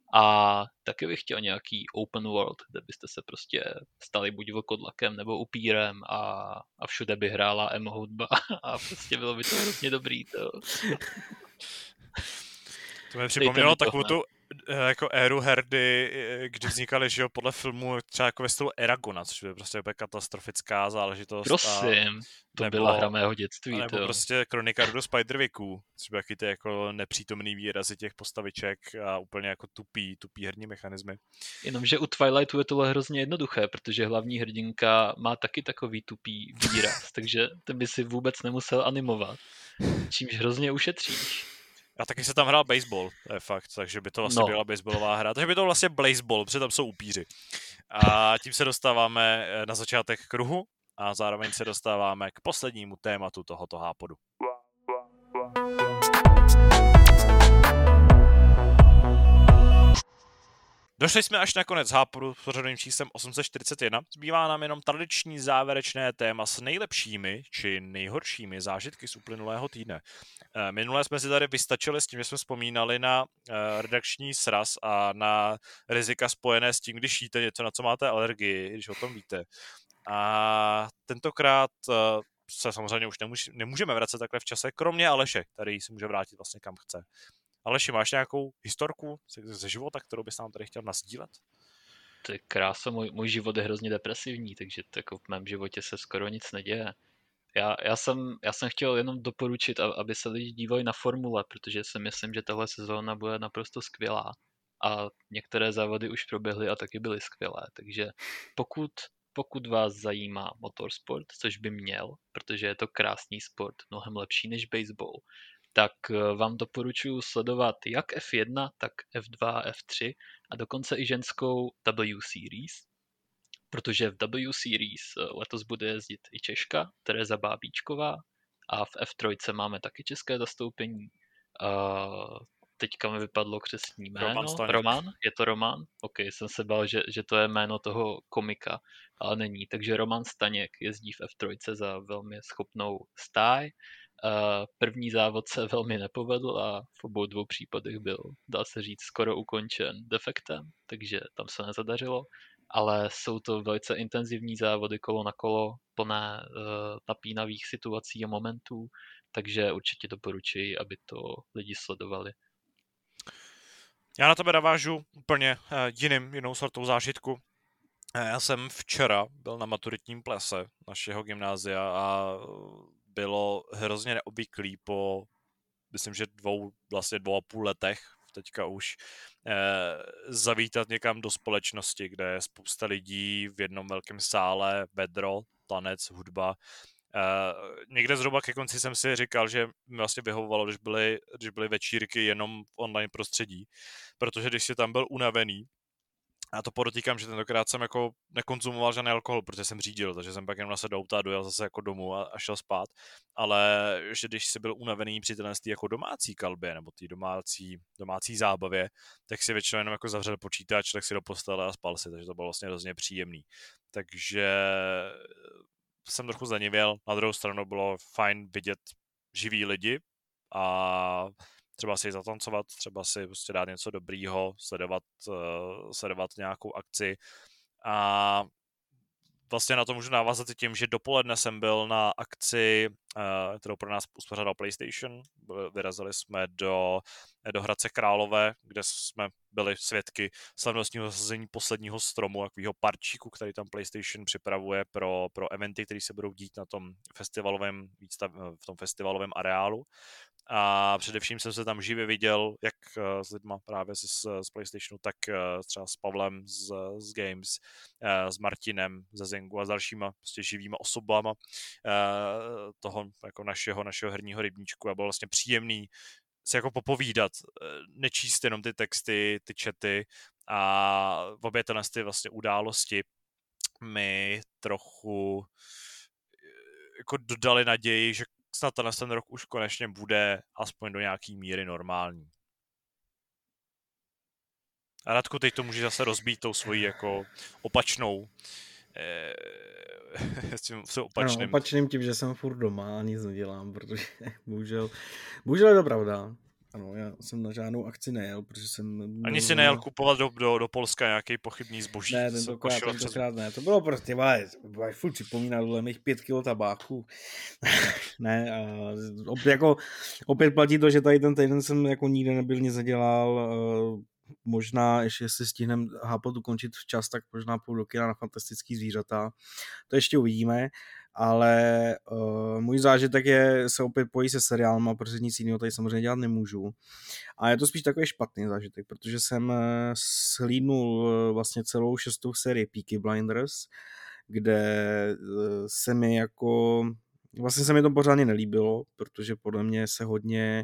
A taky bych chtěl nějaký open world, kde byste se prostě stali buď vlkodlakem nebo upírem a, a všude by hrála emo hudba a prostě bylo by to hrozně dobrý. To. To mi připomnělo takovou tu jako éru herdy, kdy vznikaly, že jo, podle filmu třeba jako ve stylu Eragona, což je prostě úplně katastrofická záležitost. Prosím, to nebo, byla hra mého dětství. nebo to. prostě Kronika do Spiderwicku, což byly ty jako nepřítomný výrazy těch postaviček a úplně jako tupý, tupý herní mechanismy. Jenomže u Twilightu je tohle hrozně jednoduché, protože hlavní hrdinka má taky takový tupý výraz, takže ten by si vůbec nemusel animovat, čímž hrozně ušetříš. A taky se tam hrál baseball, to je fakt, takže by to vlastně no. byla baseballová hra, takže by to vlastně baseball, protože tam jsou upíři. A tím se dostáváme na začátek kruhu a zároveň se dostáváme k poslednímu tématu tohoto hápodu. Došli jsme až na konec hápodu s pořadovým číslem osm set čtyřicet jedna. Zbývá nám jenom tradiční závěrečné téma s nejlepšími či nejhoršími zážitky z uplynulého týdne. Minule jsme si tady vystačili s tím, že jsme vzpomínali na redakční sraz a na rizika spojené s tím, když jíte něco, na co máte alergii, když o tom víte. A tentokrát se samozřejmě už nemůž, nemůžeme vracet takhle v čase, kromě Aleše, který si může vrátit vlastně kam chce. Aleši, máš nějakou historku ze života, kterou bys nám tady chtěl nasdílet? To je krása, můj, můj život je hrozně depresivní, takže jako v mém životě se skoro nic neděje. Já, já, jsem, já jsem chtěl jenom doporučit, aby se lidi dívali na formule, protože si myslím, že tahle sezóna bude naprosto skvělá. A některé závody už proběhly a taky byly skvělé, takže pokud, pokud vás zajímá motorsport, což by měl, protože je to krásný sport, mnohem lepší než baseball, tak vám doporučuji sledovat jak F jedna, tak F dva, F tři a dokonce i ženskou W Series, protože v W Series letos bude jezdit i Češka, Tereza Bábíčková, a v F tři máme taky české zastoupení. Teďka mi vypadlo křestní jméno. Roman, Roman? Je to Roman? Ok, jsem se bál, že, že to je jméno toho komika, ale není. Takže Roman Staněk jezdí v F tři za velmi schopnou stáj. První závod se velmi nepovedl a v obou dvou případech byl, dá se říct, skoro ukončen defektem, takže tam se nezadařilo, ale jsou to velice intenzivní závody kolo na kolo, plné uh, napínavých situací a momentů, takže určitě doporučuji, aby to lidi sledovali. Já na tebe navážu úplně uh, jiným, jinou sortou zážitku. Já jsem včera byl na maturitním plese našeho gymnázia a bylo hrozně neobvyklý po, myslím, že dvou, vlastně dvou a půl letech, teďka už, eh, zavítat někam do společnosti, kde je spousta lidí v jednom velkém sále, vedro, tanec, hudba. Eh, někde zhruba ke konci jsem si říkal, že mi vlastně vyhovovalo, když byly, když byly večírky jenom v online prostředí, protože když si tam byl unavený, a to podotýkám, že tentokrát jsem jako nekonzumoval žádný alkohol, protože jsem řídil, takže jsem pak jenom nasedl do auta a dojel zase jako domů a, a šel spát. Ale že když jsi byl unavený při téhle jako domácí kalbě nebo té domácí, domácí zábavě, tak si většinou jenom jako zavřel počítač, tak si do postele a spal si, takže to bylo vlastně hrozně příjemný. Takže jsem trochu zlenivěl, na druhou stranu bylo fajn vidět živý lidi a třeba si zatancovat, třeba si prostě dát něco dobrýho, sledovat, uh, sledovat nějakou akci. A vlastně na to můžu navázat i tím, že dopoledne jsem byl na akci, uh, kterou pro nás uspořádal PlayStation. Vyrazili jsme do, do Hradce Králové, kde jsme byli svědky slavnostního zasazení posledního stromu, takového parčíku, který tam PlayStation připravuje pro, pro eventy, které se budou dít na tom festivalovém, v tom festivalovém areálu. A především jsem se tam živě viděl, jak s lidma právě z, z PlayStationu, tak třeba s Pavlem z, z Games, s Martinem ze Zengu a s dalšíma prostě živýma osobama toho jako našeho, našeho herního rybníčku a bylo vlastně příjemný se jako popovídat, nečíst jenom ty texty, ty chaty a obě tyhle ty vlastně události mi trochu jako dodali naději, že snad tenhle ten rok už konečně bude aspoň do nějaký míry normální. A Radku, teď to můžeš zase rozbít tou svojí jako opačnou eh, s tím opačným. No, opačným tím, že jsem furt doma a nic nedělám, protože bohužel, bohužel je to pravda. Ano, já jsem na žádnou akci nejel, protože jsem... Ani si nejel kupovat do, do, do Polska nějaký pochybný zboží. Ne, tentokrát, tentokrát ne. To bylo prostě, vole, furt připomínat dole mých pět kilo tabáku. Ne, a opět, jako, opět platí to, že tady ten týden jsem jako nikde nebyl, nic nedělal. Možná, ještě si stihnem hápat ukončit včas, tak možná půl do kina na Fantastický zvířata. To ještě uvidíme. Ale uh, můj zážitek je, se opět pojí se seriálma, protože nic jiného tady samozřejmě dělat nemůžu. A je to spíš takový špatný zážitek, protože jsem shlídnul uh, vlastně celou šestou sérii Peaky Blinders, kde uh, se mi jako... Vlastně se mi to pořádně nelíbilo, protože podle mě se hodně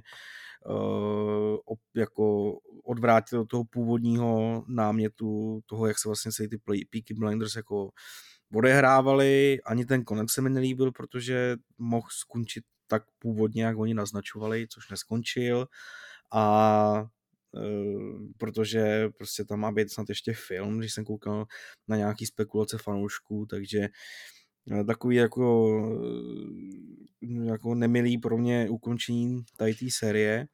uh, op, jako odvrátil od toho původního námětu, toho, jak se vlastně celý ty Peaky Blinders jako odehrávali, ani ten konec se mi nelíbil, protože mohl skončit tak původně, jak oni naznačovali, což neskončil a e, protože prostě tam má být snad ještě film, když jsem koukal na nějaký spekulace fanoušků, takže takový jako, jako nemilý pro mě ukončení tady té série.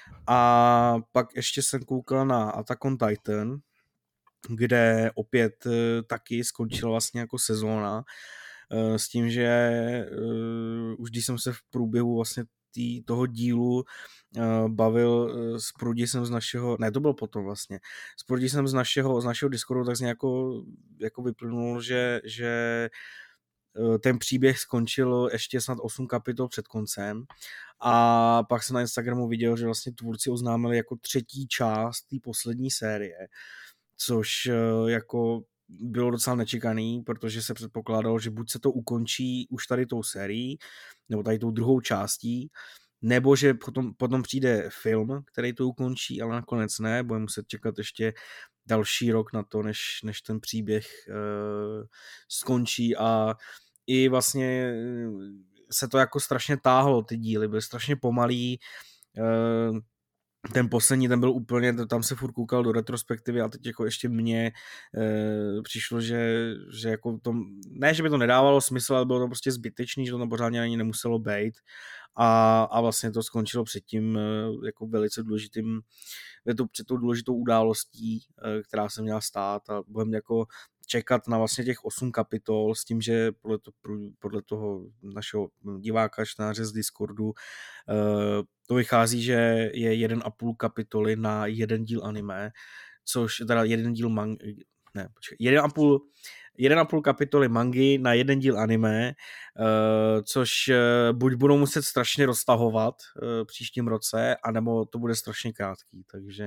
A pak ještě jsem koukal na Attack on Titan, kde opět taky skončila vlastně jako sezóna s tím, že už když jsem se v průběhu vlastně tý, toho dílu bavil s Prudisem z našeho, ne to bylo potom vlastně, s Prudisem z našeho, z našeho Discordu, tak z něj jako, jako vyplynul, že, že ten příběh skončil ještě snad osm kapitol před koncem a pak jsem na Instagramu viděl, že vlastně tvůrci oznámili jako třetí část té poslední série, což jako bylo docela nečekaný, protože se předpokládalo, že buď se to ukončí už tady tou sérií, nebo tady tou druhou částí, nebo že potom, potom přijde film, který to ukončí, ale nakonec ne, budeme muset čekat ještě další rok na to, než, než ten příběh uh, skončí a i vlastně se to jako strašně táhlo, ty díly byly strašně pomalý, uh, ten poslední, ten byl úplně, tam se furt koukal do retrospektivy a teď jako ještě mně e, přišlo, že, že jako to, ne, že by to nedávalo smysl, ale bylo to prostě zbytečný, že to tam pořádně ani nemuselo být a, a vlastně to skončilo před tím e, jako velice důležitým, to před tou důležitou událostí, e, která se měla stát a budeme jako čekat na vlastně těch osm kapitol s tím, že podle, to, podle toho našeho diváka, čtenáře z Discordu e, to vychází, že je jeden a půl kapitoly na jeden díl anime, což teda jeden díl mang... ne, počkej, jeden a půl, jeden a půl kapitoly mangy na jeden díl anime, uh, což uh, buď budou muset strašně roztahovat uh, příštím roce, anebo to bude strašně krátký, takže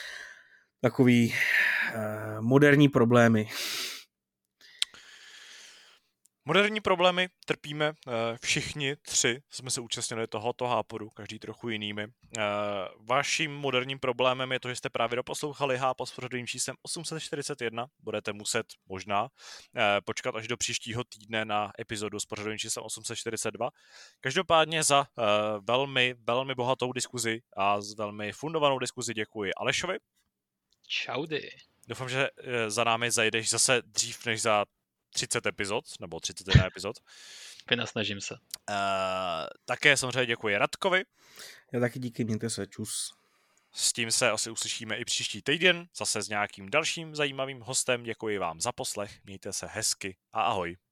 takový uh, moderní problémy. Moderní problémy trpíme všichni tři, jsme se účastnili tohoto hápodu, každý trochu jinými. Vaším moderním problémem je to, že jste právě doposlouchali hápod s pořadovým číslem osm set čtyřicet jedna. Budete muset možná počkat až do příštího týdne na epizodu s pořadovým číslem osm set čtyřicet dva. Každopádně za velmi, velmi bohatou diskuzi a z velmi fundovanou diskuzi děkuji Alešovi. Čaudy. Doufám, že za námi zajdeš zase dřív než za třicet epizod, nebo třicet jedna epizod. Vynasnažím se. Uh, také samozřejmě děkuji Radkovi. Já taky díky, mějte se, čus. S tím se asi uslyšíme i příští týden, zase s nějakým dalším zajímavým hostem. Děkuji vám za poslech, mějte se hezky a ahoj.